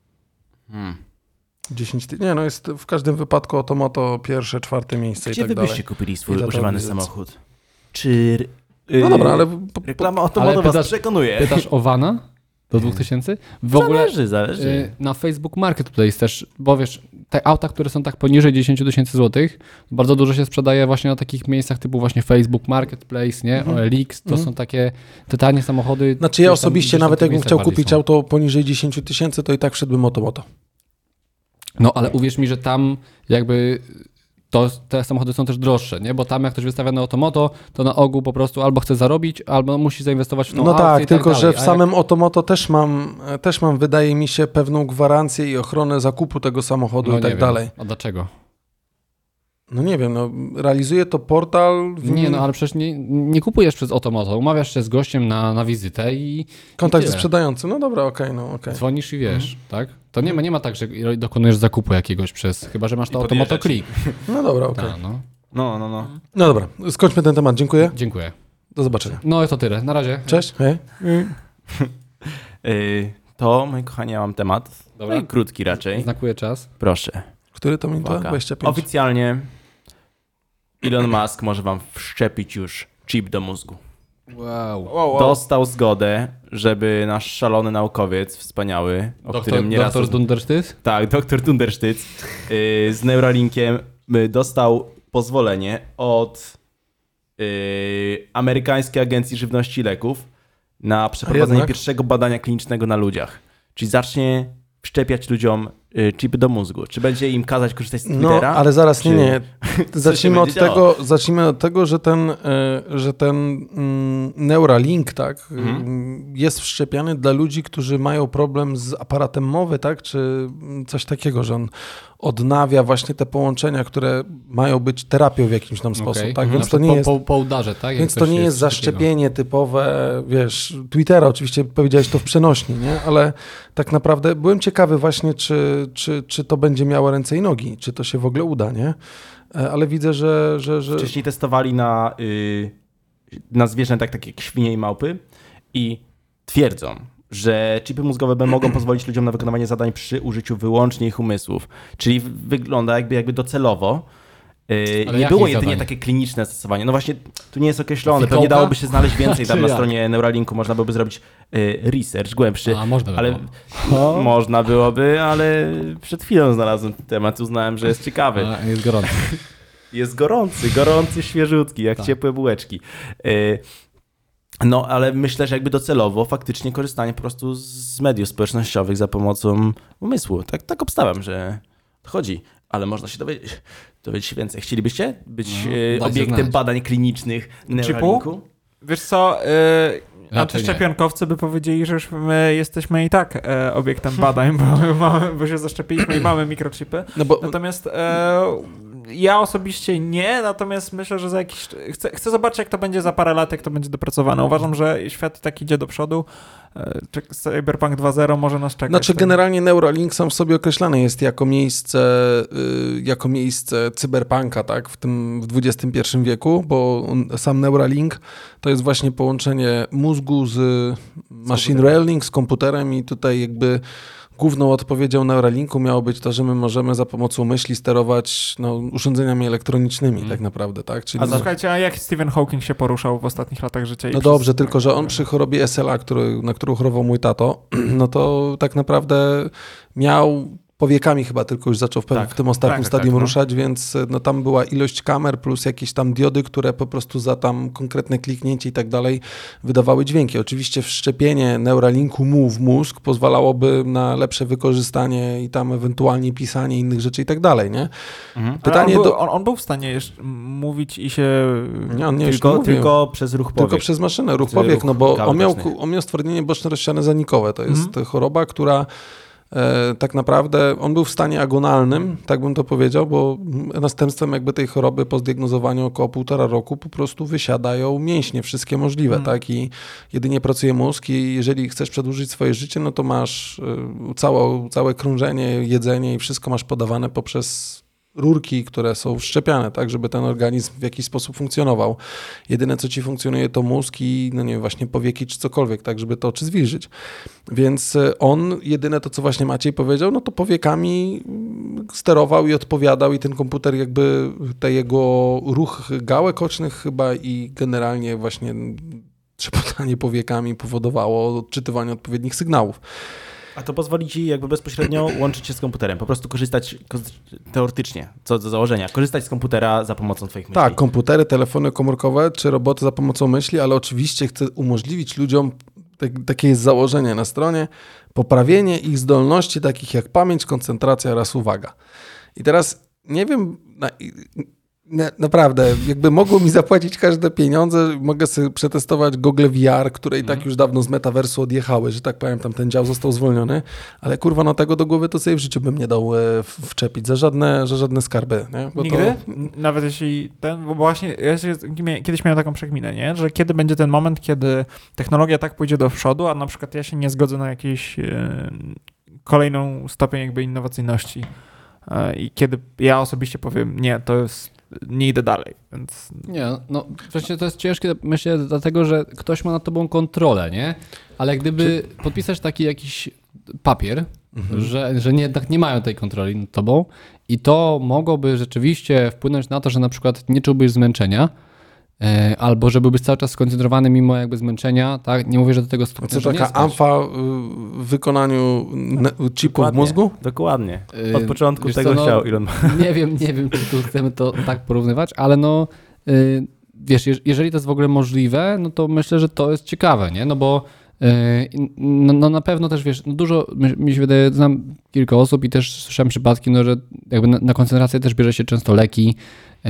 [SPEAKER 1] Hmm.
[SPEAKER 3] dziesięć ty- Nie, no jest w każdym wypadku Otomoto pierwsze, czwarte miejsce
[SPEAKER 1] Gdzie
[SPEAKER 3] i tak
[SPEAKER 1] wy
[SPEAKER 3] dalej.
[SPEAKER 1] byście kupili swój
[SPEAKER 3] I to
[SPEAKER 1] używany
[SPEAKER 3] jest-
[SPEAKER 1] samochód? Czy... Yy,
[SPEAKER 3] No dobra, ale... Po, po,
[SPEAKER 1] Reklama Otomoto
[SPEAKER 2] Ale
[SPEAKER 1] was
[SPEAKER 2] pytasz-
[SPEAKER 1] przekonuje.
[SPEAKER 2] Pytasz o Vana do dwóch tysięcy? W ogóle
[SPEAKER 1] Zależy, zależy.
[SPEAKER 2] y, na Facebook Marketplace też, bo wiesz, te auta, które są tak poniżej dziesięć tysięcy złotych, bardzo dużo się sprzedaje właśnie na takich miejscach typu właśnie Facebook Marketplace, nie?
[SPEAKER 3] Mhm.
[SPEAKER 2] O L X, to
[SPEAKER 3] Mhm.
[SPEAKER 2] są takie te tanie samochody.
[SPEAKER 3] Znaczy ja
[SPEAKER 2] gdzieś tam-
[SPEAKER 3] osobiście
[SPEAKER 2] gdzieś tam
[SPEAKER 3] nawet
[SPEAKER 2] te
[SPEAKER 3] jakbym
[SPEAKER 2] miejsca
[SPEAKER 3] chciał
[SPEAKER 2] bardziej
[SPEAKER 3] kupić
[SPEAKER 2] są.
[SPEAKER 3] auto poniżej dziesięć tysięcy, to i tak wszedłbym Otomoto.
[SPEAKER 2] No ale uwierz mi, że tam jakby to, te samochody są też droższe, nie? Bo tam jak ktoś wystawia na Otomoto, to na ogół po prostu albo chce zarobić, albo musi zainwestować w tą
[SPEAKER 3] No
[SPEAKER 2] aukcję
[SPEAKER 3] tak,
[SPEAKER 2] i
[SPEAKER 3] tylko
[SPEAKER 2] tak
[SPEAKER 3] że
[SPEAKER 2] dalej.
[SPEAKER 3] w
[SPEAKER 2] A
[SPEAKER 3] samym Otomoto też mam, też mam, wydaje mi się, pewną gwarancję i ochronę zakupu tego samochodu
[SPEAKER 2] jak,
[SPEAKER 3] i
[SPEAKER 2] no,
[SPEAKER 3] tak
[SPEAKER 2] nie wiem.
[SPEAKER 3] dalej.
[SPEAKER 2] A dlaczego?
[SPEAKER 3] No nie wiem, no realizuje to portal, w
[SPEAKER 2] Nie,
[SPEAKER 3] nim
[SPEAKER 2] no ale przecież nie, nie kupujesz przez Otomoto, umawiasz się z gościem na, na wizytę i
[SPEAKER 3] kontakt
[SPEAKER 2] i
[SPEAKER 3] ze
[SPEAKER 2] tyle.
[SPEAKER 3] sprzedającym. No dobra, okej, no okej.
[SPEAKER 2] dzwonisz i wiesz, tak? To nie ma, nie ma tak, że dokonujesz zakupu jakiegoś przez, chyba że masz to
[SPEAKER 1] I
[SPEAKER 2] Otomoto
[SPEAKER 1] podjeżdżać.
[SPEAKER 2] Click.
[SPEAKER 3] No dobra, okej.
[SPEAKER 2] Tak, no.
[SPEAKER 1] No, no, no.
[SPEAKER 3] No dobra, skończmy ten temat, dziękuję.
[SPEAKER 2] Dziękuję.
[SPEAKER 3] Do zobaczenia.
[SPEAKER 2] No i to tyle. Na razie.
[SPEAKER 3] Cześć, hej.
[SPEAKER 1] Yy, to, moi kochani, ja mam temat.
[SPEAKER 2] Dobra.
[SPEAKER 1] No i krótki raczej.
[SPEAKER 2] Znakuję czas.
[SPEAKER 1] Proszę.
[SPEAKER 3] Który to minuta?
[SPEAKER 1] Uwaga.
[SPEAKER 3] dwadzieścia pięć.
[SPEAKER 1] Oficjalnie Elon Musk może wam wszczepić już chip do mózgu.
[SPEAKER 2] Wow.
[SPEAKER 4] Wow, wow.
[SPEAKER 1] Dostał zgodę, żeby nasz szalony naukowiec, wspaniały, o
[SPEAKER 2] Doktor,
[SPEAKER 1] którym nieraz...
[SPEAKER 2] doktor Dundersztyt?
[SPEAKER 1] Tak, doktor Dundersztyc yy, z Neuralinkiem yy, dostał pozwolenie od yy, amerykańskiej agencji żywności i leków na przeprowadzenie
[SPEAKER 3] jednak?
[SPEAKER 1] pierwszego badania klinicznego na ludziach. Czyli zacznie wszczepiać ludziom yy, chipy do mózgu. Czy będzie im kazać korzystać z
[SPEAKER 3] No,
[SPEAKER 1] Twittera?
[SPEAKER 3] ale zaraz, nie,
[SPEAKER 1] Czy-
[SPEAKER 3] nie. Zacznijmy od,
[SPEAKER 1] będzie
[SPEAKER 3] tego, zacznijmy od tego, że ten, e, że ten mm, Neuralink, tak,
[SPEAKER 1] Mhm.
[SPEAKER 3] mm, jest wszczepiany dla ludzi, którzy mają problem z aparatem mowy, tak, czy mm, coś takiego, że on odnawia właśnie te połączenia, które mają być terapią w jakimś tam sposób,
[SPEAKER 2] Okej.
[SPEAKER 3] tak,
[SPEAKER 2] Mhm.
[SPEAKER 3] więc
[SPEAKER 2] Na
[SPEAKER 3] to nie
[SPEAKER 2] po,
[SPEAKER 3] jest...
[SPEAKER 2] Po, po udarze, tak? Jak
[SPEAKER 3] Więc to
[SPEAKER 2] ktoś
[SPEAKER 3] nie jest
[SPEAKER 2] takiego.
[SPEAKER 3] zaszczepienie typowe, wiesz, Twittera, oczywiście powiedziałeś to w przenośni, nie? Ale tak naprawdę byłem ciekawy właśnie, czy, czy, czy to będzie miało ręce i nogi, czy to się w ogóle uda, nie? E, Ale widzę, że... że, że...
[SPEAKER 1] Wcześniej testowali na, yy, na zwierzętach, takie jak świnie i małpy i twierdzą, że chipy mózgowe mogą pozwolić ludziom na wykonywanie zadań przy użyciu wyłącznie ich umysłów. Czyli wygląda jakby, jakby docelowo. Yy,
[SPEAKER 2] Ale
[SPEAKER 1] nie
[SPEAKER 2] jakich
[SPEAKER 1] było jedynie
[SPEAKER 2] zadań?
[SPEAKER 1] takie kliniczne stosowanie. No właśnie, tu nie jest określone.
[SPEAKER 2] Fikołka?
[SPEAKER 1] Pewnie dałoby się znaleźć więcej tam
[SPEAKER 2] Czy
[SPEAKER 1] na
[SPEAKER 2] jak?
[SPEAKER 1] stronie Neuralinku. Można byłoby zrobić yy, research głębszy.
[SPEAKER 2] A, można by
[SPEAKER 1] ale
[SPEAKER 2] było.
[SPEAKER 1] można byłoby, ale przed chwilą znalazłem ten temat. Uznałem, że jest ciekawy.
[SPEAKER 2] A, jest gorąco.
[SPEAKER 1] Jest gorący, gorący, świeżutki, jak
[SPEAKER 2] Tak.
[SPEAKER 1] ciepłe bułeczki. Yy, No, ale myślę, że jakby docelowo faktycznie korzystanie po prostu z mediów społecznościowych za pomocą umysłu. Tak, tak obstawiam, że chodzi. Ale można się dowiedzieć, dowiedzieć się więcej. Chcielibyście być
[SPEAKER 2] No,
[SPEAKER 1] e,
[SPEAKER 2] dajcie
[SPEAKER 1] obiektem
[SPEAKER 2] znać.
[SPEAKER 1] badań klinicznych Neuralinku?
[SPEAKER 4] Wiesz co, yy,
[SPEAKER 2] nie.
[SPEAKER 4] antyszczepionkowcy by powiedzieli, że już my jesteśmy i tak e, obiektem badań, bo, my mamy, bo się zaszczepiliśmy i mamy mikrochipy.
[SPEAKER 3] No bo
[SPEAKER 4] Natomiast e, ja osobiście nie, natomiast myślę, że za jakiś... Chcę, chcę zobaczyć, jak to będzie za parę lat, jak to będzie dopracowane. Uważam, że świat tak idzie do przodu. E, czek- Cyberpunk dwa zero może nas czekać.
[SPEAKER 3] Znaczy
[SPEAKER 4] tak?
[SPEAKER 3] generalnie Neuralink sam w sobie określany jest jako miejsce, y, jako miejsce cyberpunka, tak, w tym w dwudziestym pierwszym wieku, bo on, sam Neuralink to jest właśnie połączenie mózgu z machine learning, z komputerem i tutaj jakby główną odpowiedzią Neuralinku miało być to, że my możemy za pomocą myśli sterować no, urządzeniami elektronicznymi tak naprawdę, tak? Czyli
[SPEAKER 4] A słuchajcie, a jak Stephen Hawking się poruszał w ostatnich latach życia? i
[SPEAKER 3] No
[SPEAKER 4] przez-
[SPEAKER 3] dobrze, tylko że on przy chorobie S L A, który, na którą chorował mój tato, no to tak naprawdę miał powiekami chyba tylko już zaczął w, pe-
[SPEAKER 1] Tak,
[SPEAKER 3] w tym ostatnim
[SPEAKER 1] tak,
[SPEAKER 3] stadium
[SPEAKER 1] tak, no.
[SPEAKER 3] ruszać, więc no tam była ilość kamer plus jakieś tam diody, które po prostu za tam konkretne kliknięcie i tak dalej wydawały dźwięki. Oczywiście wszczepienie Neuralinku mu w mózg pozwalałoby na lepsze wykorzystanie i tam ewentualnie pisanie innych rzeczy i tak dalej, nie?
[SPEAKER 1] Mhm.
[SPEAKER 4] Ale
[SPEAKER 3] Pytanie
[SPEAKER 4] on, był,
[SPEAKER 3] do...
[SPEAKER 4] on, on był w stanie jeszcze mówić i się...
[SPEAKER 3] Nie, on nie, już
[SPEAKER 1] Tylko,
[SPEAKER 3] nie mówił.
[SPEAKER 1] tylko przez ruch powiek.
[SPEAKER 3] Tylko przez maszynę, ruch
[SPEAKER 1] Czyli
[SPEAKER 3] powiek,
[SPEAKER 1] ruch
[SPEAKER 3] no bo on miał,
[SPEAKER 1] gałgaczny.
[SPEAKER 3] on miał stwardnienie boczno-rozsiane zanikowe. To jest
[SPEAKER 4] Mhm.
[SPEAKER 3] choroba, która e, tak naprawdę, on był w stanie agonalnym, tak bym to powiedział, bo następstwem jakby tej choroby po zdiagnozowaniu około półtora roku po prostu wysiadają mięśnie, wszystkie możliwe,
[SPEAKER 4] Mhm.
[SPEAKER 3] tak? I jedynie pracuje mózg i jeżeli chcesz przedłużyć swoje życie, no to masz e, całe, całe krążenie, jedzenie i wszystko masz podawane poprzez rurki, które są wszczepiane, tak, żeby ten organizm w jakiś sposób funkcjonował. Jedyne, co ci funkcjonuje, to mózg i, no nie wiem, właśnie powieki czy cokolwiek, tak, żeby to oczy zwilżyć. Więc on, jedyne to, co właśnie Maciej powiedział, no to powiekami sterował i odpowiadał i ten komputer jakby te jego ruch gałek ocznych chyba i generalnie właśnie trzepotanie powiekami powodowało odczytywanie odpowiednich sygnałów.
[SPEAKER 1] A to pozwoli ci jakby bezpośrednio łączyć się z komputerem, po prostu korzystać teoretycznie, co do założenia, korzystać z komputera za pomocą twoich myśli.
[SPEAKER 3] Tak, komputery, telefony komórkowe czy roboty za pomocą myśli, ale oczywiście chcę umożliwić ludziom, tak, takie jest założenie na stronie, poprawienie ich zdolności takich jak pamięć, koncentracja oraz uwaga. I teraz nie wiem, na, na, naprawdę, jakby mogło mi zapłacić każde pieniądze, mogę sobie przetestować Google V R, które i tak już dawno z metaversu odjechały, że tak powiem, tam ten dział został zwolniony, ale kurwa, no tego do głowy to sobie w życiu bym nie dał e, wczepić, za żadne, za żadne skarby. Nie? Bo
[SPEAKER 4] Nigdy?
[SPEAKER 3] to...
[SPEAKER 4] Nawet jeśli ten, bo właśnie ja się, kiedyś miałem taką przekminę, nie? Że kiedy będzie ten moment, kiedy technologia tak pójdzie do przodu, a na przykład ja się nie zgodzę na jakiś e, kolejną stopień jakby innowacyjności e, i kiedy ja osobiście powiem, nie, to jest nie idę dalej, więc...
[SPEAKER 2] Nie, no właśnie to jest ciężkie, myślę, dlatego, że ktoś ma nad tobą kontrolę, nie? Ale gdyby Czy... podpisać taki jakiś papier, mhm. że, że nie, jednak nie mają tej kontroli nad tobą i to mogłoby rzeczywiście wpłynąć na to, że na przykład nie czułbyś zmęczenia, e, albo że byłbyś cały czas skoncentrowany mimo jakby zmęczenia, tak? Nie mówię, że do tego
[SPEAKER 3] A co taka amfa w wykonaniu chipów w mózgu?
[SPEAKER 1] Dokładnie. Od początku
[SPEAKER 2] Wiesz
[SPEAKER 1] tego
[SPEAKER 2] co, no,
[SPEAKER 1] chciał Elon Musk.
[SPEAKER 2] Nie wiem, nie wiem, czy tu chcemy to tak porównywać, ale no y, wiesz, jeżeli to jest w ogóle możliwe, no to myślę, że to jest ciekawe, nie? No bo y, no, no na pewno też, wiesz, no dużo, mi się wydaje, znam kilka osób i też słyszałem przypadki, no, że jakby na, na koncentrację też bierze się często leki,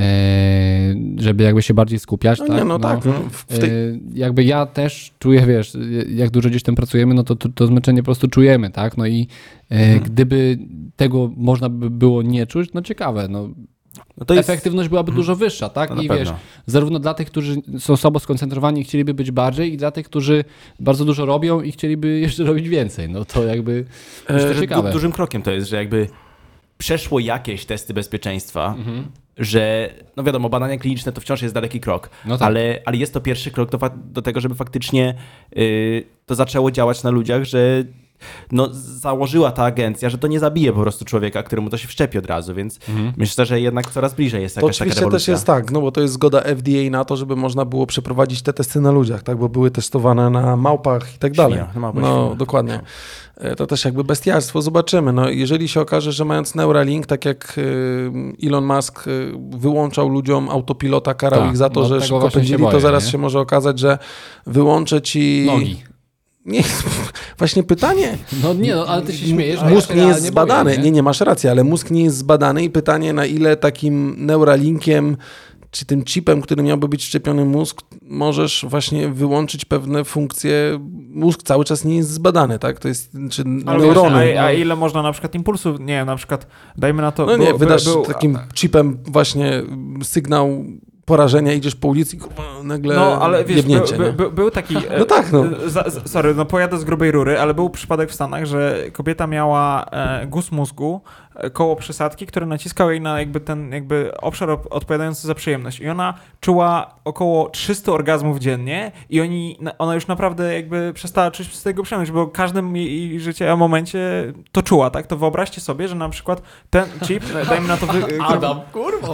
[SPEAKER 2] żeby jakby się bardziej skupiać.
[SPEAKER 3] No
[SPEAKER 2] tak?
[SPEAKER 3] nie, no, no tak. No,
[SPEAKER 2] w tej... Jakby ja też czuję, wiesz, jak dużo gdzieś tam pracujemy, no to to, to zmęczenie po prostu czujemy, tak? No i mhm. gdyby tego można by było nie czuć, no ciekawe, no. No to jest... Efektywność byłaby dużo wyższa, tak? No I wiesz, zarówno dla tych, którzy są słabo skoncentrowani i chcieliby być bardziej, i dla tych, którzy bardzo dużo robią i chcieliby jeszcze robić więcej. No to jakby
[SPEAKER 1] e,
[SPEAKER 2] to ciekawe.
[SPEAKER 1] Du- dużym krokiem to jest, że jakby przeszło jakieś testy bezpieczeństwa, mhm. że, no wiadomo, badania kliniczne to wciąż jest daleki krok, no tak. ale, ale jest to pierwszy krok do, do tego, żeby faktycznie yy, to zaczęło działać na ludziach, że no, założyła ta agencja, że to nie zabije po prostu człowieka, któremu to się wszczepi od razu, więc mhm. myślę, że jednak coraz bliżej jest jakaś
[SPEAKER 3] taka rewolucja.
[SPEAKER 1] To
[SPEAKER 3] oczywiście też jest tak, no bo to jest zgoda F D A na to, żeby można było przeprowadzić te testy na ludziach, tak, bo były testowane na małpach i tak dalej.
[SPEAKER 1] Świnia, małpa,
[SPEAKER 3] no,
[SPEAKER 1] świnia.
[SPEAKER 3] dokładnie. To też jakby bestialstwo, zobaczymy. No, jeżeli się okaże, że mając Neuralink, tak jak Elon Musk wyłączał ludziom autopilota, karał
[SPEAKER 2] tak,
[SPEAKER 3] ich za to,
[SPEAKER 2] no
[SPEAKER 3] że szybko pędzili,
[SPEAKER 2] boję,
[SPEAKER 3] to zaraz
[SPEAKER 2] nie?
[SPEAKER 3] się może okazać, że wyłączę ci...
[SPEAKER 2] Nogi.
[SPEAKER 3] Nie, właśnie pytanie...
[SPEAKER 2] No nie, no, ale ty się śmiejesz.
[SPEAKER 3] Mózg
[SPEAKER 2] ja
[SPEAKER 3] nie jest zbadany.
[SPEAKER 2] Boję, nie?
[SPEAKER 3] nie, nie, masz rację, ale mózg nie jest zbadany i pytanie, na ile takim Neuralinkiem czy tym chipem, który miałby być szczepiony mózg, możesz właśnie wyłączyć pewne funkcje. Mózg cały czas nie jest zbadany, tak? To jest, czy
[SPEAKER 4] ale
[SPEAKER 3] neurony.
[SPEAKER 4] Właśnie, a, a ile można na przykład impulsów, nie wiem, na przykład dajmy na to...
[SPEAKER 3] No nie,
[SPEAKER 4] był,
[SPEAKER 3] wydasz
[SPEAKER 4] był,
[SPEAKER 3] takim chipem właśnie sygnał porażenia, idziesz po ulicy i kurwa, nagle
[SPEAKER 4] no, ale wiesz,
[SPEAKER 3] jebnięcie,
[SPEAKER 4] był, był, był taki...
[SPEAKER 3] No tak, no.
[SPEAKER 4] Za, sorry, no pojadę z grubej rury, ale był przypadek w Stanach, że kobieta miała e, guz mózgu e, koło przysadki, który naciskał jej na jakby ten jakby obszar op- odpowiadający za przyjemność. I ona czuła około trzysta orgazmów dziennie i oni, ona już naprawdę jakby przestała czuć z tego przyjemność, bo w każdym jej życie, a momencie to czuła, tak? To wyobraźcie sobie, że na przykład ten chip, dajmy na to... Wy,
[SPEAKER 2] Adam, kurwa.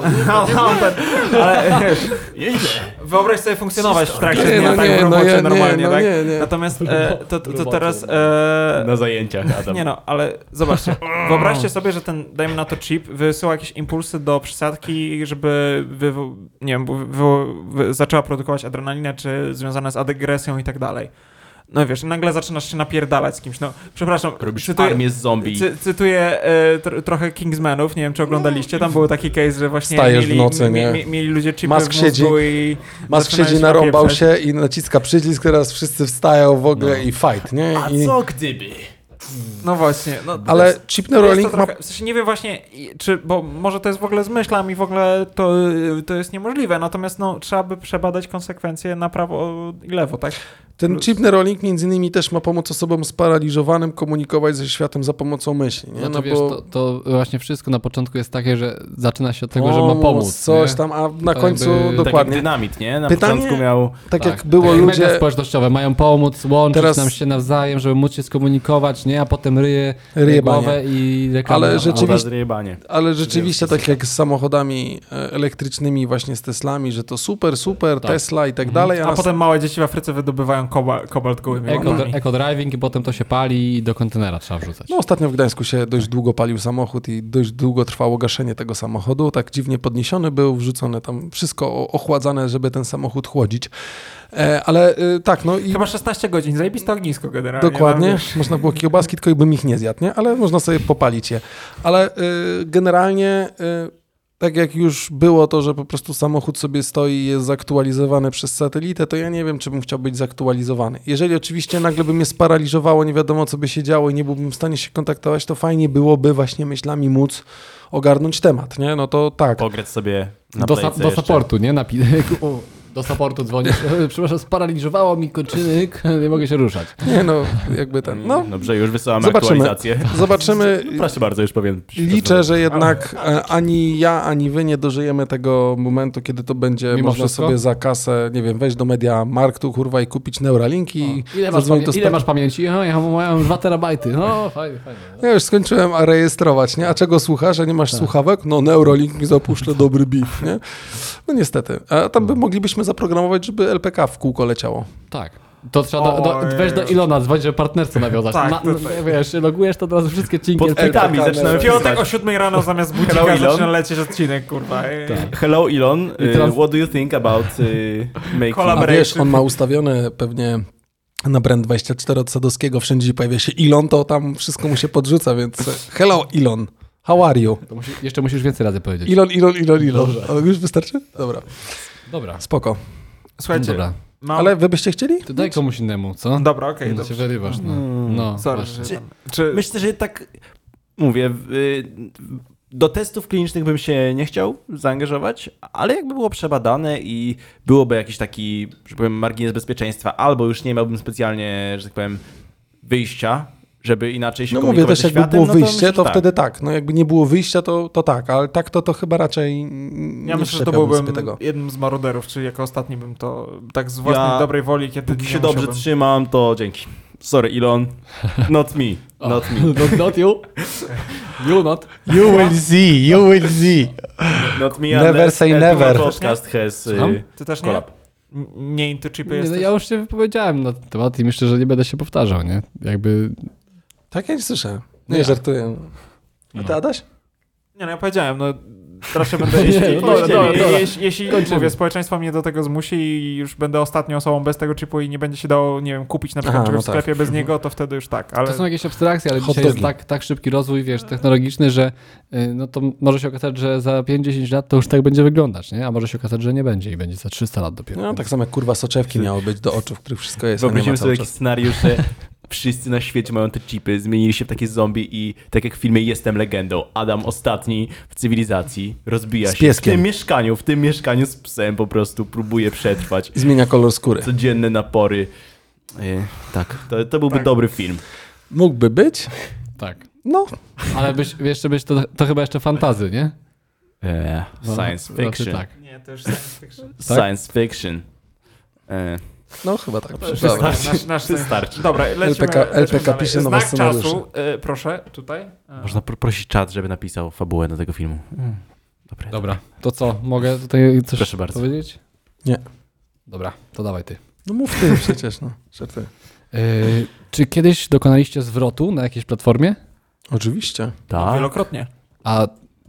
[SPEAKER 4] Ale wyobraź sobie funkcjonować w trakcie
[SPEAKER 3] nie,
[SPEAKER 4] dnia
[SPEAKER 3] no
[SPEAKER 4] tak
[SPEAKER 3] nie,
[SPEAKER 4] w robocie
[SPEAKER 3] no nie,
[SPEAKER 4] normalnie,
[SPEAKER 3] no
[SPEAKER 4] tak?
[SPEAKER 3] nie, nie.
[SPEAKER 4] Natomiast e, to, to, to teraz... E,
[SPEAKER 1] Na zajęciach, Adam.
[SPEAKER 4] nie no, ale zobaczcie. Wyobraźcie sobie, że ten, dajmy na to chip, wysyła jakieś impulsy do przysadki, żeby wy, nie wiem, wy, wy, zaczęła produkować adrenalinę, czy związane z agresją i tak dalej. No wiesz, nagle zaczynasz się napierdalać z kimś. No, przepraszam.
[SPEAKER 1] Robisz
[SPEAKER 4] cytuję,
[SPEAKER 1] armię z zombie.
[SPEAKER 4] Cy, cytuję e, tr, trochę Kingsmanów, nie wiem czy oglądaliście, tam był taki case, że właśnie
[SPEAKER 3] Stajesz
[SPEAKER 4] mieli,
[SPEAKER 3] w nocy, nie?
[SPEAKER 4] mi, mi, mieli ludzie chipy
[SPEAKER 3] Musk
[SPEAKER 4] w mózgu
[SPEAKER 3] siedzi,
[SPEAKER 4] i
[SPEAKER 3] Musk siedzi, narąbał się i naciska przycisk, teraz wszyscy wstają w ogóle no. i fight, nie?
[SPEAKER 1] A
[SPEAKER 3] I...
[SPEAKER 1] co gdyby?
[SPEAKER 4] No właśnie. No,
[SPEAKER 3] ale
[SPEAKER 4] jest,
[SPEAKER 3] chip Neuralink
[SPEAKER 4] trochę, ma... W sensie nie wiem właśnie, czy, bo może to jest w ogóle z myślami i w ogóle to, to jest niemożliwe, natomiast no, trzeba by przebadać konsekwencje na prawo i lewo, tak?
[SPEAKER 3] Ten chip Neuralink między innymi też ma pomóc osobom sparaliżowanym komunikować ze światem za pomocą myśli. Nie?
[SPEAKER 2] Znaczy,
[SPEAKER 3] No
[SPEAKER 2] wiesz,
[SPEAKER 3] bo
[SPEAKER 2] to, to właśnie wszystko na początku jest takie, że zaczyna się od tego, że ma pomóc.
[SPEAKER 3] Coś
[SPEAKER 2] nie?
[SPEAKER 3] tam, a na
[SPEAKER 2] To
[SPEAKER 3] końcu
[SPEAKER 2] jakby-
[SPEAKER 1] Tak jak
[SPEAKER 3] dokładnie.
[SPEAKER 1] dynamit, nie? Na
[SPEAKER 3] Pytanie-
[SPEAKER 1] początku miał...
[SPEAKER 3] Tak, jak
[SPEAKER 2] Tak,
[SPEAKER 3] było
[SPEAKER 2] tak jak media
[SPEAKER 3] ludzie...
[SPEAKER 2] społecznościowe mają pomóc, łączyć
[SPEAKER 3] Teraz-
[SPEAKER 2] nam się nawzajem, żeby móc się skomunikować, nie? A potem ryje,
[SPEAKER 3] Ryje
[SPEAKER 2] głowę i reklamy.
[SPEAKER 3] Ale
[SPEAKER 2] na-
[SPEAKER 3] rzeczywiście-
[SPEAKER 1] Oba zryjebanie.
[SPEAKER 3] Ale rzeczywiście tak jak z samochodami e, elektrycznymi, właśnie z Teslami, że to super, super,
[SPEAKER 2] Tak.
[SPEAKER 3] Tesla i tak dalej.
[SPEAKER 4] A
[SPEAKER 3] nas-
[SPEAKER 4] potem małe dzieci w Afryce wydobywają koba, kobalt gołymi
[SPEAKER 2] Eko,
[SPEAKER 4] łapami.
[SPEAKER 2] eco-driving i potem to się pali i do kontenera trzeba wrzucać.
[SPEAKER 3] No ostatnio w Gdańsku się dość długo palił samochód i dość długo trwało gaszenie tego samochodu. Tak dziwnie podniesiony był, wrzucone tam wszystko o- ochładzane, żeby ten samochód chłodzić. E, ale e, tak, no i
[SPEAKER 4] Chyba szesnaście godzin, zajebiste ognisko generalnie.
[SPEAKER 3] dokładnie,
[SPEAKER 4] No, wiesz.
[SPEAKER 3] można było kiełbaski, tylko bym ich nie zjadł, nie? Ale można sobie popalić je. Ale e, generalnie... e, tak jak już było to, że po prostu samochód sobie stoi i jest zaktualizowany przez satelitę, to ja nie wiem, czy bym chciał być zaktualizowany. Jeżeli oczywiście nagle by mnie sparaliżowało, nie wiadomo, co by się działo i nie byłbym w stanie się kontaktować, to fajnie byłoby właśnie myślami móc ogarnąć temat, nie? No to tak.
[SPEAKER 1] Pograć sobie na
[SPEAKER 2] Do,
[SPEAKER 1] playce
[SPEAKER 2] do
[SPEAKER 1] jeszcze.
[SPEAKER 2] supportu, nie? Napi- do supportu dzwonisz. Przepraszam, sparaliżowało mi kończyny, nie mogę się ruszać.
[SPEAKER 3] Nie no, jakby ten, no.
[SPEAKER 1] Dobrze, już wysyłamy
[SPEAKER 3] Zobaczymy.
[SPEAKER 1] aktualizację.
[SPEAKER 3] Zobaczymy.
[SPEAKER 1] Proszę bardzo, już powiem.
[SPEAKER 3] Liczę, że jednak e, ani ja, ani wy nie dożyjemy tego momentu, kiedy to będzie
[SPEAKER 2] Mimo
[SPEAKER 3] można
[SPEAKER 2] wszystko?
[SPEAKER 3] sobie za kasę, nie wiem, wejść do Media Marktu, kurwa, i kupić Neuralinki i
[SPEAKER 2] Ile masz,
[SPEAKER 3] zadzwonić
[SPEAKER 2] pamię-
[SPEAKER 3] do
[SPEAKER 2] ile
[SPEAKER 3] spe-
[SPEAKER 2] masz pamięci? O, ja mam dwa terabajty. No, fajnie, fajnie.
[SPEAKER 3] Ja już skończyłem a rejestrować, nie? A czego słuchasz, a nie masz słuchawek? No Neuralink mi zapuszcza dobry beat, nie? No niestety. A tam by moglibyśmy zaprogramować, żeby L P K w kółko leciało.
[SPEAKER 2] Tak. To trzeba do, do,
[SPEAKER 4] Ojej.
[SPEAKER 2] weź do Ilona, dzwonić, żeby partnerstwo nawiązać.
[SPEAKER 4] Tak,
[SPEAKER 2] Na,
[SPEAKER 4] to-
[SPEAKER 2] no, wiesz, logujesz to od razu wszystkie cinki.
[SPEAKER 1] Pod
[SPEAKER 2] jest
[SPEAKER 1] tweetami
[SPEAKER 3] L P K,
[SPEAKER 1] zaczynamy
[SPEAKER 3] nie?
[SPEAKER 4] Piątek
[SPEAKER 1] pisać.
[SPEAKER 4] o siódmej rano zamiast budzika
[SPEAKER 1] Hello, Elon.
[SPEAKER 4] zaczyna lecieć odcinek, kurwa.
[SPEAKER 2] Tak.
[SPEAKER 1] Hello Elon,
[SPEAKER 2] I teraz-
[SPEAKER 1] uh, what do you think about uh, making...
[SPEAKER 4] Collab-
[SPEAKER 3] A wiesz, on ma ustawione pewnie na Brand dwadzieścia cztery od Sadowskiego, wszędzie gdzie pojawia się Elon, to tam wszystko mu się podrzuca, więc hello Elon, how are you?
[SPEAKER 2] To musi, jeszcze musisz więcej razy powiedzieć.
[SPEAKER 3] Elon, Elon, Elon, Elon.
[SPEAKER 2] Dobrze.
[SPEAKER 3] O, już wystarczy? Dobra,
[SPEAKER 2] Dobra.
[SPEAKER 3] spoko.
[SPEAKER 4] Słuchajcie,
[SPEAKER 2] Dobra.
[SPEAKER 4] mam...
[SPEAKER 3] Ale wy byście chcieli?
[SPEAKER 2] To daj komuś innemu, co?
[SPEAKER 4] Dobra, okej,
[SPEAKER 2] No
[SPEAKER 4] dobrze.
[SPEAKER 2] się wyrywasz, no. no
[SPEAKER 4] Sorry,
[SPEAKER 2] właśnie.
[SPEAKER 4] że... Czy...
[SPEAKER 1] Myślę, że tak mówię, y, do testów klinicznych bym się nie chciał zaangażować, ale jakby było przebadane i byłoby jakiś taki, że powiem, margines bezpieczeństwa, albo już nie miałbym specjalnie, że tak powiem, wyjścia, żeby inaczej się
[SPEAKER 3] No mówię
[SPEAKER 1] komunikować
[SPEAKER 3] też,
[SPEAKER 1] ze
[SPEAKER 3] jakby
[SPEAKER 1] światem,
[SPEAKER 3] było
[SPEAKER 1] no to
[SPEAKER 3] wyjście,
[SPEAKER 1] myślę, że
[SPEAKER 3] to
[SPEAKER 1] tak.
[SPEAKER 3] wtedy tak. No jakby nie było wyjścia, to, to tak, ale tak to, to chyba raczej
[SPEAKER 4] Ja
[SPEAKER 3] nie
[SPEAKER 4] myślę, że to
[SPEAKER 3] wszczepiałbym
[SPEAKER 4] byłbym
[SPEAKER 3] sobie tego.
[SPEAKER 4] jednym z maruderów, czyli jako ostatni bym to tak z własnej
[SPEAKER 1] Ja-
[SPEAKER 4] dobrej woli, kiedy
[SPEAKER 1] Póki
[SPEAKER 4] nie
[SPEAKER 1] się dobrze
[SPEAKER 4] musiałbym.
[SPEAKER 1] trzymam, to dzięki. Sorry, Elon. Not me. Not me.
[SPEAKER 2] Not, not you. You not.
[SPEAKER 3] You will see, you will see.
[SPEAKER 1] Not me
[SPEAKER 3] Never
[SPEAKER 1] unless
[SPEAKER 3] say
[SPEAKER 1] L P
[SPEAKER 3] never.
[SPEAKER 1] Podcast has y,
[SPEAKER 2] Słucham?
[SPEAKER 4] Ty też nie?
[SPEAKER 1] collab.
[SPEAKER 4] N- Nie into chipy
[SPEAKER 2] Nie, no
[SPEAKER 4] jesteś?
[SPEAKER 2] ja już się wypowiedziałem na ten temat i myślę, że nie będę się powtarzał, nie? Jakby...
[SPEAKER 3] Tak, ja nie słyszę.
[SPEAKER 2] No
[SPEAKER 3] Nie,
[SPEAKER 2] ja.
[SPEAKER 3] żartuję. A
[SPEAKER 2] No.
[SPEAKER 3] ty, Adaś?
[SPEAKER 4] Nie, no ja powiedziałem, no raczej będę, jeśli,
[SPEAKER 2] Nie, no dobra,
[SPEAKER 4] jeśli,
[SPEAKER 2] dobra, dobra.
[SPEAKER 4] jeśli, jeśli
[SPEAKER 2] Kończymy.
[SPEAKER 4] mówię, społeczeństwo mnie do tego zmusi i już będę ostatnią osobą bez tego chipu i nie będzie się dało, nie wiem, kupić na przykład
[SPEAKER 3] Aha,
[SPEAKER 4] czegoś
[SPEAKER 3] no
[SPEAKER 4] w sklepie bez niego, to wtedy już tak, ale
[SPEAKER 2] To są jakieś abstrakcje, ale
[SPEAKER 3] Hot
[SPEAKER 2] dzisiaj jest
[SPEAKER 3] dogi.
[SPEAKER 2] tak, tak szybki rozwój, wiesz, technologiczny, że y, no to może się okazać, że za pięć dziesięć lat to już tak będzie wyglądać, nie? A może się okazać, że nie będzie i będzie za trzysta lat dopiero.
[SPEAKER 3] No tak samo jak kurwa soczewki miały być do oczu, w których wszystko jest. a nie ma
[SPEAKER 1] Wyobrazimy
[SPEAKER 3] cały
[SPEAKER 1] sobie taki
[SPEAKER 3] czas.
[SPEAKER 1] scenariusz, że wszyscy na świecie mają te chipy, zmienili się w takie zombie i tak jak w filmie Jestem legendą, Adam ostatni w cywilizacji rozbija
[SPEAKER 3] Z
[SPEAKER 1] się
[SPEAKER 3] pieskiem.
[SPEAKER 1] w tym mieszkaniu, w tym mieszkaniu z psem po prostu próbuje przetrwać.
[SPEAKER 3] I zmienia kolor skóry.
[SPEAKER 1] Codzienne napory. Yy, tak, to, to byłby
[SPEAKER 4] Tak.
[SPEAKER 1] dobry film.
[SPEAKER 3] Mógłby być?
[SPEAKER 2] Tak.
[SPEAKER 3] No,
[SPEAKER 2] Ale byś, jeszcze być to, to chyba jeszcze fantazy, nie?
[SPEAKER 1] Eee,
[SPEAKER 2] No,
[SPEAKER 1] science
[SPEAKER 2] raczej
[SPEAKER 1] fiction.
[SPEAKER 2] Tak.
[SPEAKER 4] nie, to już science fiction.
[SPEAKER 1] Science fiction. Eee,
[SPEAKER 3] no chyba tak.
[SPEAKER 4] Wszystko,
[SPEAKER 3] Dobra.
[SPEAKER 4] nasz, nasz,
[SPEAKER 1] Wystarczy.
[SPEAKER 4] Dobra, lecimy,
[SPEAKER 3] L P K
[SPEAKER 4] lecimy
[SPEAKER 3] L P K
[SPEAKER 4] dalej.
[SPEAKER 3] pisze nowe
[SPEAKER 4] Znak
[SPEAKER 3] scenariusze.
[SPEAKER 4] czasu, y, proszę, tutaj. E,
[SPEAKER 1] Można prosić czat, żeby napisał fabułę do tego filmu. Dobre.
[SPEAKER 2] Dobra, to co? Mogę tutaj coś
[SPEAKER 1] Proszę bardzo.
[SPEAKER 2] powiedzieć?
[SPEAKER 3] Nie.
[SPEAKER 2] Dobra, to dawaj ty.
[SPEAKER 3] No mów ty przecież, no. Żartuję.
[SPEAKER 2] Yy, czy kiedyś dokonaliście zwrotu na jakiejś platformie?
[SPEAKER 3] Oczywiście.
[SPEAKER 1] Tak.
[SPEAKER 4] Wielokrotnie.
[SPEAKER 2] A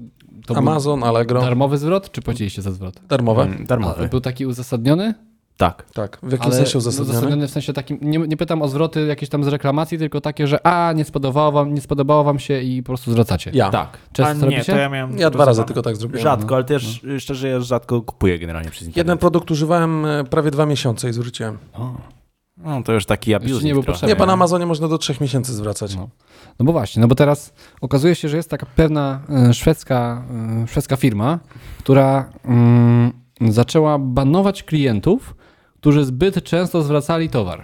[SPEAKER 2] to
[SPEAKER 3] Amazon,
[SPEAKER 2] był
[SPEAKER 3] Allegro.
[SPEAKER 2] darmowy zwrot, czy płaciliście za zwrot?
[SPEAKER 3] Darmowe?
[SPEAKER 1] Mm,
[SPEAKER 2] A,
[SPEAKER 1] Darmowy.
[SPEAKER 2] był taki uzasadniony?
[SPEAKER 1] Tak.
[SPEAKER 3] Tak. W jakim
[SPEAKER 2] Ale
[SPEAKER 3] sensie
[SPEAKER 2] no,
[SPEAKER 3] uzasadniony?
[SPEAKER 2] uzasadniony w sensie takim, nie, nie pytam o zwroty jakieś tam z reklamacji, tylko takie, że a, nie spodobało wam, nie spodobało wam się i po prostu zwracacie.
[SPEAKER 3] Ja.
[SPEAKER 1] Tak.
[SPEAKER 2] Często
[SPEAKER 4] A
[SPEAKER 2] to
[SPEAKER 4] nie,
[SPEAKER 2] robicie?
[SPEAKER 4] to ja miałem...
[SPEAKER 3] Ja dwa razy
[SPEAKER 4] rozwiązane.
[SPEAKER 3] tylko tak zrobiłem.
[SPEAKER 1] Rzadko,
[SPEAKER 3] no.
[SPEAKER 1] ale też szczerze ja rzadko kupuję generalnie przez internet.
[SPEAKER 3] Jeden produkt używałem e, prawie dwa miesiące i zwróciłem.
[SPEAKER 1] O. No to już taki
[SPEAKER 2] Jeszcze
[SPEAKER 1] abuse
[SPEAKER 2] nie był
[SPEAKER 1] trochę.
[SPEAKER 2] potrzebny.
[SPEAKER 3] Nie, po na Amazonie można do trzech miesięcy zwracać.
[SPEAKER 2] No. No bo właśnie, no bo teraz okazuje się, że jest taka pewna e, szwedzka, e, szwedzka firma, która mm, zaczęła banować klientów, którzy zbyt często zwracali towar.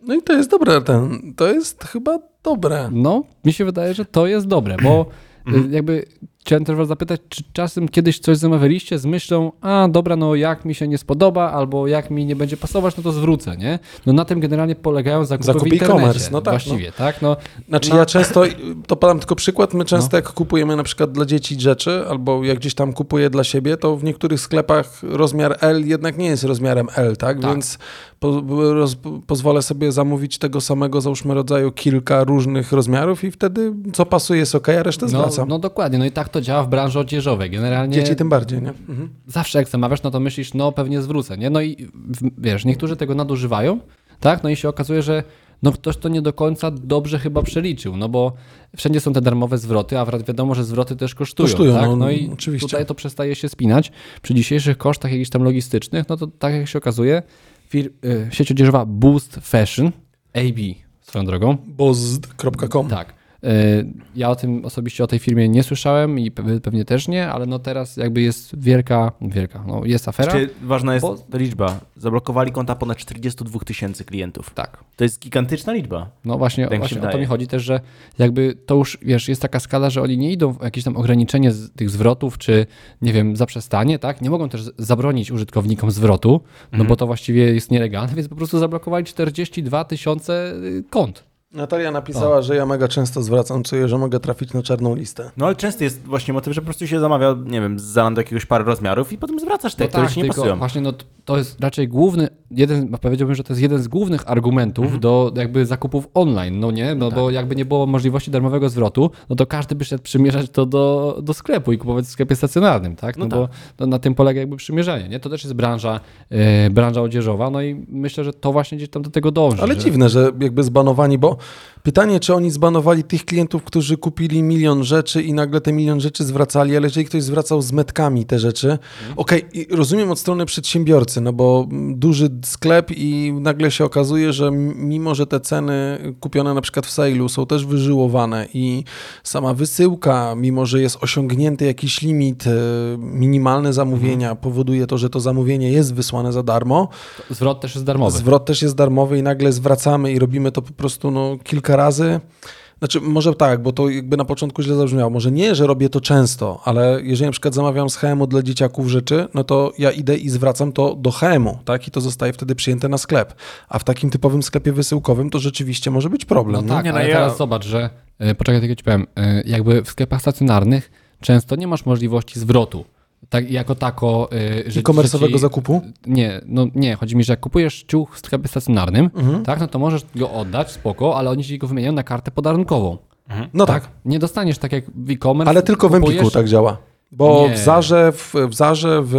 [SPEAKER 3] No i to jest dobre, ten, to jest chyba dobre.
[SPEAKER 2] No, mi się wydaje, że to jest dobre, bo y, jakby chciałem też was zapytać, czy czasem kiedyś coś zamawialiście z myślą, a dobra, no jak mi się nie spodoba, albo jak mi nie będzie pasować, no to zwrócę, nie? No na tym generalnie polegają zakupy,
[SPEAKER 3] Zakupy
[SPEAKER 2] w internecie.
[SPEAKER 3] e-commerce, no tak,
[SPEAKER 2] Właściwie, tak? No,
[SPEAKER 3] Znaczy
[SPEAKER 2] no,
[SPEAKER 3] ja często, to podam tylko przykład, my często jak kupujemy na przykład dla dzieci rzeczy, albo jak gdzieś tam kupuję dla siebie, to w niektórych sklepach rozmiar L jednak nie jest rozmiarem L, tak?
[SPEAKER 2] Tak.
[SPEAKER 3] Więc po, roz, pozwolę sobie zamówić tego samego, załóżmy rodzaju kilka różnych rozmiarów i wtedy co pasuje jest ok, a resztę
[SPEAKER 2] no,
[SPEAKER 3] zwracam.
[SPEAKER 2] no dokładnie, no i tak to działa w branży odzieżowej. Generalnie
[SPEAKER 3] Dzieci tym bardziej, nie? Mhm.
[SPEAKER 2] zawsze jak zamawiasz, no to myślisz, no pewnie zwrócę, nie? No i w- wiesz, niektórzy tego nadużywają, tak? No i się okazuje, że no ktoś to nie do końca dobrze chyba przeliczył, no bo wszędzie są te darmowe zwroty, a wracam wiadomo, że zwroty też kosztują,
[SPEAKER 3] Kosztują,
[SPEAKER 2] tak?
[SPEAKER 3] no,
[SPEAKER 2] No i
[SPEAKER 3] oczywiście.
[SPEAKER 2] tutaj to przestaje się spinać. Przy dzisiejszych kosztach jakichś tam logistycznych, no to tak jak się okazuje, fir- y, sieć odzieżowa Boost Fashion, A B swoją drogą,
[SPEAKER 3] bozd kropka com.
[SPEAKER 2] tak. Y, Ja o tym osobiście o tej firmie nie słyszałem i pe- pewnie też nie, ale no teraz jakby jest wielka, wielka, no jest afera.
[SPEAKER 1] Czy ważna jest
[SPEAKER 2] Bo-
[SPEAKER 1] ta liczba? Zablokowali konta ponad czterdzieści dwa tysięcy klientów.
[SPEAKER 2] Tak.
[SPEAKER 1] To jest gigantyczna liczba.
[SPEAKER 2] No właśnie,
[SPEAKER 1] Tak mi się
[SPEAKER 2] właśnie o to
[SPEAKER 1] wydaje.
[SPEAKER 2] mi chodzi też, że jakby to już, wiesz, jest taka skala, że oni nie idą w jakieś tam ograniczenie z tych zwrotów, czy nie wiem, zaprzestanie, tak? Nie mogą też z- zabronić użytkownikom zwrotu, no bo to właściwie jest nielegalne, więc po prostu zablokowali czterdzieści dwa tysiące y, kont.
[SPEAKER 3] Natalia napisała, że ja mega często zwracam, czuję, że mogę trafić na czarną listę.
[SPEAKER 1] No ale często jest właśnie motyw, że po prostu się zamawia, nie wiem, z Zalando jakiegoś parę rozmiarów i potem zwracasz te,
[SPEAKER 2] No
[SPEAKER 1] które
[SPEAKER 2] tak,
[SPEAKER 1] ci nie
[SPEAKER 2] tylko
[SPEAKER 1] pasują.
[SPEAKER 2] właśnie no, t- to jest raczej główny, jeden, powiedziałbym, że to jest jeden z głównych argumentów do jakby zakupów online, no nie? No bo jakby nie było możliwości darmowego zwrotu, no to każdy by szedł przymierzać to do, do sklepu i kupować w sklepie stacjonarnym, tak? No,
[SPEAKER 1] No
[SPEAKER 2] bo no, na tym polega jakby przymierzenie, nie? To też jest branża, e, branża odzieżowa, no i myślę, że to właśnie gdzieś tam do tego dąży.
[SPEAKER 3] Ale
[SPEAKER 2] że...
[SPEAKER 3] dziwne, że jakby zbanowani, bo pytanie, czy oni zbanowali tych klientów, którzy kupili milion rzeczy i nagle te milion rzeczy zwracali, ale jeżeli ktoś zwracał z metkami te rzeczy,
[SPEAKER 2] Mhm.
[SPEAKER 3] okej, i rozumiem od strony przedsiębiorcy, no bo duży sklep i nagle się okazuje, że mimo, że te ceny kupione na przykład w sale'u są też wyżyłowane i sama wysyłka, mimo, że jest osiągnięty jakiś limit, e, minimalne zamówienia,
[SPEAKER 2] Mhm.
[SPEAKER 3] powoduje to, że to zamówienie jest wysłane za darmo,
[SPEAKER 2] Zwrot też jest darmowy.
[SPEAKER 3] zwrot też jest darmowy i nagle zwracamy i robimy to po prostu no, kilka razy. Znaczy, może tak, bo to jakby na początku źle zabrzmiało. Może nie, że robię to często, ale jeżeli na przykład zamawiam z H M u dla dzieciaków rzeczy, no to ja idę i zwracam to do H M u, tak? I to zostaje wtedy przyjęte na sklep. A w takim typowym sklepie wysyłkowym to rzeczywiście może być problem.
[SPEAKER 2] No tak,
[SPEAKER 4] Nie, no
[SPEAKER 2] ale
[SPEAKER 4] ja-
[SPEAKER 2] teraz zobacz, że, e, poczekaj, tylko ci powiem, e, jakby w sklepach stacjonarnych często nie masz możliwości zwrotu. Tak, jako tako, e, że,
[SPEAKER 3] E-commerce'owego
[SPEAKER 2] że ci-
[SPEAKER 3] zakupu?
[SPEAKER 2] Nie, no nie, chodzi mi, że jak kupujesz ciuch w sklepie stacjonarnym,
[SPEAKER 3] Mhm.
[SPEAKER 2] tak, no to możesz go oddać, spoko, ale oni ci go wymieniają na kartę podarunkową.
[SPEAKER 3] No tak,
[SPEAKER 2] Nie dostaniesz tak jak w e-commerce.
[SPEAKER 3] ale tylko w Empiku
[SPEAKER 2] kupujesz-
[SPEAKER 3] tak działa. Bo
[SPEAKER 2] Nie.
[SPEAKER 3] w Zarze, w, w Zarze, w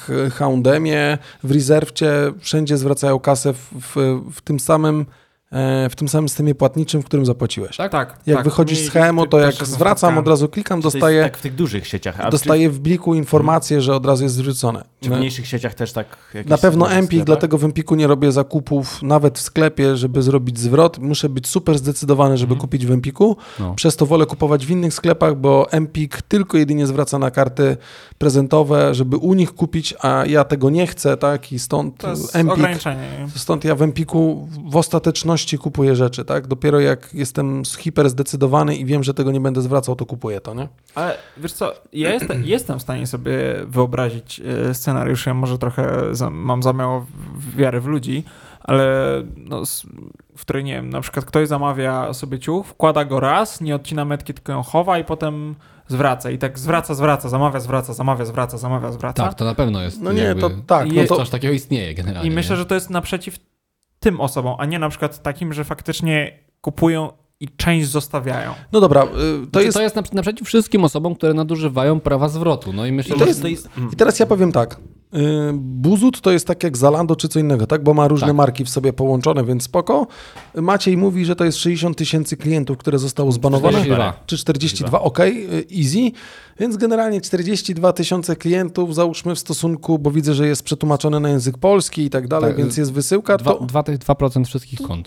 [SPEAKER 3] H and Mie, w Reservcie wszędzie zwracają kasę w, w, w tym samym e, w tym samym systemie płatniczym, w którym zapłaciłeś.
[SPEAKER 2] Tak?
[SPEAKER 4] Tak.
[SPEAKER 3] Jak
[SPEAKER 4] tak.
[SPEAKER 3] wychodzisz
[SPEAKER 4] Mi-
[SPEAKER 3] z H M u, to
[SPEAKER 4] też
[SPEAKER 3] jak
[SPEAKER 4] się
[SPEAKER 3] zwracam,
[SPEAKER 4] spotkałem.
[SPEAKER 3] od razu klikam,
[SPEAKER 1] To jest
[SPEAKER 3] dostaję,
[SPEAKER 1] tak w tych dużych sieciach. A
[SPEAKER 3] dostaję w bliku informację, że od razu jest zwrócone.
[SPEAKER 1] czy, czy w mniejszych sieciach też tak? jakieś
[SPEAKER 3] Na pewno
[SPEAKER 1] są
[SPEAKER 3] Empik,
[SPEAKER 1] sklepy?
[SPEAKER 3] dlatego w Empiku nie robię zakupów nawet w sklepie, żeby zrobić zwrot. Muszę być super zdecydowany, żeby kupić w Empiku.
[SPEAKER 2] No.
[SPEAKER 3] Przez to wolę kupować w innych sklepach, bo Empik tylko jedynie zwraca na karty prezentowe, żeby u nich kupić, a ja tego nie chcę, tak? I stąd
[SPEAKER 4] To jest
[SPEAKER 3] Empik,
[SPEAKER 4] ograniczenie.
[SPEAKER 3] stąd ja w Empiku w ostateczności kupuję rzeczy, tak? Dopiero jak jestem hiper zdecydowany i wiem, że tego nie będę zwracał, to kupuję to, nie?
[SPEAKER 4] Ale wiesz co, ja jestem, jestem w stanie sobie wyobrazić e, scenariusz, ja może trochę za, mam zamiar wiary w ludzi, ale no, s- w której, nie wiem, na przykład ktoś zamawia sobie ciuch, wkłada go raz, nie odcina metki, tylko ją chowa i potem zwraca. I tak zwraca, zwraca, zamawia, zwraca, zamawia, zwraca, zamawia, zwraca.
[SPEAKER 2] Tak, to na pewno jest.
[SPEAKER 3] No nie,
[SPEAKER 2] jakby,
[SPEAKER 3] to tak.
[SPEAKER 4] I
[SPEAKER 3] No
[SPEAKER 4] jest
[SPEAKER 3] to,
[SPEAKER 2] Coś takiego istnieje generalnie.
[SPEAKER 4] I myślę,
[SPEAKER 2] nie?
[SPEAKER 4] że to jest naprzeciw tym osobom, a nie na przykład takim, że faktycznie kupują i część zostawiają.
[SPEAKER 3] no dobra, y, to
[SPEAKER 2] to
[SPEAKER 3] jest...
[SPEAKER 2] jest, to jest napr- naprzeciw wszystkim osobom, które nadużywają prawa zwrotu. No i myślę,
[SPEAKER 3] I to
[SPEAKER 2] że
[SPEAKER 3] jest-
[SPEAKER 1] To jest, mm.
[SPEAKER 3] I teraz ja powiem tak. y, Buzut to jest tak jak Zalando czy co innego, tak? Bo ma różne
[SPEAKER 2] Tak.
[SPEAKER 3] marki w sobie połączone, więc spoko. Maciej mówi, że to jest sześćdziesiąt tysięcy klientów, które zostało zbanowane.
[SPEAKER 2] czterdzieści dwa.
[SPEAKER 3] Czy czterdzieści dwa, ok, easy. Więc generalnie czterdzieści dwa tysiące klientów, załóżmy w stosunku, bo widzę, że jest przetłumaczone na język polski i tak dalej,
[SPEAKER 2] Tak,
[SPEAKER 3] więc jest wysyłka.
[SPEAKER 2] dwa,
[SPEAKER 3] To,
[SPEAKER 2] dwa, dwa procent wszystkich kont.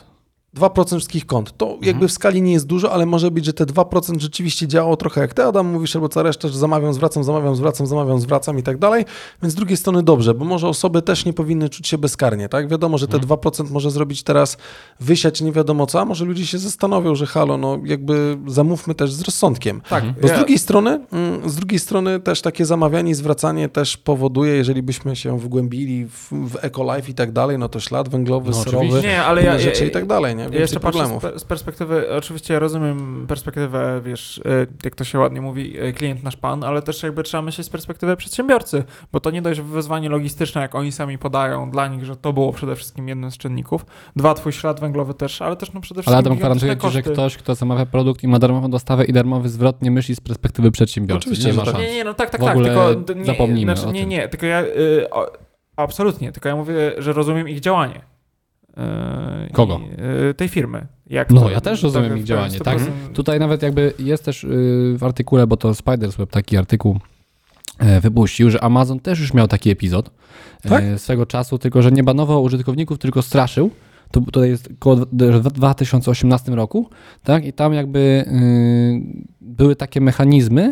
[SPEAKER 3] dwa procent wszystkich kont. To jakby
[SPEAKER 1] Mhm.
[SPEAKER 3] w skali nie jest dużo, ale może być, że te dwa procent rzeczywiście działało trochę jak ty, Adam, mówisz, albo co reszta, że zamawiam, zwracam, zamawiam, zwracam, zamawiam, zwracam i tak dalej. Więc z drugiej strony dobrze, bo może osoby też nie powinny czuć się bezkarnie, tak? Wiadomo, że te
[SPEAKER 1] Mhm.
[SPEAKER 3] dwa procent może zrobić teraz wysiać nie wiadomo co, a może ludzie się zastanowią, że halo, no jakby zamówmy też z rozsądkiem.
[SPEAKER 4] Tak,
[SPEAKER 3] Bo z
[SPEAKER 4] ja-
[SPEAKER 3] drugiej strony, mm, z drugiej strony też takie zamawianie i zwracanie też powoduje, jeżeli byśmy się wgłębili w, w eco-life i tak dalej, no to ślad węglowy,
[SPEAKER 2] No
[SPEAKER 3] serowy,
[SPEAKER 2] oczywiście.
[SPEAKER 4] Nie, ale
[SPEAKER 3] inne
[SPEAKER 4] ja,
[SPEAKER 3] rzeczy
[SPEAKER 4] ja,
[SPEAKER 3] i tak dalej, nie?
[SPEAKER 4] ja
[SPEAKER 3] Więcej
[SPEAKER 4] jeszcze patrzę z,
[SPEAKER 3] problemów.
[SPEAKER 4] per- z perspektywy, oczywiście ja rozumiem perspektywę, wiesz, y, jak to się ładnie mówi, y, klient nasz pan, ale też jakby trzeba myśleć z perspektywy przedsiębiorcy, bo to nie dość wyzwanie logistyczne, jak oni sami podają dla nich, że to było przede wszystkim jednym z czynników. Dwa, twój ślad węglowy też, ale też no przede wszystkim
[SPEAKER 2] Ale Adam
[SPEAKER 4] gigantyczne
[SPEAKER 2] gwarantuje ci, że
[SPEAKER 4] koszty.
[SPEAKER 2] ktoś, kto zamawia produkt i ma darmową dostawę i darmowy zwrot, nie myśli z perspektywy przedsiębiorcy.
[SPEAKER 3] Oczywiście,
[SPEAKER 2] nie
[SPEAKER 3] że
[SPEAKER 2] ma
[SPEAKER 3] tak.
[SPEAKER 2] szans.
[SPEAKER 4] Nie, nie, no tak, tak,
[SPEAKER 2] W
[SPEAKER 4] tak,
[SPEAKER 2] ogóle
[SPEAKER 4] tylko d- nie,
[SPEAKER 2] zapomnijmy
[SPEAKER 4] znaczy,
[SPEAKER 2] o
[SPEAKER 4] nie,
[SPEAKER 2] tym.
[SPEAKER 4] nie, tylko ja y, o, absolutnie, tylko ja mówię, że rozumiem ich działanie. Y,
[SPEAKER 2] Kogo?
[SPEAKER 4] I, y, tej firmy. Jak
[SPEAKER 2] No,
[SPEAKER 4] to-
[SPEAKER 2] ja też
[SPEAKER 4] to
[SPEAKER 2] rozumiem
[SPEAKER 4] w
[SPEAKER 2] ich działanie,
[SPEAKER 4] sto
[SPEAKER 2] tak?
[SPEAKER 4] procent
[SPEAKER 2] Tutaj nawet jakby jest też yy, w artykule, bo to Spiders Web taki artykuł e, wypuścił, że Amazon też już miał taki epizod
[SPEAKER 3] Tak?
[SPEAKER 2] e, swego czasu, tylko że nie banował użytkowników, tylko straszył. To tutaj jest koło w dwa tysiące osiemnastym roku, tak? I tam jakby yy, były takie mechanizmy,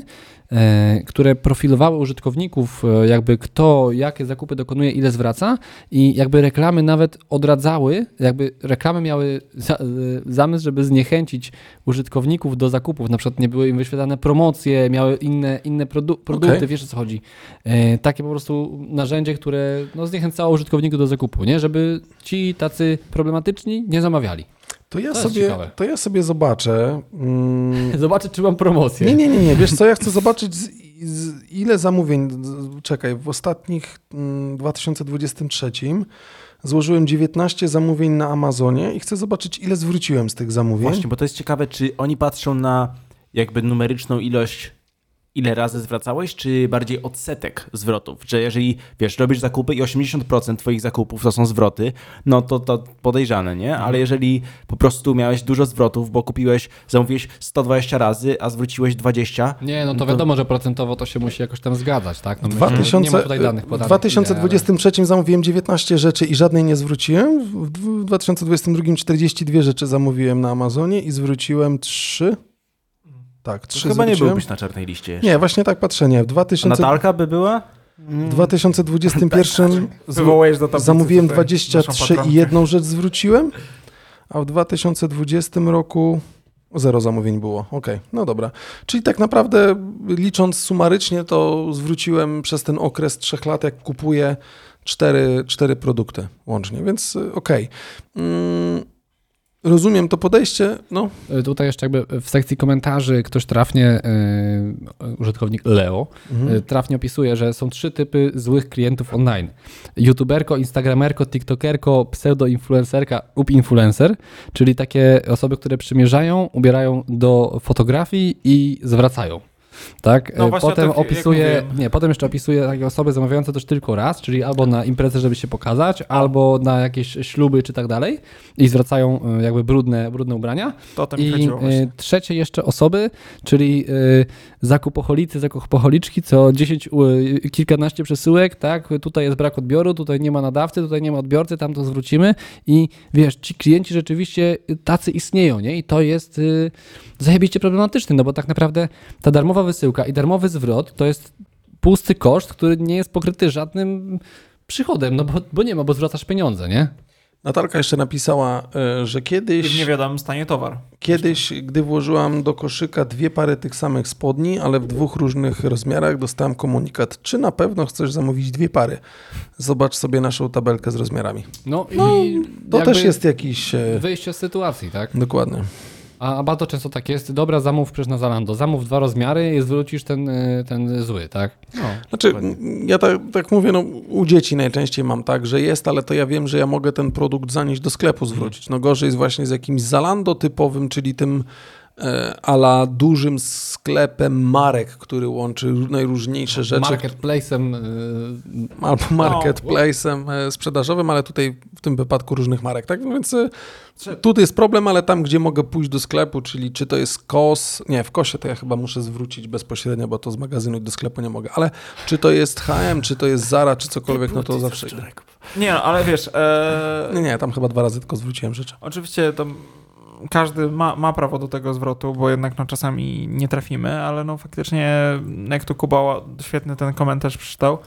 [SPEAKER 2] e, które profilowały użytkowników, e, jakby kto, jakie zakupy dokonuje, ile zwraca i jakby reklamy nawet odradzały, jakby reklamy miały za, e, zamysł, żeby zniechęcić użytkowników do zakupów, na przykład nie były im wyświetlane promocje, miały inne, inne produ- produkty,
[SPEAKER 3] Okej.
[SPEAKER 2] wiesz o co chodzi. E, takie po prostu narzędzie, które no, zniechęcało użytkowników do zakupu, nie? Żeby ci tacy problematyczni nie zamawiali.
[SPEAKER 3] To ja,
[SPEAKER 2] To jest
[SPEAKER 3] sobie,
[SPEAKER 2] ciekawe.
[SPEAKER 3] to ja sobie zobaczę. Mm,
[SPEAKER 2] Zobaczę, czy mam promocję.
[SPEAKER 3] nie, nie, nie, nie. Wiesz co, ja chcę zobaczyć z, z ile zamówień, z- czekaj, w ostatnich mm, dwa tysiące dwudziestym trzecim złożyłem dziewiętnaście zamówień na Amazonie i chcę zobaczyć, ile zwróciłem z tych zamówień.
[SPEAKER 1] Właśnie, bo to jest ciekawe, czy oni patrzą na jakby numeryczną ilość, ile razy zwracałeś, czy bardziej odsetek zwrotów? Że jeżeli, wiesz, robisz zakupy i osiemdziesiąt procent twoich zakupów to są zwroty, no to to podejrzane, nie? Ale jeżeli po prostu miałeś dużo zwrotów, bo kupiłeś, zamówiłeś sto dwadzieścia razy, a zwróciłeś dwadzieścia,
[SPEAKER 2] Nie, no to
[SPEAKER 1] To-
[SPEAKER 2] wiadomo, że procentowo to się musi jakoś tam zgadzać, tak? No
[SPEAKER 3] W
[SPEAKER 2] myślę, że nie ma
[SPEAKER 3] 2000,
[SPEAKER 2] tutaj danych
[SPEAKER 3] w
[SPEAKER 2] podanych.
[SPEAKER 3] dwa tysiące
[SPEAKER 2] ile,
[SPEAKER 3] dwudziestym trzecim zamówiłem dziewiętnaście rzeczy i żadnej nie zwróciłem. W w dwa tysiące dwudziestym drugim czterdzieści dwie rzeczy zamówiłem na Amazonie i zwróciłem trzy. Tak,
[SPEAKER 1] to
[SPEAKER 3] trzy
[SPEAKER 1] chyba nie
[SPEAKER 3] zwróciłem.
[SPEAKER 1] byłbyś na czarnej liście jeszcze.
[SPEAKER 3] Nie, właśnie tak patrzę, nie. W
[SPEAKER 1] A
[SPEAKER 3] 2000,
[SPEAKER 1] Natalka by była?
[SPEAKER 3] w dwa tysiące dwudziestym pierwszym
[SPEAKER 4] Wywołujesz do tablicy
[SPEAKER 3] zamówiłem
[SPEAKER 4] tutaj
[SPEAKER 3] dwadzieścia trzy
[SPEAKER 4] naszą
[SPEAKER 3] i
[SPEAKER 4] patronkę.
[SPEAKER 3] jedną rzecz zwróciłem, a w dwa tysiące dwudziestym roku zero zamówień było. Okej, no dobra. Czyli tak naprawdę licząc sumarycznie, to zwróciłem przez ten okres trzech lat, jak kupuję cztery, cztery produkty łącznie, więc y, okej. Mm, rozumiem to podejście, no.
[SPEAKER 2] Tutaj jeszcze jakby w sekcji komentarzy ktoś trafnie, yy, użytkownik Leo,
[SPEAKER 3] Mhm.
[SPEAKER 2] yy, trafnie opisuje, że są trzy typy złych klientów online. YouTuberko, instagramerko, tiktokerko, pseudo-influencerka lub influencer, czyli takie osoby, które przymierzają, ubierają do fotografii i zwracają. Tak?
[SPEAKER 4] No
[SPEAKER 2] Yy,
[SPEAKER 4] właśnie
[SPEAKER 2] potem
[SPEAKER 4] tak, jak
[SPEAKER 2] opisuje,
[SPEAKER 4] mówiłem.
[SPEAKER 2] nie, potem jeszcze opisuje takie osoby zamawiające też tylko raz, czyli albo na imprezę, żeby się pokazać, albo na jakieś śluby czy tak dalej i zwracają yy, jakby brudne, brudne ubrania.
[SPEAKER 4] To o tym mi
[SPEAKER 2] I
[SPEAKER 4] chodziło właśnie.
[SPEAKER 2] y, trzecie jeszcze osoby, czyli y, zakupoholicy, zakupoholiczki, co dziesięć, y, kilkanaście przesyłek, tak, tutaj jest brak odbioru, tutaj nie ma nadawcy, tutaj nie ma odbiorcy, tam to zwrócimy i wiesz, ci klienci rzeczywiście tacy istnieją, nie? I to jest y, zajebiście problematyczne, no bo tak naprawdę ta darmowa wysyłka i darmowy zwrot to jest pusty koszt, który nie jest pokryty żadnym przychodem, no bo, bo nie ma, bo zwracasz pieniądze, nie?
[SPEAKER 3] Natalka jeszcze napisała, y, że
[SPEAKER 4] I w
[SPEAKER 3] kiedyś...
[SPEAKER 4] niewiadomym stanie towar.
[SPEAKER 3] Kiedyś, gdy włożyłam do koszyka dwie pary tych samych spodni, ale w dwóch różnych rozmiarach, dostałem komunikat, czy na pewno chcesz zamówić dwie pary. Zobacz sobie naszą tabelkę z rozmiarami.
[SPEAKER 2] No,
[SPEAKER 3] No,
[SPEAKER 2] i
[SPEAKER 3] To
[SPEAKER 2] jakby
[SPEAKER 3] też jest jakiś... e,
[SPEAKER 2] wyjście z sytuacji, tak?
[SPEAKER 3] Dokładnie.
[SPEAKER 2] A bardzo często tak jest. Dobra, zamów przecież na Zalando. Zamów dwa rozmiary i zwrócisz ten, y, ten zły, tak?
[SPEAKER 1] No,
[SPEAKER 3] Znaczy,
[SPEAKER 1] dokładnie.
[SPEAKER 3] ja tak, tak mówię, no u dzieci najczęściej mam tak, że jest, ale to ja wiem, że ja mogę ten produkt zanieść do sklepu zwrócić. No gorzej jest właśnie z jakimś Zalando typowym, czyli tym e, ala dużym sklepem marek, który łączy najróżniejsze rzeczy.
[SPEAKER 2] Marketplace'em. y,
[SPEAKER 3] Albo marketplace'em e, sprzedażowym, ale tutaj w tym wypadku różnych marek. Tak więc e, tu jest problem, ale tam, gdzie mogę pójść do sklepu, czyli czy to jest Kos, nie, w Kosie to ja chyba muszę zwrócić bezpośrednio, bo to z magazynu do sklepu nie mogę, ale czy to jest H and M, czy to jest Zara, czy cokolwiek, no to zawsze idę.
[SPEAKER 4] Nie, no, ale wiesz... E...
[SPEAKER 3] Nie, nie, tam chyba dwa razy tylko zwróciłem rzeczy.
[SPEAKER 4] Oczywiście to każdy ma, ma prawo do tego zwrotu, bo jednak no, czasami nie trafimy, ale no faktycznie, jak tu Kuba świetny ten komentarz przeczytał,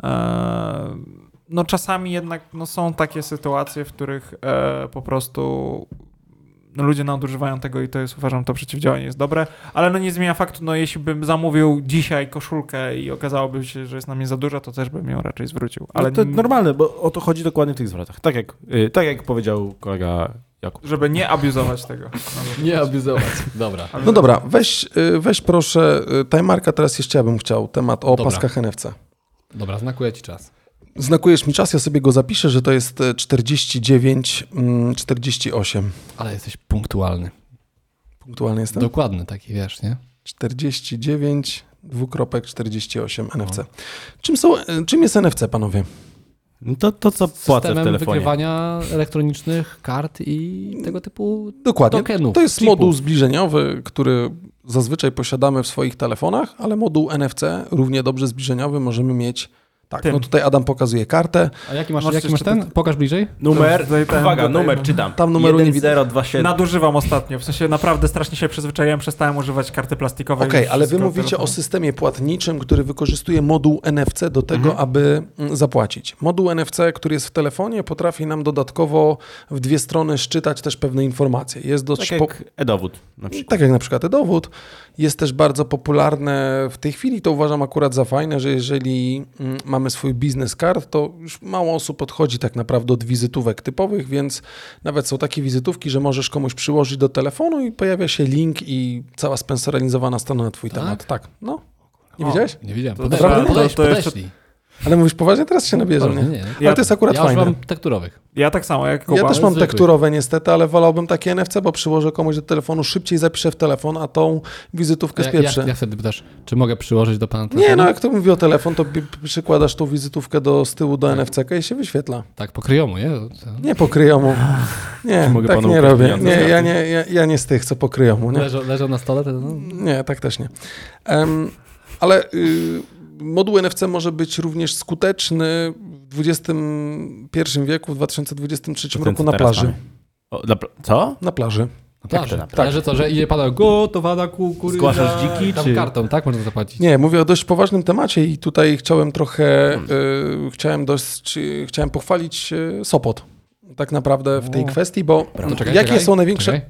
[SPEAKER 4] e, no czasami jednak no, są takie sytuacje, w których e, po prostu no, ludzie nadużywają tego i to jest, uważam, to przeciwdziałanie jest dobre, ale no nie zmienia faktu, no jeśli bym zamówił dzisiaj koszulkę i okazałoby się, że jest na mnie za duża, to też bym ją raczej zwrócił. Ale
[SPEAKER 1] Ale to normalne, bo o to chodzi dokładnie w tych zwrotach. Tak jak, yy, tak jak powiedział kolega Jakub.
[SPEAKER 4] żeby nie abuzować tego.
[SPEAKER 2] Nie abuzować. Dobra.
[SPEAKER 3] No dobra, weź, y, weź proszę y, Timemarka, teraz jeszcze ja bym chciał temat o
[SPEAKER 2] Dobra.
[SPEAKER 3] paskach N F C.
[SPEAKER 2] Dobra, znakuję ci czas.
[SPEAKER 3] Znakujesz mi czas, ja sobie go zapiszę, że to jest czterdzieści dziewięć czterdzieści osiem.
[SPEAKER 2] Ale jesteś punktualny.
[SPEAKER 3] Punktualny jestem?
[SPEAKER 2] Dokładny taki, wiesz, nie?
[SPEAKER 3] czterdzieści dziewięć dwukropek czterdzieści osiem N F C. Czym, są, czym jest N F C, panowie?
[SPEAKER 1] No To, to co płacę w
[SPEAKER 2] Systemem
[SPEAKER 1] telefonie.
[SPEAKER 2] wykrywania elektronicznych kart i tego typu
[SPEAKER 3] Dokładnie.
[SPEAKER 2] tokenów.
[SPEAKER 3] To jest
[SPEAKER 2] chipów.
[SPEAKER 3] moduł zbliżeniowy, który zazwyczaj posiadamy w swoich telefonach, ale moduł N F C równie dobrze zbliżeniowy możemy mieć. Tak,
[SPEAKER 4] Tym.
[SPEAKER 3] no tutaj Adam pokazuje kartę.
[SPEAKER 2] A jaki masz,
[SPEAKER 4] Masz
[SPEAKER 2] jaki masz
[SPEAKER 4] jeszcze
[SPEAKER 2] ten? Pokaż bliżej.
[SPEAKER 1] Numer,
[SPEAKER 4] Tutaj ten-
[SPEAKER 1] uwaga,
[SPEAKER 4] tutaj-
[SPEAKER 1] numer czytam.
[SPEAKER 3] Tam numeru nie widzę.
[SPEAKER 1] jeden zero dwa siedem.
[SPEAKER 4] Nadużywam ostatnio, w sensie naprawdę strasznie się przyzwyczaiłem, przestałem używać karty plastikowej.
[SPEAKER 3] Okej,
[SPEAKER 4] Już
[SPEAKER 3] ale wy
[SPEAKER 4] wszystko w
[SPEAKER 3] mówicie o
[SPEAKER 4] telefonie.
[SPEAKER 3] systemie płatniczym, który wykorzystuje moduł N F C do tego,
[SPEAKER 4] Mhm.
[SPEAKER 3] aby mm, zapłacić. Moduł N F C, który jest w telefonie, potrafi nam dodatkowo w dwie strony szczytać też pewne informacje. Jest dość
[SPEAKER 1] Tak
[SPEAKER 3] po-
[SPEAKER 1] jak e-dowód na przykład.
[SPEAKER 3] Tak jak na przykład e-dowód. Jest też bardzo popularne w tej chwili, to uważam akurat za fajne, że jeżeli mm, mamy swój biznes card, to już mało osób podchodzi tak naprawdę od wizytówek typowych, więc nawet są takie wizytówki, że możesz komuś przyłożyć do telefonu i pojawia się link i cała spersonalizowana strona na twój
[SPEAKER 2] Tak?
[SPEAKER 3] temat. Tak, no. Nie
[SPEAKER 4] O.
[SPEAKER 3] widziałeś?
[SPEAKER 2] Nie widziałem.
[SPEAKER 4] To
[SPEAKER 2] Podesz,
[SPEAKER 3] dobra,
[SPEAKER 2] podejść,
[SPEAKER 4] to- to jeszcze-
[SPEAKER 2] podeszli.
[SPEAKER 3] Ale mówisz poważnie? Teraz się nabierze,
[SPEAKER 2] Dobrze,
[SPEAKER 3] nie?
[SPEAKER 2] nie, nie.
[SPEAKER 3] Ale to jest akurat
[SPEAKER 2] Ja już
[SPEAKER 3] fajne.
[SPEAKER 2] mam tekturowych.
[SPEAKER 4] Ja tak samo jak Kuba.
[SPEAKER 3] Ja też mam
[SPEAKER 2] zwykłych.
[SPEAKER 3] tekturowe niestety, ale wolałbym takie N F C, bo przyłożę komuś do telefonu, szybciej zapiszę w telefon, a tą wizytówkę
[SPEAKER 2] Ja,
[SPEAKER 3] spieprzę.
[SPEAKER 2] ja, ja wtedy pytasz, czy mogę przyłożyć do pana telefonu?
[SPEAKER 3] Nie, no jak to mówi o telefon, to pi- przykładasz tą wizytówkę do z tyłu do N F C i się wyświetla.
[SPEAKER 2] Tak, pokryjomu, nie? To-
[SPEAKER 3] Nie pokryjomu. Nie,
[SPEAKER 1] mogę
[SPEAKER 3] tak
[SPEAKER 1] panu
[SPEAKER 3] nie
[SPEAKER 1] ukraść
[SPEAKER 3] robię.
[SPEAKER 1] pieniądze?
[SPEAKER 3] Nie, ja nie, ja, ja nie z tych, co pokryjomu. Nie,
[SPEAKER 2] Leżą, leżą na stole? To, no.
[SPEAKER 3] nie tak też nie. Em, ale y, moduł N F C może być również skuteczny w dwudziestym pierwszym wieku, w dwa tysiące dwudziestym trzecim
[SPEAKER 1] To ten,
[SPEAKER 3] roku
[SPEAKER 1] co
[SPEAKER 3] na
[SPEAKER 1] teraz
[SPEAKER 3] plaży.
[SPEAKER 1] mamy. O, dla, co?
[SPEAKER 3] Na plaży.
[SPEAKER 2] Na plaży.
[SPEAKER 1] na
[SPEAKER 2] Tak, ale że co, że idzie pana gotowana kukurydza.
[SPEAKER 1] Zgłaszasz dziki,
[SPEAKER 2] tam
[SPEAKER 1] czy-
[SPEAKER 2] kartą, tak? Można zapłacić.
[SPEAKER 3] Nie, mówię o dość poważnym temacie i tutaj chciałem trochę, y, chciałem, dość, chciałem pochwalić y, Sopot. Tak naprawdę w tej
[SPEAKER 2] O.
[SPEAKER 3] kwestii, bo
[SPEAKER 2] To czekaj,
[SPEAKER 3] jakie
[SPEAKER 2] czekaj,
[SPEAKER 3] są największe...
[SPEAKER 2] czekaj.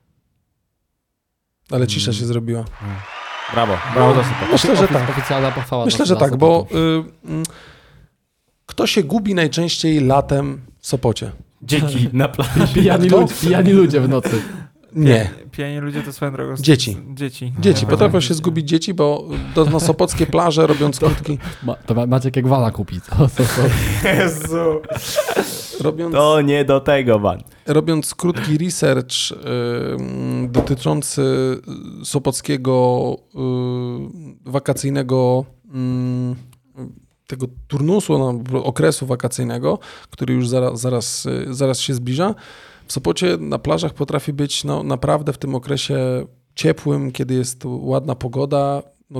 [SPEAKER 3] Ale cisza się zrobiła.
[SPEAKER 1] Brawo, brawo za super.
[SPEAKER 3] Myślę, że
[SPEAKER 2] Ofic-
[SPEAKER 3] tak.
[SPEAKER 2] Oficjalna pochwała.
[SPEAKER 3] Myślę,
[SPEAKER 2] dla-
[SPEAKER 3] że
[SPEAKER 2] dla
[SPEAKER 3] tak, bo
[SPEAKER 2] Sopotu.
[SPEAKER 3] y, mm, kto się gubi najczęściej latem w Sopocie?
[SPEAKER 1] Dzięki na plaży.
[SPEAKER 2] Pijani,
[SPEAKER 3] Kto?
[SPEAKER 2] ludzie, pijani ludzie w nocy.
[SPEAKER 3] Nie.
[SPEAKER 4] Pijani ludzie to swoją drogą.
[SPEAKER 3] Dzieci.
[SPEAKER 4] Dzieci.
[SPEAKER 3] Dzieci.
[SPEAKER 4] No.
[SPEAKER 3] Potrafią się zgubić dzieci, bo do, na sopockie plaże robiąc krótki,
[SPEAKER 2] Ma, to ma- Maciek jak wala kupi. To, to, to.
[SPEAKER 4] Jezu.
[SPEAKER 3] robiąc,
[SPEAKER 1] To nie do tego, man.
[SPEAKER 3] robiąc krótki research y, dotyczący sopockiego y, wakacyjnego y, tego turnusu, no, okresu wakacyjnego, który już zaraz, zaraz, y, zaraz się zbliża. W Sopocie na plażach potrafi być no, naprawdę w tym okresie ciepłym, kiedy jest ładna pogoda, no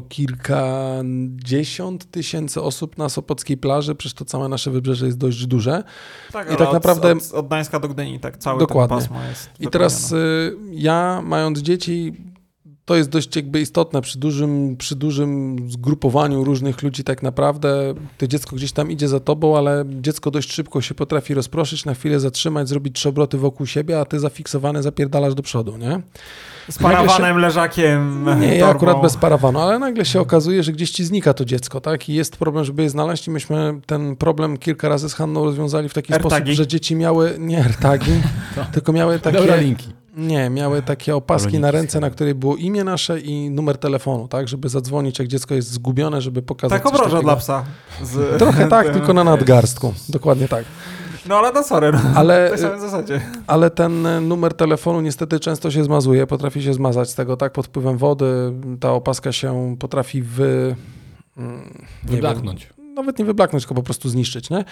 [SPEAKER 3] kilkadziesiąt tysięcy osób na sopockiej plaży, przecież to całe nasze wybrzeże jest dość duże.
[SPEAKER 4] Tak,
[SPEAKER 3] I
[SPEAKER 4] ale
[SPEAKER 3] tak
[SPEAKER 4] od,
[SPEAKER 3] naprawdę-
[SPEAKER 4] Od, od Gdańska do Gdyni, tak, cały
[SPEAKER 3] Dokładnie.
[SPEAKER 4] ten pasmo jest
[SPEAKER 3] I teraz y, ja, mając dzieci, to jest dość jakby istotne przy dużym, przy dużym zgrupowaniu różnych ludzi tak naprawdę. To dziecko gdzieś tam idzie za tobą, ale dziecko dość szybko się potrafi rozproszyć, na chwilę zatrzymać, zrobić trzy obroty wokół siebie, a ty zafiksowany zapierdalasz do przodu, nie?
[SPEAKER 4] Z parawanem, leżakiem,
[SPEAKER 3] Nie, ja
[SPEAKER 4] torbą.
[SPEAKER 3] akurat bez parawanu, ale nagle się okazuje, że gdzieś ci znika to dziecko, tak? I jest problem, żeby je znaleźć i myśmy ten problem kilka razy z Hanną rozwiązali w taki
[SPEAKER 4] AirTagi?
[SPEAKER 3] sposób, że dzieci miały, nie AirTagi, tylko miały takie...
[SPEAKER 2] Dobra linki.
[SPEAKER 3] Nie, miały takie opaski
[SPEAKER 1] Rolniki
[SPEAKER 3] na ręce,
[SPEAKER 1] schody.
[SPEAKER 3] na której było imię nasze i numer telefonu, tak? Żeby zadzwonić, jak dziecko jest zgubione, żeby pokazać
[SPEAKER 4] Tak
[SPEAKER 3] coś
[SPEAKER 4] obroża
[SPEAKER 3] takiego.
[SPEAKER 4] dla psa. Z,
[SPEAKER 3] Trochę tak,
[SPEAKER 4] tym-
[SPEAKER 3] tylko na nadgarstku. Dokładnie tak.
[SPEAKER 4] No ale no sorry, no.
[SPEAKER 3] Ale-
[SPEAKER 4] w tej samej zasadzie.
[SPEAKER 3] Ale ten e, numer telefonu niestety często się zmazuje, potrafi się zmazać z tego, tak? Pod wpływem wody ta opaska się potrafi wy... mm, nie wiem,
[SPEAKER 2] Wyblaknąć.
[SPEAKER 3] nawet nie wyblaknąć, tylko po prostu zniszczyć, nie?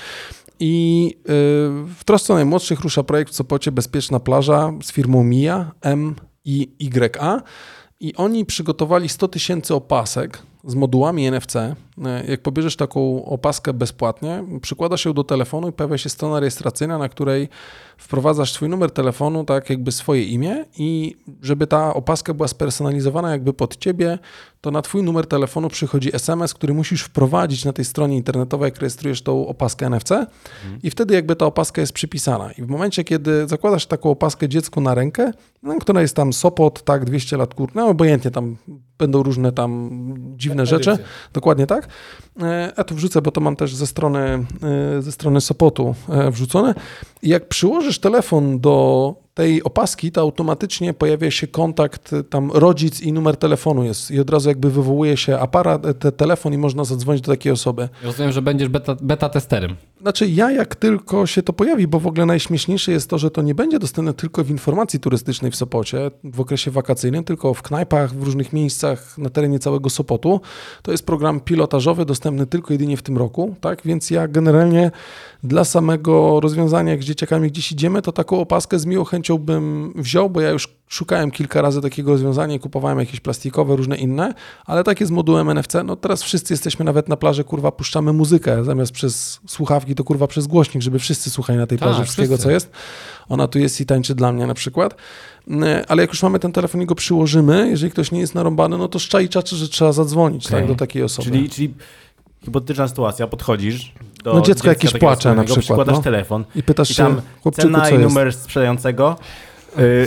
[SPEAKER 3] I y, w trosce o najmłodszych rusza projekt w Sopocie Bezpieczna Plaża z firmą Mia, M I Y A i oni przygotowali sto tysięcy opasek z modułami N F C. Jak pobierzesz taką opaskę bezpłatnie, przykłada się ją do telefonu i pojawia się strona rejestracyjna, na której wprowadzasz swój numer telefonu, tak jakby swoje imię i żeby ta opaska była spersonalizowana jakby pod ciebie, to na twój numer telefonu przychodzi es em es, który musisz wprowadzić na tej stronie internetowej, jak rejestrujesz tą opaskę N F C mhm. i wtedy jakby ta opaska jest przypisana. I w momencie, kiedy zakładasz taką opaskę dziecku na rękę, no, która jest tam Sopot, tak, dwieście lat kur, no obojętnie, tam będą różne tam dziwne rzeczy, dokładnie tak. Ja tu wrzucę, bo to mam też ze strony, ze strony Sopotu wrzucone. I jak przyłożysz telefon do tej opaski, to automatycznie pojawia się kontakt, tam rodzic i numer telefonu jest i od razu jakby wywołuje się aparat, te, telefon i można zadzwonić do takiej osoby.
[SPEAKER 2] Rozumiem, że będziesz beta, beta testerem.
[SPEAKER 3] Znaczy ja jak tylko się to pojawi, bo w ogóle najśmieszniejsze jest to, że to nie będzie dostępne tylko w informacji turystycznej w Sopocie w okresie wakacyjnym, tylko w knajpach, w różnych miejscach na terenie całego Sopotu. To jest program pilotażowy dostępny tylko jedynie w tym roku, tak? Więc ja generalnie dla samego rozwiązania, jak z dzieciakami gdzieś idziemy, to taką opaskę z miłą chęcią bym wziął, bo ja już szukałem kilka razy takiego rozwiązania i kupowałem jakieś plastikowe, różne inne, ale takie z modułem N F C, no teraz wszyscy jesteśmy nawet na plaży, kurwa, puszczamy muzykę, zamiast przez słuchawki, to kurwa przez głośnik, żeby wszyscy słuchali na tej
[SPEAKER 2] tak,
[SPEAKER 3] plaży wszystkiego,
[SPEAKER 2] wszyscy.
[SPEAKER 3] co jest. Ona tu jest i tańczy dla mnie na przykład. Ale jak już mamy ten telefon i go przyłożymy, jeżeli ktoś nie jest narąbany, no to szczai czaczy, że trzeba zadzwonić okay. tak, do takiej osoby.
[SPEAKER 1] Czyli, czyli hipotetyczna sytuacja, podchodzisz do
[SPEAKER 3] no dziecko jakieś płacze na przykład.
[SPEAKER 1] Przykładasz
[SPEAKER 3] no.
[SPEAKER 1] telefon
[SPEAKER 3] i pytasz
[SPEAKER 1] i tam
[SPEAKER 3] się, chłopczyku,
[SPEAKER 1] cena
[SPEAKER 3] co
[SPEAKER 1] i
[SPEAKER 3] jest?
[SPEAKER 1] numer sprzedającego. Y-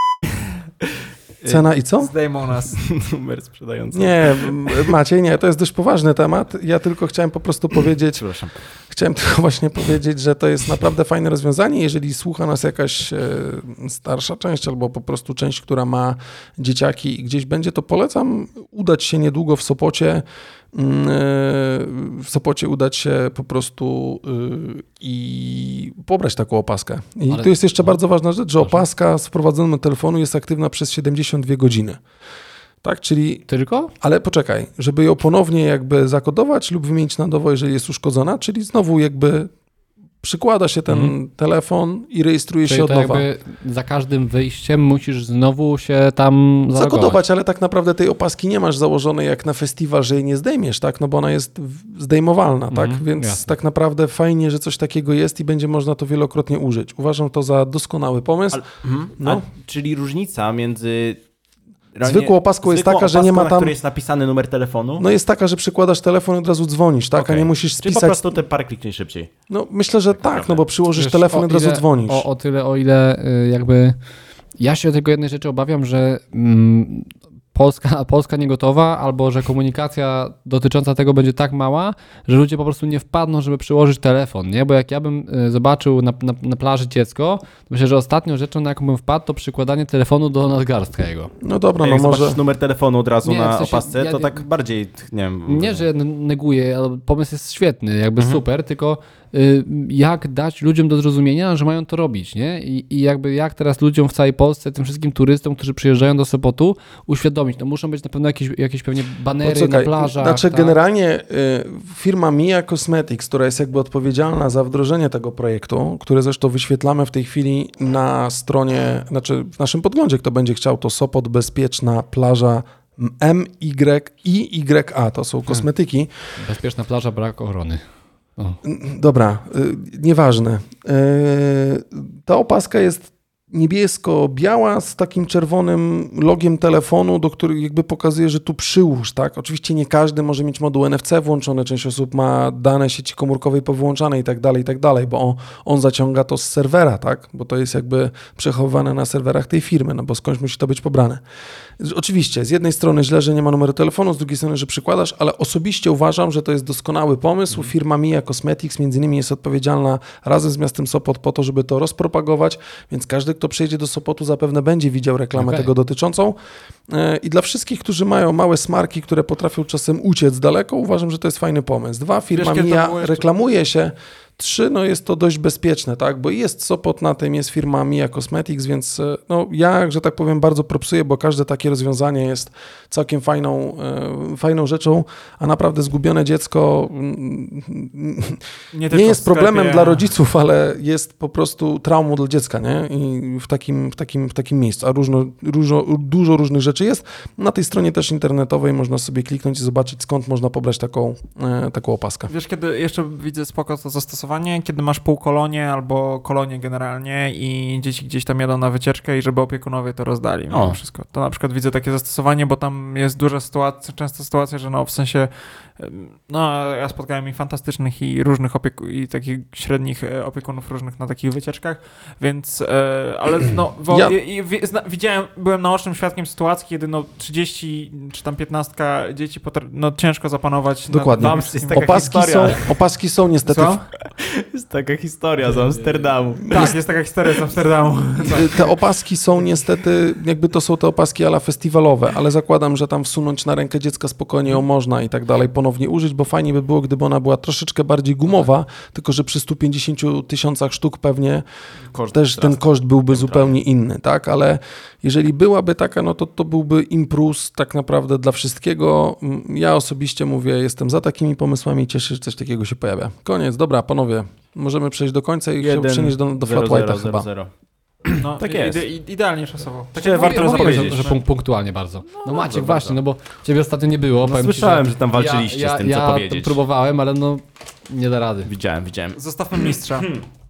[SPEAKER 3] Cena i co?
[SPEAKER 4] Zdejmą nas.
[SPEAKER 1] Numer sprzedającego.
[SPEAKER 3] Nie, Maciej, nie, to jest dość poważny temat. Ja tylko chciałem po prostu powiedzieć,
[SPEAKER 1] Przepraszam.
[SPEAKER 3] Chciałem tylko właśnie powiedzieć, że to jest naprawdę fajne rozwiązanie. Jeżeli słucha nas jakaś e, starsza część albo po prostu część, która ma dzieciaki i gdzieś będzie, to polecam udać się niedługo w Sopocie, w Sopocie udać się po prostu i pobrać taką opaskę. I
[SPEAKER 2] Ale...
[SPEAKER 3] tu jest jeszcze bardzo ważna rzecz, że opaska z wprowadzonym telefonu jest aktywna przez siedemdziesiąt dwie godziny. Tak, czyli...
[SPEAKER 2] Tylko?
[SPEAKER 3] Ale poczekaj, żeby ją ponownie jakby zakodować lub wymienić na nowo, jeżeli jest uszkodzona, czyli znowu jakby przykłada się ten mhm. telefon i rejestruje
[SPEAKER 2] czyli
[SPEAKER 3] się od
[SPEAKER 2] to
[SPEAKER 3] nowa.
[SPEAKER 2] Jakby za każdym wyjściem musisz znowu się tam zalogować.
[SPEAKER 3] Zakodować, ale tak naprawdę tej opaski nie masz założonej jak na festiwal, że jej nie zdejmiesz, tak? No bo ona jest zdejmowalna, mhm. tak? Więc jasne. Tak naprawdę fajnie, że coś takiego jest i będzie można to wielokrotnie użyć. Uważam to za doskonały pomysł. Ale, mhm.
[SPEAKER 1] no. A, czyli różnica między... Realnie,
[SPEAKER 3] zwykłą opaską jest taka,
[SPEAKER 1] opaską,
[SPEAKER 3] że nie ma tam...
[SPEAKER 1] na której jest napisany numer telefonu?
[SPEAKER 3] No jest taka, że przykładasz telefon i od razu dzwonisz, tak? Okay. A nie musisz spisać...
[SPEAKER 1] Czyli po prostu te parę klikniesz szybciej.
[SPEAKER 3] No myślę, że tak, tak no bo przyłożysz
[SPEAKER 2] Wiesz,
[SPEAKER 3] telefon i od razu
[SPEAKER 2] ile,
[SPEAKER 3] dzwonisz.
[SPEAKER 2] O, o tyle, o ile jakby... Ja się tylko jednej rzeczy obawiam, że mm, Polska, Polska nie gotowa, albo że komunikacja dotycząca tego będzie tak mała, że ludzie po prostu nie wpadną, żeby przyłożyć telefon, nie? Bo jak ja bym zobaczył na, na, na plaży dziecko, to myślę, że ostatnią rzeczą, na jaką bym wpadł, to przykładanie telefonu do nadgarstka jego.
[SPEAKER 3] No dobra,
[SPEAKER 1] jak
[SPEAKER 3] no może...
[SPEAKER 1] zobaczysz numer telefonu od razu
[SPEAKER 2] nie,
[SPEAKER 1] na
[SPEAKER 2] w sensie,
[SPEAKER 1] opasce,
[SPEAKER 2] ja,
[SPEAKER 1] to tak bardziej, nie wiem...
[SPEAKER 2] Nie, że neguję, ale pomysł jest świetny, jakby
[SPEAKER 1] mhm.
[SPEAKER 2] super, tylko y, jak dać ludziom do zrozumienia, że mają to robić, nie? I, I jakby jak teraz ludziom w całej Polsce, tym wszystkim turystom, którzy przyjeżdżają do Sopotu, uświadomić, no muszą być na pewno jakieś, jakieś pewnie banery Poczekaj, na plażach.
[SPEAKER 3] Znaczy
[SPEAKER 2] tak?
[SPEAKER 3] generalnie y, firma Mia Cosmetics, która jest jakby odpowiedzialna za wdrożenie tego projektu, który zresztą wyświetlamy w tej chwili na stronie, znaczy w naszym podglądzie, kto będzie chciał, to Sopot Bezpieczna Plaża M Y I Y A, to są kosmetyki.
[SPEAKER 2] Bezpieczna plaża, brak ochrony. O.
[SPEAKER 3] Dobra, y, nieważne. Y, ta opaska jest niebiesko-biała z takim czerwonym logiem telefonu, do których jakby pokazuje, że tu przyłóż, tak? Oczywiście nie każdy może mieć moduł N F C włączony, część osób ma dane sieci komórkowej powyłączane i tak dalej, i tak dalej, bo on, on zaciąga to z serwera, tak? Bo to jest jakby przechowywane na serwerach tej firmy, no bo skądś musi to być pobrane. Oczywiście, z jednej strony źle, że nie ma numeru telefonu, z drugiej strony, że przykładasz, ale osobiście uważam, że to jest doskonały pomysł. Firma Mia Cosmetics między innymi jest odpowiedzialna razem z miastem Sopot po to, żeby to rozpropagować, więc każdy, kto przyjedzie do Sopotu, zapewne będzie widział reklamę okay. tego dotyczącą. I dla wszystkich, którzy mają małe smarki, które potrafią czasem uciec daleko, uważam, że to jest fajny pomysł. Dwa, firma
[SPEAKER 4] Wiesz,
[SPEAKER 3] Mia reklamuje się trzy, no jest to dość bezpieczne, tak, bo jest Sopot na tym, jest firma Mia Cosmetics, więc no ja, że tak powiem, bardzo propsuję, bo każde takie rozwiązanie jest całkiem fajną, e, fajną rzeczą, a naprawdę zgubione dziecko nie, nie jest problemem
[SPEAKER 4] sklepie.
[SPEAKER 3] dla rodziców, ale jest po prostu traumą dla dziecka, nie? I w takim, w takim, w takim miejscu, a różno, różno, dużo różnych rzeczy jest. Na tej stronie też internetowej można sobie kliknąć i zobaczyć, skąd można pobrać taką, e, taką opaskę.
[SPEAKER 4] Wiesz, kiedy jeszcze widzę spoko to zastosowanie, kiedy masz półkolonie albo kolonie generalnie i dzieci gdzieś tam jadą na wycieczkę i żeby opiekunowie to rozdali. No, wszystko. To na przykład widzę takie zastosowanie, bo tam jest duża sytuacja, często sytuacja, że no w sensie no ja spotkałem i fantastycznych i różnych opieku i takich średnich opiekunów różnych na takich wycieczkach, więc e, ale no wo, ja... i, i, zna, widziałem, byłem naocznym świadkiem sytuacji, kiedy no trzydzieści czy tam piętnaście dzieci potr- no ciężko zapanować.
[SPEAKER 3] Dokładnie.
[SPEAKER 1] Na, jest taka
[SPEAKER 3] opaski, są, opaski są niestety...
[SPEAKER 4] Co?
[SPEAKER 1] Jest taka historia z Amsterdamu.
[SPEAKER 4] Tak, jest, jest taka historia z Amsterdamu.
[SPEAKER 3] Te opaski są niestety, jakby to są te opaski ala festiwalowe, ale zakładam, że tam wsunąć na rękę dziecka spokojnie ją można i tak dalej, ponownie użyć, bo fajnie by było, gdyby ona była troszeczkę bardziej gumowa, tylko że przy stu pięćdziesięciu tysiącach sztuk pewnie koszt też ten koszt byłby zupełnie inny, tak, ale jeżeli byłaby taka, no to to byłby impruz tak naprawdę dla wszystkiego. Ja osobiście mówię, jestem za takimi pomysłami i cieszę się, że coś takiego się pojawia. Koniec, dobra, panowie, możemy przejść do końca i się przenieść do, do Flat White'a chyba.
[SPEAKER 1] zero.
[SPEAKER 4] No,
[SPEAKER 1] tak jest.
[SPEAKER 4] Ide, idealnie czasowo. Tak
[SPEAKER 1] Ciebie warto
[SPEAKER 2] ja
[SPEAKER 1] zapowiedzieć.
[SPEAKER 2] Że, że punkt, punktualnie bardzo. No, no Maciek,
[SPEAKER 1] bardzo,
[SPEAKER 2] właśnie,
[SPEAKER 1] bardzo.
[SPEAKER 2] no bo ciebie ostatnio nie było.
[SPEAKER 1] No,
[SPEAKER 2] powiem
[SPEAKER 1] słyszałem,
[SPEAKER 2] ci,
[SPEAKER 1] że, że tam walczyliście
[SPEAKER 2] ja,
[SPEAKER 1] z tym,
[SPEAKER 2] ja,
[SPEAKER 1] co
[SPEAKER 2] ja
[SPEAKER 1] powiedzieć.
[SPEAKER 2] Ja próbowałem, ale no nie da rady.
[SPEAKER 1] Widziałem, widziałem.
[SPEAKER 4] Zostawmy mistrza.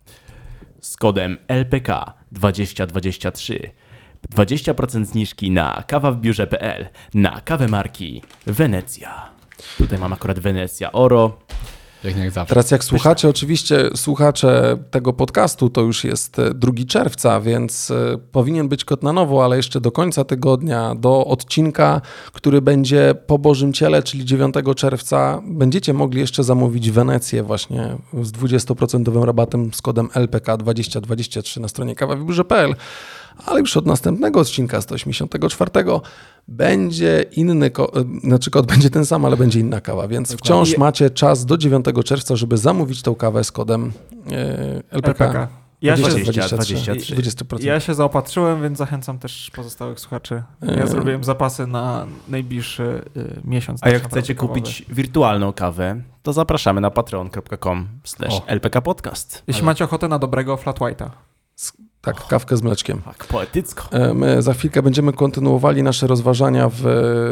[SPEAKER 1] Z kodem L P K dwadzieścia dwadzieścia trzy dwadzieścia procent zniżki na kawa w biurze kropka p l na kawę marki Wenecja. Tutaj mam akurat Wenecja Oro.
[SPEAKER 2] Jak nie jak zawsze.
[SPEAKER 3] Teraz jak słuchacie, oczywiście słuchacze tego podcastu, to już jest drugiego czerwca, więc powinien być kod na nowo, ale jeszcze do końca tygodnia, do odcinka, który będzie po Bożym Ciele, czyli dziewiątego czerwca, będziecie mogli jeszcze zamówić Wenecję właśnie z dwudziestoprocentowym rabatem z kodem L P K dwadzieścia dwadzieścia trzy na stronie kawa w biurze kropka p l. Ale już od następnego odcinka, sto osiemdziesiątego czwartego, będzie inny, ko- znaczy kod będzie ten sam, ale będzie inna kawa, więc
[SPEAKER 4] Dokładnie.
[SPEAKER 3] wciąż macie czas do dziewiątego czerwca, żeby zamówić tą kawę z kodem e, L P K.
[SPEAKER 4] L P K. Ja się,
[SPEAKER 1] dwadzieścia, dwadzieścia trzy.
[SPEAKER 3] dwadzieścia procent.
[SPEAKER 4] ja się zaopatrzyłem, więc zachęcam też pozostałych słuchaczy. Ja
[SPEAKER 3] E...
[SPEAKER 4] zrobiłem zapasy na najbliższy y, miesiąc.
[SPEAKER 1] A jak chcecie kupić wirtualną kawę, to zapraszamy na patreon kropka com slash L P K podcast.
[SPEAKER 4] Jeśli
[SPEAKER 2] Ale...
[SPEAKER 4] macie ochotę na dobrego flat white'a.
[SPEAKER 3] Tak, kawkę z mleczkiem.
[SPEAKER 1] Tak, poetycko.
[SPEAKER 3] My za chwilkę będziemy kontynuowali nasze rozważania w,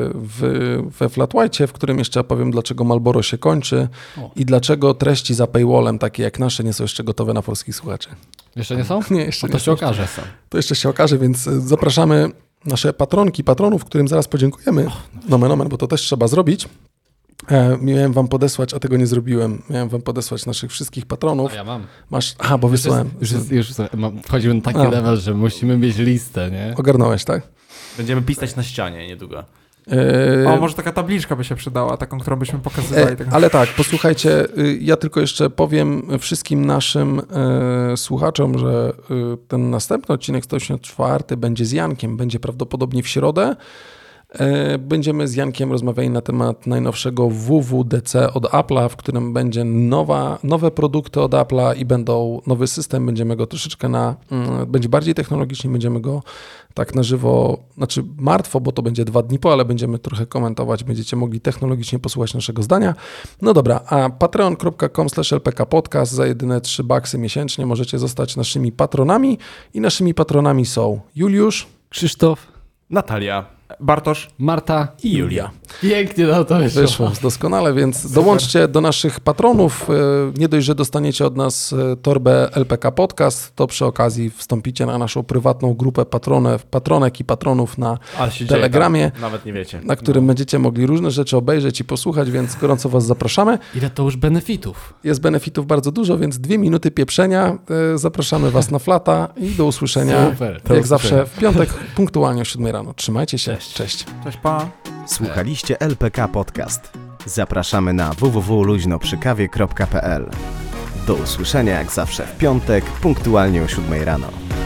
[SPEAKER 3] w, we Flat White'cie, w którym jeszcze opowiem, dlaczego Marlboro się kończy
[SPEAKER 2] O.
[SPEAKER 3] i dlaczego treści za paywallem, takie jak nasze, nie są jeszcze gotowe na polskich słuchaczy.
[SPEAKER 2] Jeszcze nie są?
[SPEAKER 3] Nie, jeszcze
[SPEAKER 2] No
[SPEAKER 3] nie
[SPEAKER 2] to się
[SPEAKER 3] są.
[SPEAKER 2] okaże.
[SPEAKER 3] To jeszcze się okaże, więc zapraszamy nasze patronki, patronów, którym zaraz podziękujemy. Nomen, nomen, bo to też trzeba zrobić. E, miałem wam podesłać, a tego nie zrobiłem. Miałem wam podesłać naszych wszystkich patronów.
[SPEAKER 2] A ja mam.
[SPEAKER 3] Masz, aha, bo
[SPEAKER 2] Już
[SPEAKER 3] wysłałem.
[SPEAKER 2] jest, już jest, już mam, wchodzimy na taki
[SPEAKER 3] A.
[SPEAKER 2] level, że musimy mieć listę, nie?
[SPEAKER 3] Ogarnąłeś, tak?
[SPEAKER 1] Będziemy pisać na ścianie niedługo.
[SPEAKER 3] E,
[SPEAKER 4] O, może taka tabliczka by się przydała, taką, którą byśmy pokazywali.
[SPEAKER 3] E,
[SPEAKER 4] Tak.
[SPEAKER 3] ale tak, posłuchajcie, y, ja tylko jeszcze powiem wszystkim naszym e, słuchaczom, że y, ten następny odcinek sto osiemdziesiąty czwarty będzie z Jankiem, będzie prawdopodobnie w środę. E, będziemy z Jankiem rozmawiali na temat najnowszego W W D C od Apple'a, w którym będzie nowa, nowe produkty od Apple'a i będą nowy system, będziemy go troszeczkę na, mm, będzie bardziej technologicznie, będziemy go tak na żywo, znaczy martwo, bo to będzie dwa dni po, ale będziemy trochę komentować, będziecie mogli technologicznie posłuchać naszego zdania. No dobra, a patreon kropka com slash L P K podcast za jedyne trzy baksy miesięcznie możecie zostać naszymi patronami i naszymi patronami są Juliusz,
[SPEAKER 2] Krzysztof,
[SPEAKER 1] Natalia
[SPEAKER 4] Bartosz.
[SPEAKER 2] Marta
[SPEAKER 3] i Julia.
[SPEAKER 2] Pięknie na to wyszło.
[SPEAKER 3] Wyszło doskonale, więc dołączcie do naszych patronów. Nie dość, że dostaniecie od nas torbę L P K Podcast, to przy okazji wstąpicie na naszą prywatną grupę patronów, patronek i patronów na
[SPEAKER 1] Ale się
[SPEAKER 3] Telegramie,
[SPEAKER 1] dzieje tam. Nawet nie wiecie.
[SPEAKER 3] na którym będziecie mogli różne rzeczy obejrzeć i posłuchać, więc gorąco was zapraszamy.
[SPEAKER 2] Ile to już benefitów?
[SPEAKER 3] Jest benefitów bardzo dużo, więc dwie minuty pieprzenia. Zapraszamy was na flata i do usłyszenia.
[SPEAKER 2] Super.
[SPEAKER 3] Jak zawsze w piątek punktualnie o siódmej rano. Trzymajcie się.
[SPEAKER 1] Cześć.
[SPEAKER 3] Cześć.
[SPEAKER 4] Cześć, pa.
[SPEAKER 6] Słuchaliście L P K Podcast. Zapraszamy na w w w kropka luźnoprzykawie kropka p l. Do usłyszenia jak zawsze w piątek, punktualnie o siódmej rano.